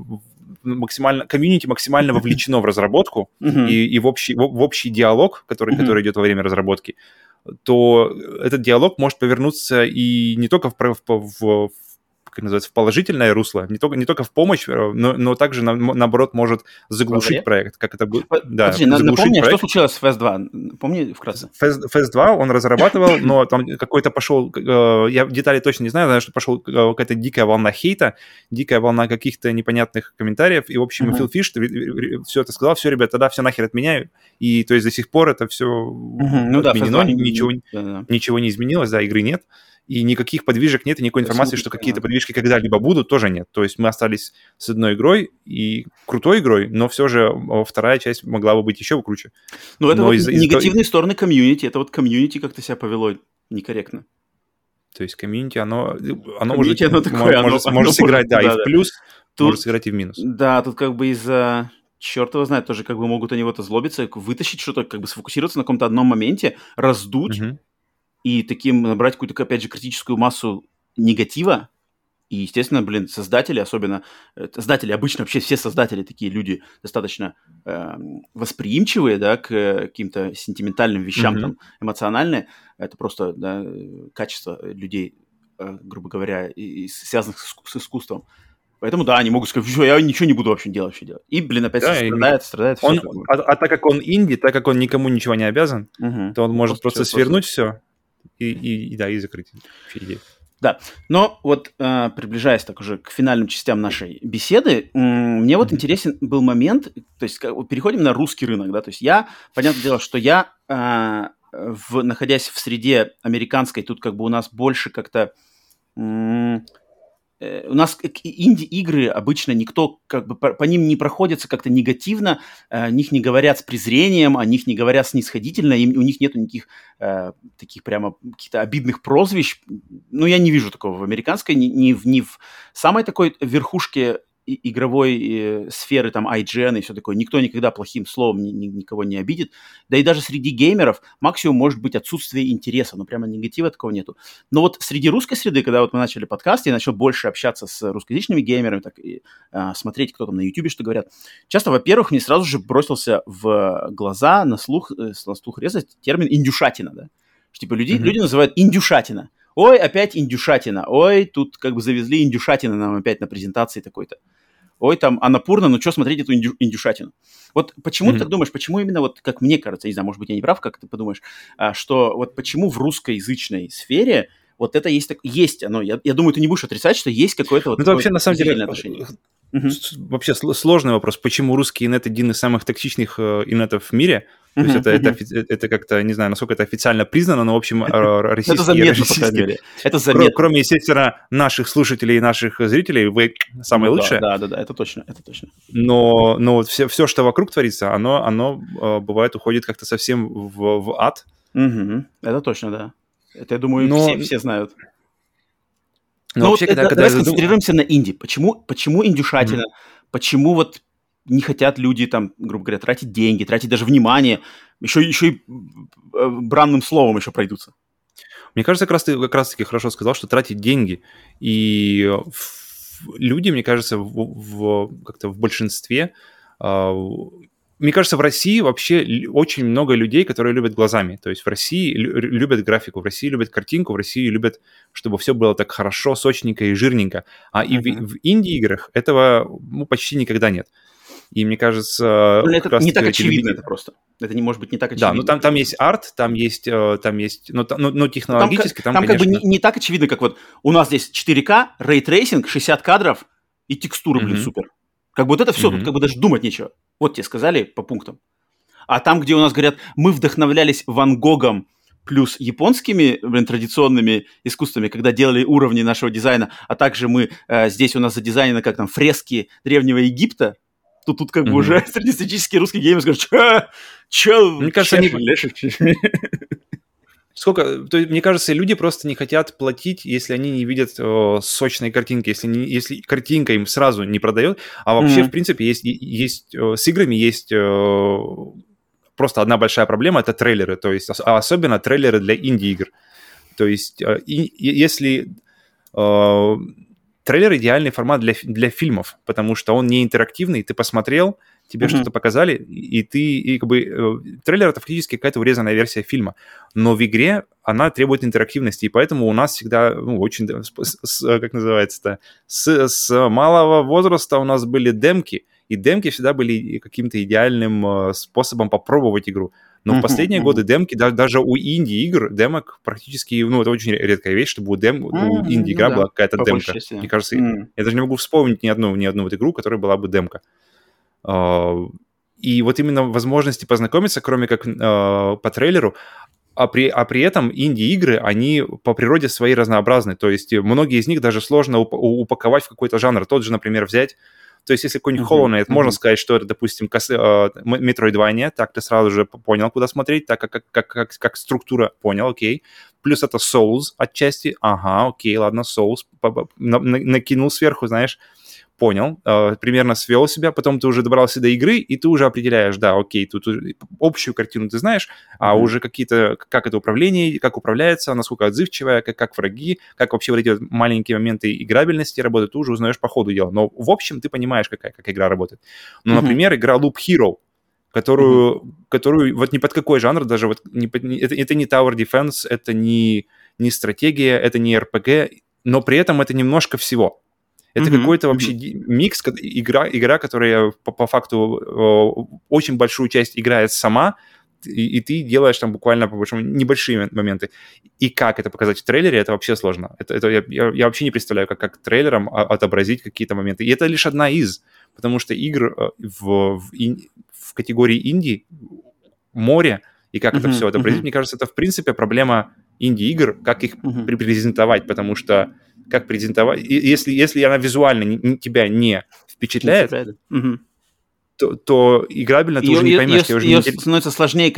комьюнити максимально вовлечено в разработку и в общий диалог, который идет во время разработки, то этот диалог может повернуться и не только в как называется, в положительное русло, не только в помощь, но также, наоборот, может заглушить проект. Как это будет? Да, подожди, напомни, что случилось с Fast 2? Помни вкратце. Fast 2 он разрабатывал, но там какой-то пошел, я детали точно не знаю, что пошел какая-то дикая волна хейта, дикая волна каких-то непонятных комментариев, и, в общем, Фил Фиш все это сказал, все, ребят, тогда все нахер отменяю, и то есть до сих пор это все отменено, ничего не изменилось, да, игры нет. И никаких подвижек нет, и никакой информации, что какие-то подвижки когда-либо будут, тоже нет. То есть мы остались с одной игрой, и крутой игрой, но все же вторая часть могла бы быть еще круче. Ну, это негативные стороны комьюнити. Это вот комьюнити как-то себя повело некорректно. То есть комьюнити, оно комьюнити, может сыграть, да, и в плюс, может сыграть и в минус. Да, тут как бы из-за... Черт его знает, тоже как бы могут они вот озлобиться, вытащить что-то, как бы сфокусироваться на каком-то одном моменте, раздуть, и таким набрать какую-то, опять же, критическую массу негатива. И, естественно, создатели, особенно... Создатели, обычно вообще все создатели такие люди достаточно восприимчивые, да, к каким-то сентиментальным вещам, там, эмоциональные. Это просто, да, качество людей, грубо говоря, связанных с искусством. Поэтому, да, они могут сказать, что я ничего не буду вообще делать. И, опять страдает все. Так как он инди, так как он никому ничего не обязан, то он может просто свернуть все и закрыть идею. Да, но вот приближаясь так уже к финальным частям нашей беседы, мне вот интересен был момент, то есть переходим на русский рынок, да, то есть понятное дело, что я, находясь в среде американской, тут как бы у нас больше как-то... У нас инди-игры обычно никто как бы по ним не проходится как-то негативно, о них не говорят с презрением, о них не говорят снисходительно, у них нет никаких таких прямо каких-то обидных прозвищ. Ну, я не вижу такого в американской, ни в самой такой верхушке игровой сферы, там, IGN и все такое. Никто никогда плохим словом никого не обидит. Да и даже среди геймеров максимум может быть отсутствие интереса, но прямо негатива такого нету. Но вот среди русской среды, когда вот мы начали подкаст, я начал больше общаться с русскоязычными геймерами, так и смотреть, кто там на YouTube что говорят. Часто, во-первых, мне сразу же бросился в глаза, на слух резать термин «индюшатина», да? Что, типа, люди называют «индюшатина». Ой, опять индюшатина. Ой, тут как бы завезли индюшатина нам опять на презентации такой-то. Ой, там Анапурна, ну что смотреть эту индюшатину? Вот почему ты так думаешь, почему именно вот, как мне кажется, не знаю, может быть, я не прав, как ты подумаешь, что вот почему в русскоязычной сфере вот это есть оно, я думаю, ты не будешь отрицать, что есть какое-то вот... Ну, это вообще, на самом деле, вообще сложный вопрос, почему русский инет один из самых токсичных инетов в мире. То есть это как-то, не знаю, насколько это официально признано, но, в общем, российские... Это заметно, по крайней мере. Это заметно. Кроме, естественно, наших слушателей и наших зрителей, вы самые лучшие. Да, это точно. Но вот все, что вокруг творится, оно бывает уходит как-то совсем в ад. Это точно, да. Это, я думаю, все знают. Но вообще, давай сконцентрируемся на инди. Почему индюшатина? Почему вот не хотят люди, там, грубо говоря, тратить деньги, тратить даже внимание, еще и бранным словом еще пройдутся. Мне кажется, как раз-таки хорошо сказал, что тратить деньги. И люди, мне кажется, как-то в большинстве... Мне кажется, в России вообще очень много людей, которые любят глазами. То есть в России любят графику, в России любят картинку, в России любят, чтобы все было так хорошо, сочненько и жирненько. А и в инди-играх этого почти никогда нет. И мне кажется... Это не так очевидно, это просто. Это не может быть не так очевидно. Да, но там есть арт, там есть технологически... Там конечно... как бы не так очевидно, как вот у нас здесь 4К, рейтрейсинг, 60 кадров и текстуры, супер. Как бы вот это все, тут как бы даже думать нечего. Вот тебе сказали по пунктам. А там, где у нас говорят, мы вдохновлялись Ван Гогом плюс японскими, традиционными искусствами, когда делали уровни нашего дизайна, а также здесь у нас задизайнены как там фрески Древнего Египта, то тут как бы уже среднестатистический русский геймер скажет, мне кажется, мне кажется, люди просто не хотят платить, если они не видят сочной картинки, если картинка им сразу не продает. А вообще, в принципе, есть с играми есть просто одна большая проблема – это трейлеры. То есть, особенно трейлеры для инди-игр. То есть, если... трейлер – идеальный формат для фильмов, потому что он не интерактивный, ты посмотрел, тебе что-то показали, и как бы трейлер – это фактически какая-то урезанная версия фильма. Но в игре она требует интерактивности, и поэтому у нас всегда, очень, как называется-то, с малого возраста у нас были демки, и демки всегда были каким-то идеальным способом попробовать игру. Но в последние годы демки, даже у инди-игр демок практически, это очень редкая вещь, чтобы у инди-игра была какая-то демка. Мне кажется, я даже не могу вспомнить ни одну вот игру, которая была бы демка. И вот именно возможности познакомиться, кроме как по трейлеру, а при этом инди-игры, они по природе своей разнообразны. То есть многие из них даже сложно упаковать в какой-то жанр. Тот же, например, взять... То есть если какой-нибудь Hollow Knight, можно сказать, что это, допустим, Metroidvania, так ты сразу же понял, куда смотреть, так как структура, понял, окей. Плюс это Souls отчасти, ага, окей, ладно, Souls, накинул сверху, знаешь, понял, примерно свел себя, потом ты уже добрался до игры, и ты уже определяешь, да, окей, тут общую картину ты знаешь, а уже какие-то, как это управление, как управляется, насколько отзывчивая, как враги, как вообще вот эти маленькие моменты играбельности работают, ты уже узнаешь по ходу дела. Но в общем ты понимаешь, как игра работает. Ну, например, игра Loop Hero, которую вот ни под какой жанр даже, вот это не Tower Defense, это не стратегия, это не RPG, но при этом это немножко всего. Это какой-то вообще микс, игра, которая по факту очень большую часть играет сама, и ты делаешь там буквально, по большому, небольшие моменты. И как это показать в трейлере, это вообще сложно. Я вообще не представляю, как трейлером отобразить какие-то моменты. И это лишь одна из, потому что игр в категории инди море, и как это все отобразить, мне кажется, это в принципе проблема инди-игр, как их презентовать, потому что как презентовать... Если она визуально тебя не впечатляет, то играбельно ты уже не поймешь. Ее становится сложнее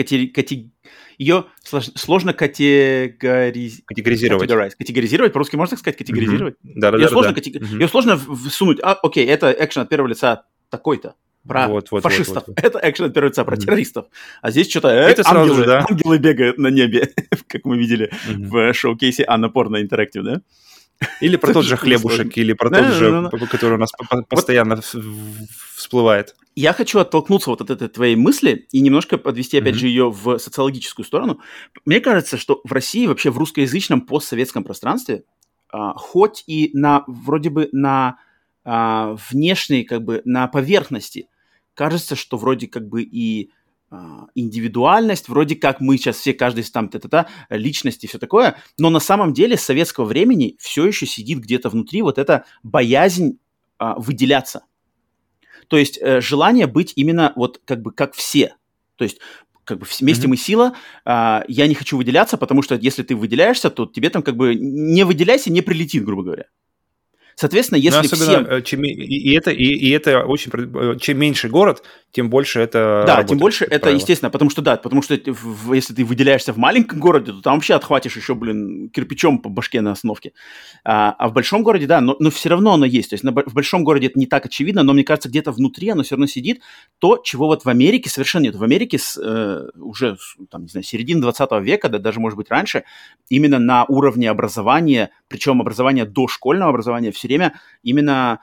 ее сложно категоризировать. Категоризировать, по-русски можно так сказать, категоризировать? Ее сложно всунуть. Окей, это экшен от первого лица такой-то. Про фашистов. Это экшен от первого лица, про террористов. А здесь что-то ангелы бегают на небе, как мы видели в шоу-кейсе Annapurna Interactive, да? Или про тот же хлебушек, или про тот же, который у нас постоянно всплывает. Я хочу оттолкнуться вот от этой твоей мысли и немножко подвести, опять же, ее в социологическую сторону. Мне кажется, что в России, вообще в русскоязычном постсоветском пространстве, хоть и вроде бы на внешней, как бы, на поверхности, кажется, что вроде как бы и индивидуальность, вроде как мы сейчас все, каждый там личность и все такое, но на самом деле с советского времени все еще сидит где-то внутри вот эта боязнь выделяться. То есть желание быть именно вот как бы как все. То есть как бы вместе мы сила, я не хочу выделяться, потому что если ты выделяешься, то тебе там как бы не выделяйся, не прилетит, грубо говоря. Соответственно, если особенно, всем... это очень... Чем меньше город, тем больше это Да, работает, тем больше это, правило. Естественно, потому что если ты выделяешься в маленьком городе, то там вообще отхватишь еще, кирпичом по башке на остановке. А в большом городе, да, но все равно оно есть. То есть в большом городе это не так очевидно, но мне кажется, где-то внутри оно все равно сидит. То, чего вот в Америке совершенно нет. В Америке уже, там, не знаю, середины 20 века, да даже, может быть, раньше, именно на уровне образования, причем образования дошкольного образования, все время именно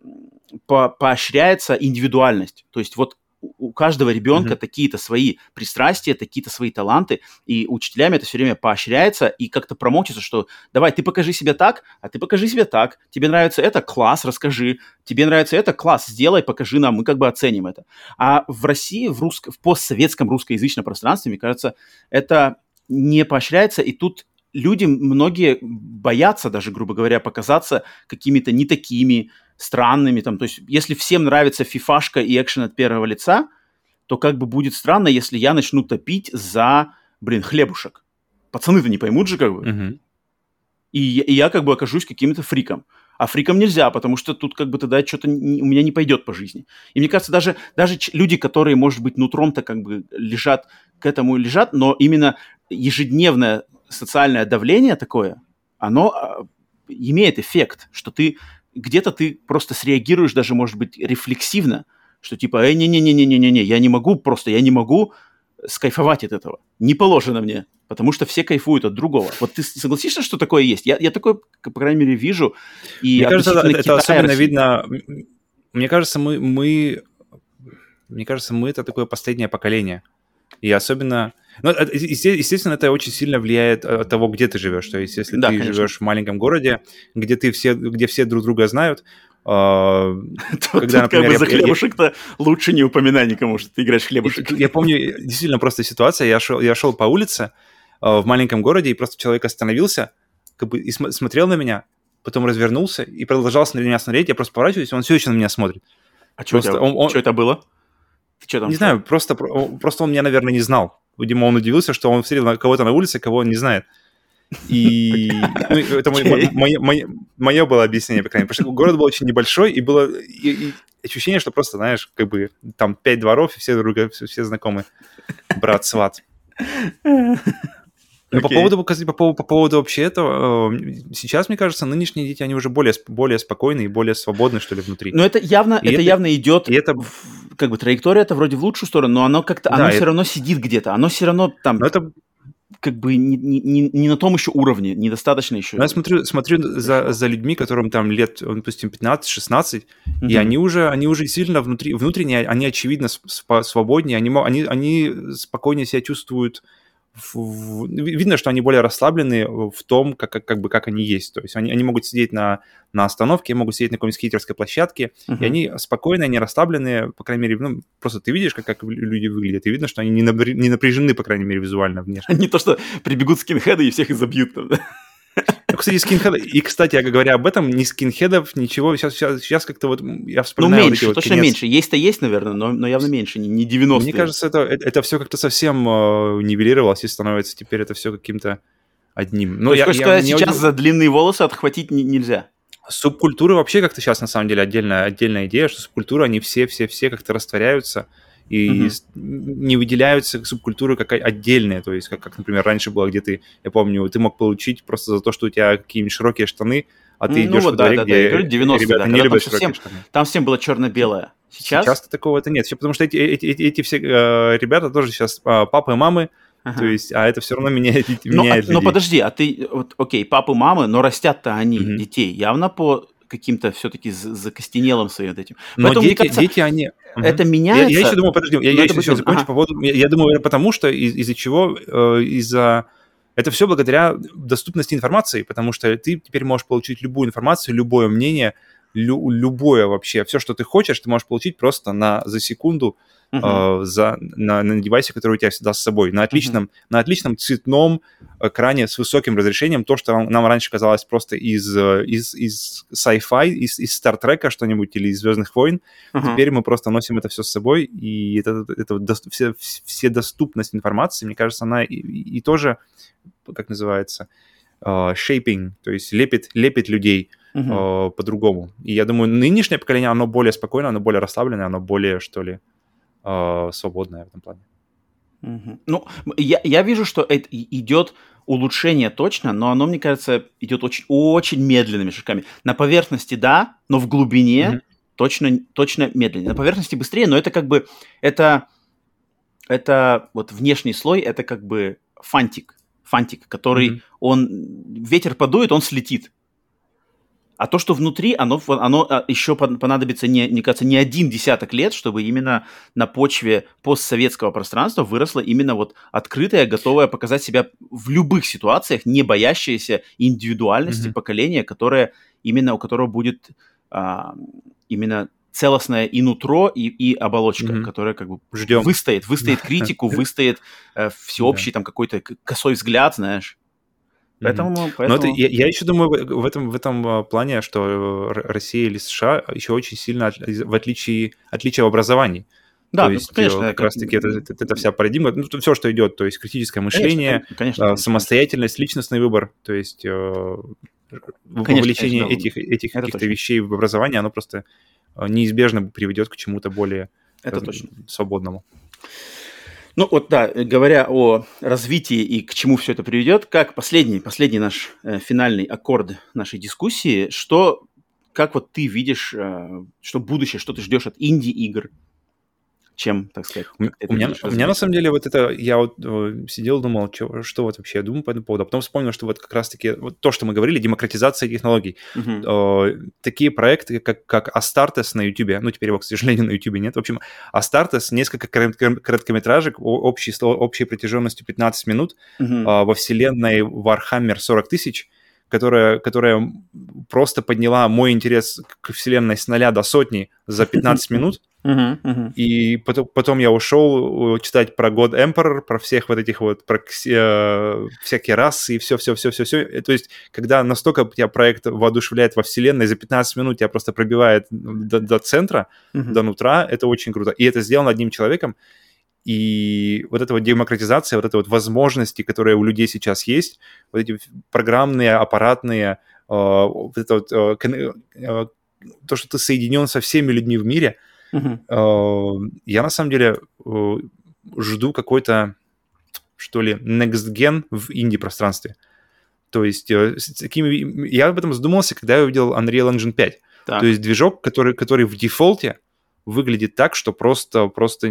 поощряется индивидуальность. То есть вот у каждого ребенка такие-то свои пристрастия, такие-то свои таланты, и учителями это все время поощряется и как-то промоутится, что давай, ты покажи себя так, а ты покажи себя так. Тебе нравится это? Класс, расскажи. Тебе нравится это? Класс, сделай, покажи нам, мы как бы оценим это. А в России, в постсоветском русскоязычном пространстве, мне кажется, это не поощряется, и тут люди, многие боятся даже, грубо говоря, показаться какими-то не такими странными. Там. То есть, если всем нравится фифашка и экшен от первого лица, то как бы будет странно, если я начну топить за, хлебушек. Пацаны-то не поймут же, как бы. И я как бы окажусь каким-то фриком. А фрикам нельзя, потому что тут как бы тогда что-то у меня не пойдет по жизни. И мне кажется, даже люди, которые, может быть, нутром-то как бы к этому лежат, но именно ежедневное социальное давление такое, оно имеет эффект, что где-то ты просто среагируешь даже, может быть, рефлексивно, что типа, не-не-не-не-не-не, я не могу скайфовать от этого. Не положено мне, потому что все кайфуют от другого. Вот ты согласишься, что такое есть? Я такое, по крайней мере, вижу. И мне кажется, это особенно видно... Мне кажется, мы это такое последнее поколение. И особенно Ну, естественно, это очень сильно влияет от того, где ты живешь. То есть, если ты живешь в маленьком городе, где все друг друга знают, когда, например, как бы за хлебушек-то лучше не упоминай никому, что ты играешь в хлебушек. Я помню, действительно, просто ситуация. Я шел по улице в маленьком городе, и просто человек остановился, как бы, и смотрел на меня, потом развернулся и продолжал на меня смотреть. Я просто поворачиваюсь, и он все еще на меня смотрит. А что это было? Ты что там не знаю, просто он меня, наверное, не знал. Видимо, он удивился, что он встретил кого-то на улице, кого он не знает. И это мое было объяснение, по крайней мере. Потому что город был очень небольшой, и было ощущение, что просто, знаешь, как бы там 5 дворов, и все знакомы. Брат-сват. Но по поводу вообще этого, сейчас, мне кажется, нынешние дети, они уже более спокойные и более свободны, что ли, внутри. Но это явно идет, как бы траектория это вроде в лучшую сторону, но оно как-то, оно все равно сидит где-то, оно все равно там... как бы не на том еще уровне, недостаточно еще. Я смотрю за людьми, которым там лет, допустим, 15-16, и они уже действительно внутренне, они очевидно свободнее, они спокойнее себя чувствуют. Видно, что они более расслаблены в том, как они есть. То есть они могут сидеть на остановке, могут сидеть на какой-нибудь скейтерской площадке, и они спокойные, они расслабленные, по крайней мере, просто ты видишь, как люди выглядят, и видно, что они не напряжены, по крайней мере, визуально внешне. Не то, что прибегут скинхеды и всех их забьют. Ну, кстати, скинхеды... И, кстати, говоря об этом, ни скинхедов, ничего... Сейчас как-то вот я вспоминаю... Ну, меньше, точно меньше. Есть-то есть, наверное, но явно меньше, не 90-е. Мне кажется, это все как-то совсем нивелировалось и становится теперь это все каким-то одним. Но хочешь сказать, сейчас за длинные волосы отхватить нельзя? Субкультуры вообще как-то сейчас, на самом деле, отдельная идея, что субкультуры, они все как-то растворяются и не выделяются субкультуры как отдельные. То есть, как, например, раньше было, где я помню, ты мог получить просто за то, что у тебя какие-нибудь широкие штаны, а ты идешь во дворе, где ребята не любят широкие штаны. Там всем было черно-белое. Сейчас такого-то нет. Потому что эти все ребята тоже сейчас папы и мамы, то есть, а это все равно меняет людей. Но подожди, а ты, окей, папы, мамы, но растят-то они детей явно по каким-то все-таки закостенелым своим вот этим. Но поэтому, дети, они... Это меняется. Я еще думаю, подожди, я еще закончу по поводу... Я думаю, потому что из-за чего? Это все благодаря доступности информации, потому что ты теперь можешь получить любую информацию, любое мнение, любое вообще. Все, что ты хочешь, ты можешь получить просто за секунду на девайсе, который у тебя всегда с собой. На отличном цветном экране с высоким разрешением. То, что нам раньше казалось просто из sci-fi, из Star Trek что-нибудь или из «Звездных войн», теперь мы просто носим это все с собой. И все доступность информации, мне кажется, она и тоже, как называется, shaping, то есть лепит людей по-другому. И я думаю, нынешнее поколение, оно более спокойное, оно более расслабленное, оно более, что ли, свободное в этом плане. Ну, я вижу, что это идет улучшение точно, но оно, мне кажется, идет очень, очень медленными шагами. На поверхности, да, но в глубине точно медленнее. На поверхности быстрее, но это как бы, это вот внешний слой, это как бы фантик, который ветер подует, он слетит. А то, что внутри, оно еще понадобится, мне кажется, не 1 десяток лет, чтобы именно на почве постсоветского пространства выросло именно вот открытое, готовое показать себя в любых ситуациях, не боящееся индивидуальности поколения, у которого будет именно целостное и нутро, и оболочка, которая как бы выстоит критику, выстоит всеобщий там какой-то косой взгляд, знаешь. Поэтому... Но я еще думаю в этом плане, что Россия или США еще очень сильно в отличие в образовании. Да, то есть, конечно, как раз-таки это вся парадигма, все, что идет, то есть критическое мышление, конечно, самостоятельность, личностный выбор, то есть вовлечение этих каких-то вещей в образование, оно просто неизбежно приведет к чему-то более свободному. Ну вот да, говоря о развитии и к чему все это приведет, как последний наш финальный аккорд нашей дискуссии, как вот ты видишь, что будущее, что ты ждешь от инди-игр? чем, так сказать, у меня на самом деле вот это, я вот сидел, думал, что вот вообще я думаю по этому поводу, а потом вспомнил, что вот как раз-таки вот то, что мы говорили, демократизация технологий. Такие проекты, как Astartes на YouTube, ну, теперь его, к сожалению, на YouTube нет, в общем, Astartes, несколько короткометражек общей протяженностью 15 минут во вселенной Warhammer 40 тысяч, которая просто подняла мой интерес к вселенной с 0 до сотни за 15 минут. И потом я ушел читать про God Emperor, про всех вот этих вот, про всякие расы и все. То есть, когда настолько тебя проект воодушевляет во вселенной, за 15 минут тебя просто пробивает до центра, до нутра, это очень круто. И это сделано одним человеком. И вот эта вот демократизация, вот эти вот возможности, которые у людей сейчас есть, вот эти программные, аппаратные, вот это вот, то, что ты соединен со всеми людьми в мире, я на самом деле жду какой-то, что ли, next gen в инди-пространстве. То есть я об этом задумался, когда я увидел Unreal Engine 5. Так. То есть движок, который в дефолте выглядит так, что просто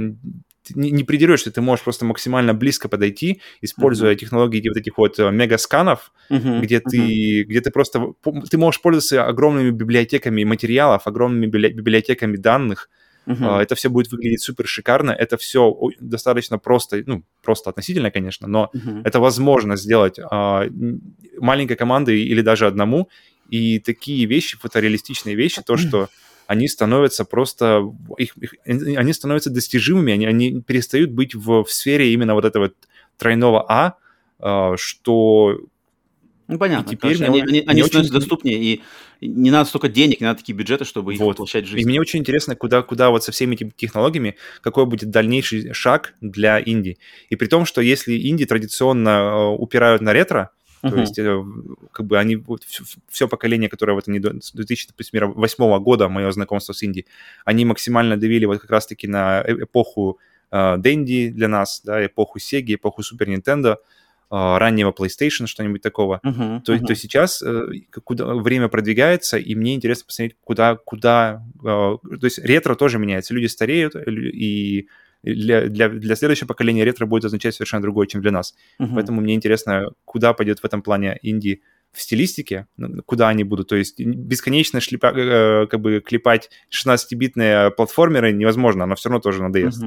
не придерешься, ты можешь просто максимально близко подойти, используя технологии вот этих вот мегасканов, где ты просто... Ты можешь пользоваться огромными библиотеками материалов, огромными библиотеками данных. Это все будет выглядеть супер шикарно. Это все достаточно просто, ну, просто относительно, конечно, но это возможно сделать маленькой командой или даже одному. И такие вещи, фотореалистичные вещи, то, что они становятся просто... Они становятся достижимыми, они перестают быть в сфере именно вот этого тройного А, что... Ну, понятно. И теперь они становятся доступнее, и не надо столько денег, не надо такие бюджеты, чтобы их воплощать в жизнь. И мне очень интересно, куда вот со всеми этими технологиями, какой будет дальнейший шаг для инди. И при том, что если инди традиционно упирают на ретро, то есть, как бы они, вот, все поколение, которое вот они с 2008 года, мое знакомство с инди, они максимально давили вот как раз-таки на эпоху Dendy для нас, да, эпоху Sega, эпоху Super Nintendo, раннего PlayStation, что-нибудь такого. То сейчас время продвигается, и мне интересно посмотреть, куда... То есть ретро тоже меняется, люди стареют, и для следующего поколения ретро будет означать совершенно другое, чем для нас. Поэтому мне интересно, куда пойдет в этом плане инди в стилистике, куда они будут. То есть бесконечно как бы клепать 16-битные платформеры невозможно, оно все равно тоже надоест.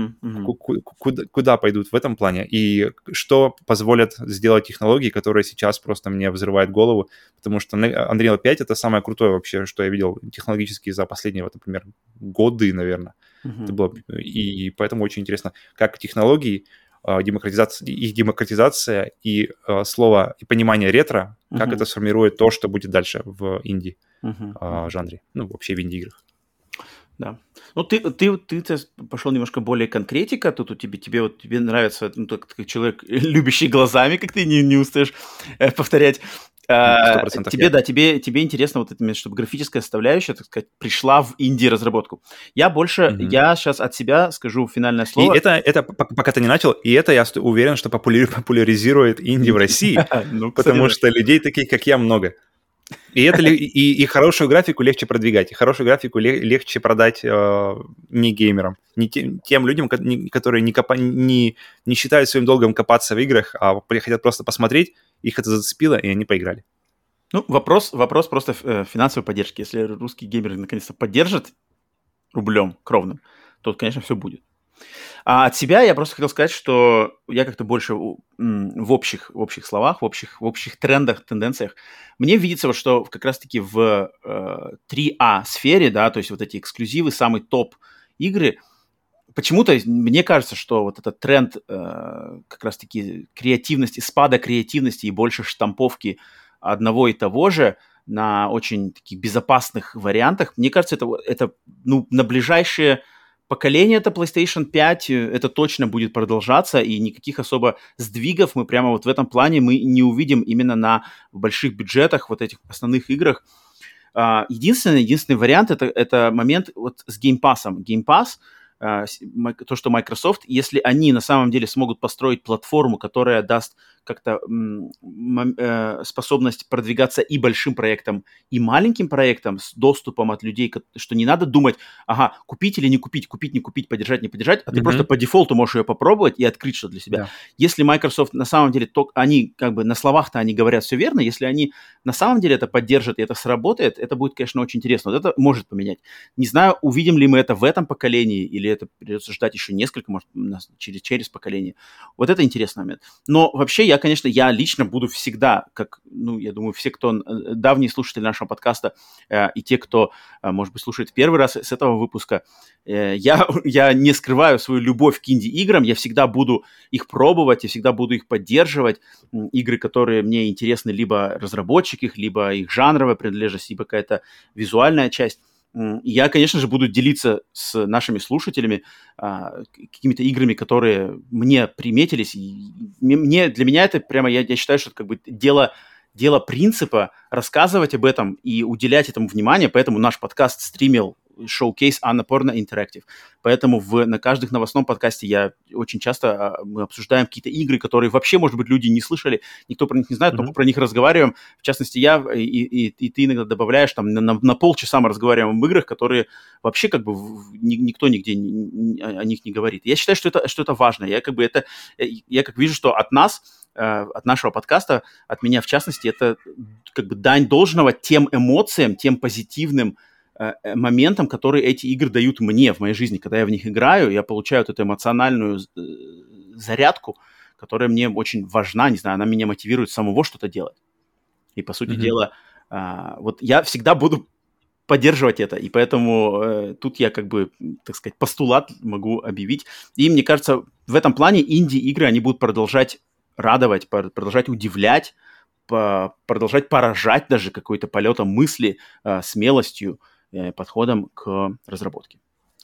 Куда пойдут в этом плане? И что позволят сделать технологии, которые сейчас просто мне взрывают голову, потому что Unreal 5 — это самое крутое вообще, что я видел технологически за последние, вот, например, годы, наверное. Это было, и поэтому очень интересно, как технологии, демократизация и слово и понимание ретро, как это сформирует то, что будет дальше в инди жанре, ну, вообще в инди-играх. Да. Ну, ты пошел немножко более конкретика, тут тебе нравится, ну, как человек, любящий глазами, как ты не устаешь повторять. 100% тебе интересно вот это, чтобы графическая составляющая, так сказать, пришла в инди-разработку. Я сейчас от себя скажу финальное слово. И это пока ты не начал, и это, я уверен, что популяризирует инди в России, потому что людей таких, как я, много. И хорошую графику легче продвигать, и хорошую графику легче продать не геймерам, не тем людям, которые не считают своим долгом копаться в играх, а хотят просто посмотреть, их это зацепило, и они поиграли. Ну, вопрос просто финансовой поддержки. Если русские геймеры наконец-то поддержат рублем кровным, то, конечно, все будет. А от себя я просто хотел сказать, что я как-то больше в общих словах, в общих трендах, тенденциях. Мне видится, вот, что как раз-таки в 3А сфере, да, то есть вот эти эксклюзивы, самый топ игры, почему-то мне кажется, что вот этот тренд как раз-таки креативности, спада креативности и больше штамповки одного и того же на очень таких безопасных вариантах, мне кажется, это на ближайшие поколение это PlayStation 5, это точно будет продолжаться, и никаких особо сдвигов мы прямо вот в этом плане мы не увидим именно на больших бюджетах, вот этих основных играх. Единственный вариант это момент вот с Game Pass'ом. Game Pass то, что Microsoft, если они на самом деле смогут построить платформу, которая даст как-то способность продвигаться и большим проектам, и маленьким проектам с доступом от людей, что не надо думать, ага, купить или не купить, купить, не купить, поддержать, не поддержать, а ты просто по дефолту можешь ее попробовать и открыть что-то для себя. Да. Если Microsoft на самом деле, они как бы на словах-то они говорят все верно, если они на самом деле это поддержат и это сработает, это будет, конечно, очень интересно. Вот это может поменять. Не знаю, увидим ли мы это в этом поколении, или это придется ждать еще несколько, может, через поколение. Вот это интересный момент. Но вообще я лично буду всегда, как, я думаю, все, кто давние слушатели нашего подкаста и те, кто, может быть, слушает первый раз с этого выпуска, я не скрываю свою любовь к инди-играм, я всегда буду их пробовать, я всегда буду их поддерживать. Игры, которые мне интересны, либо разработчик их, либо их жанровая принадлежность, либо какая-то визуальная часть. Я, конечно же, буду делиться с нашими слушателями какими-то играми, которые мне приметились. Для меня это прямо, я считаю, что это как бы дело принципа рассказывать об этом и уделять этому внимание. Поэтому наш подкаст стримил шоу-кейс Annapurna Interactive. Поэтому на каждом новостном подкасте очень часто мы обсуждаем какие-то игры, которые вообще, может быть, люди не слышали, никто про них не знает, но мы про них разговариваем. В частности, я и ты иногда добавляешь, там, на полчаса мы разговариваем об играх, которые вообще как бы никто нигде о них не говорит. Я считаю, что это важно. Я как вижу, что от нас, от нашего подкаста, от меня в частности, это как бы дань должного тем эмоциям, тем позитивным моментам, которые эти игры дают мне в моей жизни. Когда я в них играю, я получаю вот эту эмоциональную зарядку, которая мне очень важна, не знаю, она меня мотивирует самого что-то делать. И, по сути дела, вот я всегда буду поддерживать это, и поэтому тут я как бы, так сказать, постулат могу объявить. И мне кажется, в этом плане инди-игры, они будут продолжать радовать, продолжать удивлять, продолжать поражать даже какой-то полетом мысли, смелостью, подходом к разработке.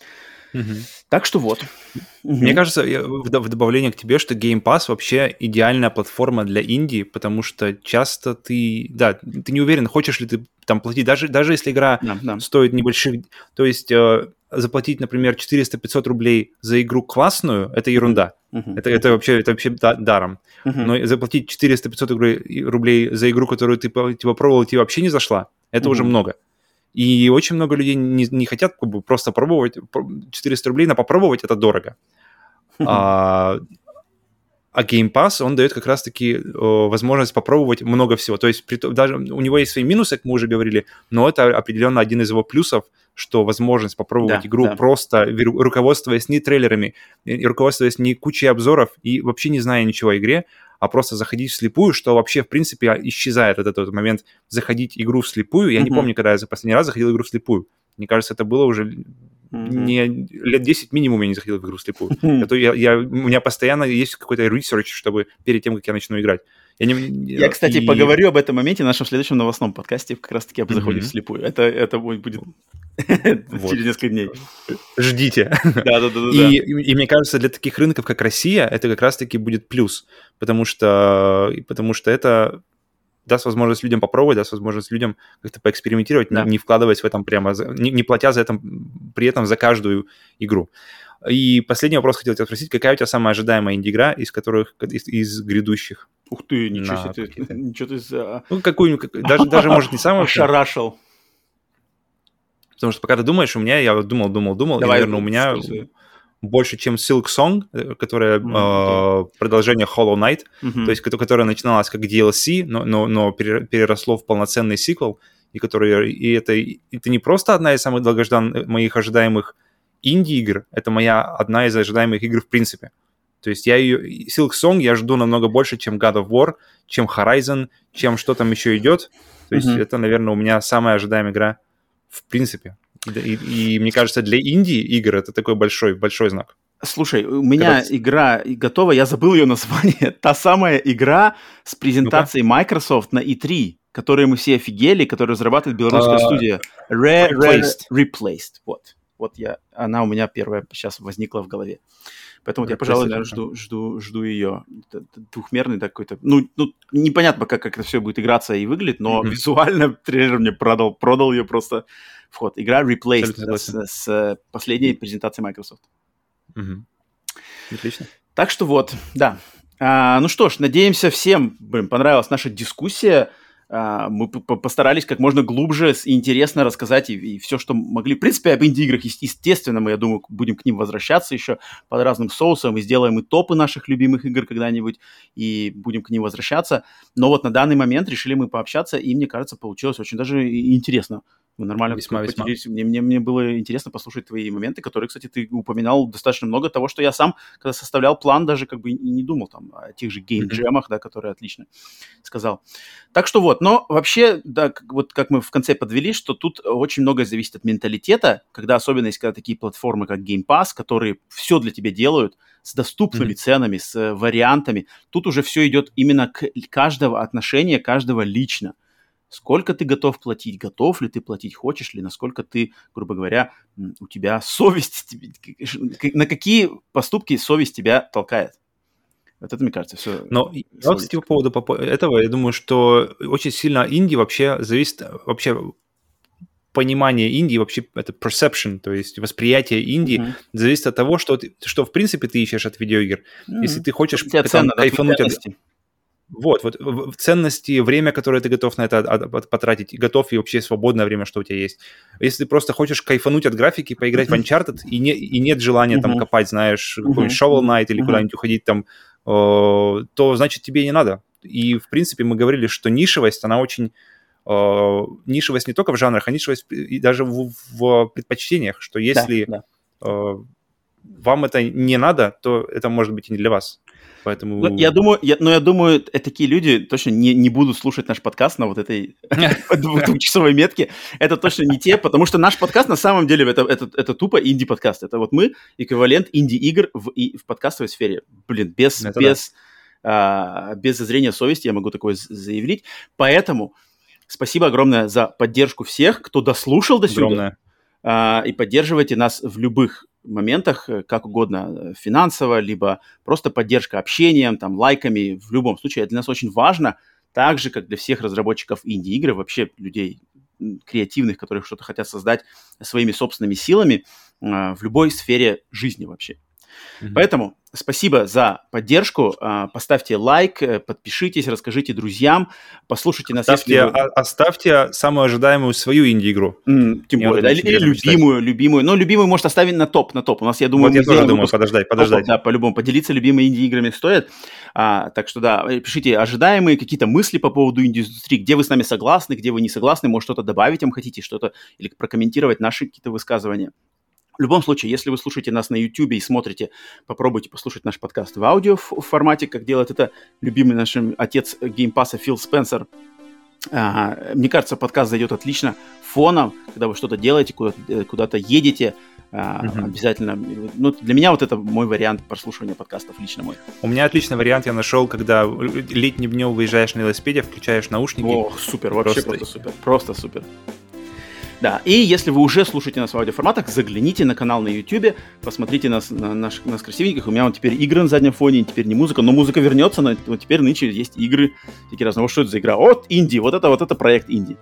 Так что вот. Мне кажется, в добавление к тебе, что Game Pass вообще идеальная платформа для инди, потому что часто ты не уверен, хочешь ли ты там платить, даже если игра стоит небольших... То есть заплатить, например, 400-500 рублей за игру классную, это ерунда. Это вообще даром. Но заплатить 400-500 рублей за игру, которую ты попробовал, тебе вообще не зашла, это уже много. И очень много людей не хотят как бы просто пробовать. 400 рублей на попробовать – это дорого. А Game Pass, он дает как раз-таки возможность попробовать много всего. То есть даже у него есть свои минусы, как мы уже говорили, но это определенно один из его плюсов, что возможность попробовать игру просто руководствуясь не трейлерами, руководствуясь не кучей обзоров и вообще не зная ничего о игре, а просто заходить вслепую, что вообще, в принципе, исчезает этот момент заходить игру вслепую. Я не помню, когда я за последний раз заходил в игру вслепую. Мне кажется, это было уже не лет 10 минимум я не заходил в игру вслепую. У меня постоянно есть какой-то research, чтобы перед тем, как я начну играть. Я, кстати, поговорю об этом моменте в нашем следующем новостном подкасте, как раз-таки об заходе вслепую. Это будет через несколько дней. Ждите. Да. И мне кажется, для таких рынков, как Россия, это как раз-таки будет плюс, потому что это даст возможность людям попробовать, даст возможность людям как-то поэкспериментировать, не вкладываясь в этом прямо, не платя за это при этом за каждую игру. И последний вопрос хотел тебя спросить. Какая у тебя самая ожидаемая инди-игра из грядущих? Ух ты, ничего себе. Ничего ты... Ну, какую-нибудь, даже может, не самую... Ошарашил. Потому что пока ты думаешь, я думал, и, наверное, у меня больше, чем Silk Song, которая продолжение Hollow Knight, то есть которая начиналась как DLC, но переросло в полноценный сиквел, и это не просто одна из самых долгожданных моих ожидаемых инди-игр, это одна из ожидаемых игр в принципе. То есть Silk Song я жду намного больше, чем God of War, чем Horizon, чем что там еще идет. То есть это, наверное, у меня самая ожидаемая игра в принципе. И мне кажется, для инди-игр это такой большой знак. Слушай, у меня игра готова, я забыл ее название. Та самая игра с презентацией Microsoft на E3, которой мы все офигели, которую разрабатывает белорусская студия. Replaced. Вот она у меня первая сейчас возникла в голове. Поэтому я, пожалуй, наверное, жду ее. Двухмерный такой-то... Ну, непонятно, как это все будет играться и выглядит, но визуально трейлер мне продал ее просто вход. Игра Replaced с последней презентацией Microsoft. Отлично. Так что вот, да. Ну что ж, надеемся, всем понравилась наша дискуссия. Мы постарались как можно глубже и интересно рассказать и все, что могли. В принципе, об инди-играх, естественно, мы, я думаю, будем к ним возвращаться еще под разным соусом и сделаем и топы наших любимых игр когда-нибудь, и будем к ним возвращаться. Но вот на данный момент решили мы пообщаться, и, мне кажется, получилось очень даже интересно. Мы нормально поделились. Мне было интересно послушать твои моменты, которые, кстати, ты упоминал достаточно много того, что я сам, когда составлял план, даже как бы и не думал там о тех же гейм-джемах, да, которые отлично сказал. Так что вот, но вообще, да, вот как мы в конце подвели, что тут очень многое зависит от менталитета, когда особенно есть когда такие платформы, как Game Pass, которые все для тебя делают с доступными ценами, с вариантами. Тут уже все идет именно к каждого отношения, каждого лично. Сколько ты готов платить, готов ли ты платить, хочешь ли, насколько ты, грубо говоря, у тебя совесть, на какие поступки совесть тебя толкает. Вот это, мне кажется, все. Но вот, кстати, по поводу этого, я думаю, что очень сильно инди вообще зависит, вообще понимание инди, вообще это perception, то есть восприятие инди зависит от того, что в принципе ты ищешь от видеоигр. Если ты хочешь кайфануть от... Вот, в ценности, время, которое ты готов на это потратить, готов и вообще свободное время, что у тебя есть. Если ты просто хочешь кайфануть от графики, поиграть в Uncharted, и нет желания там копать, знаешь, какой-нибудь Shovel Knight или куда-нибудь уходить там, то, значит, тебе не надо. И, в принципе, мы говорили, что нишевость, она очень... нишевость не только в жанрах, а нишевость и даже в предпочтениях, что если вам это не надо, то это может быть и не для вас. Поэтому... Я думаю, такие люди точно не будут слушать наш подкаст на вот этой двухчасовой метке. Это точно не те, потому что наш подкаст на самом деле это тупо инди-подкаст. Это вот мы эквивалент инди-игр в подкастовой сфере. Блин, без зазрения совести я могу такое заявить. Поэтому спасибо огромное за поддержку всех, кто дослушал до сюда. И поддерживайте нас в любых моментах, как угодно, финансово, либо просто поддержка общением, там, лайками. В любом случае, это для нас очень важно, так же, как для всех разработчиков инди-игр, вообще людей креативных, которые что-то хотят создать своими собственными силами в любой сфере жизни вообще. Поэтому спасибо за поддержку. Поставьте лайк, подпишитесь, расскажите друзьям, послушайте нас. Оставьте самую ожидаемую свою инди-игру. Тем более, да, или любимую. Но любимую может оставить на топ. У нас, я думаю, я тоже думаю, подождать. Да, по-любому. Поделиться любимыми инди-играми стоит. Так что, да, пишите ожидаемые, какие-то мысли по поводу инди-индустрии, где вы с нами согласны, где вы не согласны, может, что-то добавить вам хотите, что-то, или прокомментировать наши какие-то высказывания. В любом случае, если вы слушаете нас на YouTube и смотрите, попробуйте послушать наш подкаст в аудио в формате, как делает это любимый наш отец геймпасса Фил Спенсер. Мне кажется, подкаст зайдет отлично фоном, когда вы что-то делаете, куда-то едете. Обязательно. Ну, для меня вот это мой вариант прослушивания подкастов, лично мой. У меня отличный вариант я нашел, когда летним днем выезжаешь на велосипеде, включаешь наушники. Ох, супер, вообще просто супер. Просто супер. Да, и если вы уже слушаете нас в аудиоформатах, загляните на канал на YouTube, посмотрите нас красивеньких. У меня вот теперь игры на заднем фоне, теперь не музыка, но музыка вернется, но вот теперь нынче есть игры такие разные. Вот что это за игра? Вот инди, вот это проект инди.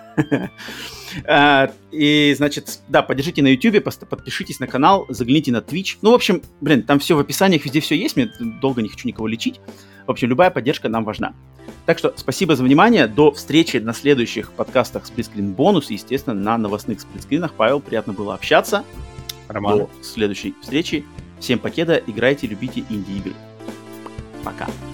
И, значит, да, поддержите на YouTube, подпишитесь на канал, загляните на Twitch. Ну, в общем, там все в описаниях, везде все есть, мне долго не хочу никого лечить. В общем, любая поддержка нам важна. Так что спасибо за внимание. До встречи на следующих подкастах Сплитскрин Бонус и, естественно, на новостных сплитскринах. Павел, приятно было общаться. Роман. До следующей встречи. Всем покеда, играйте, любите инди-игры. Пока.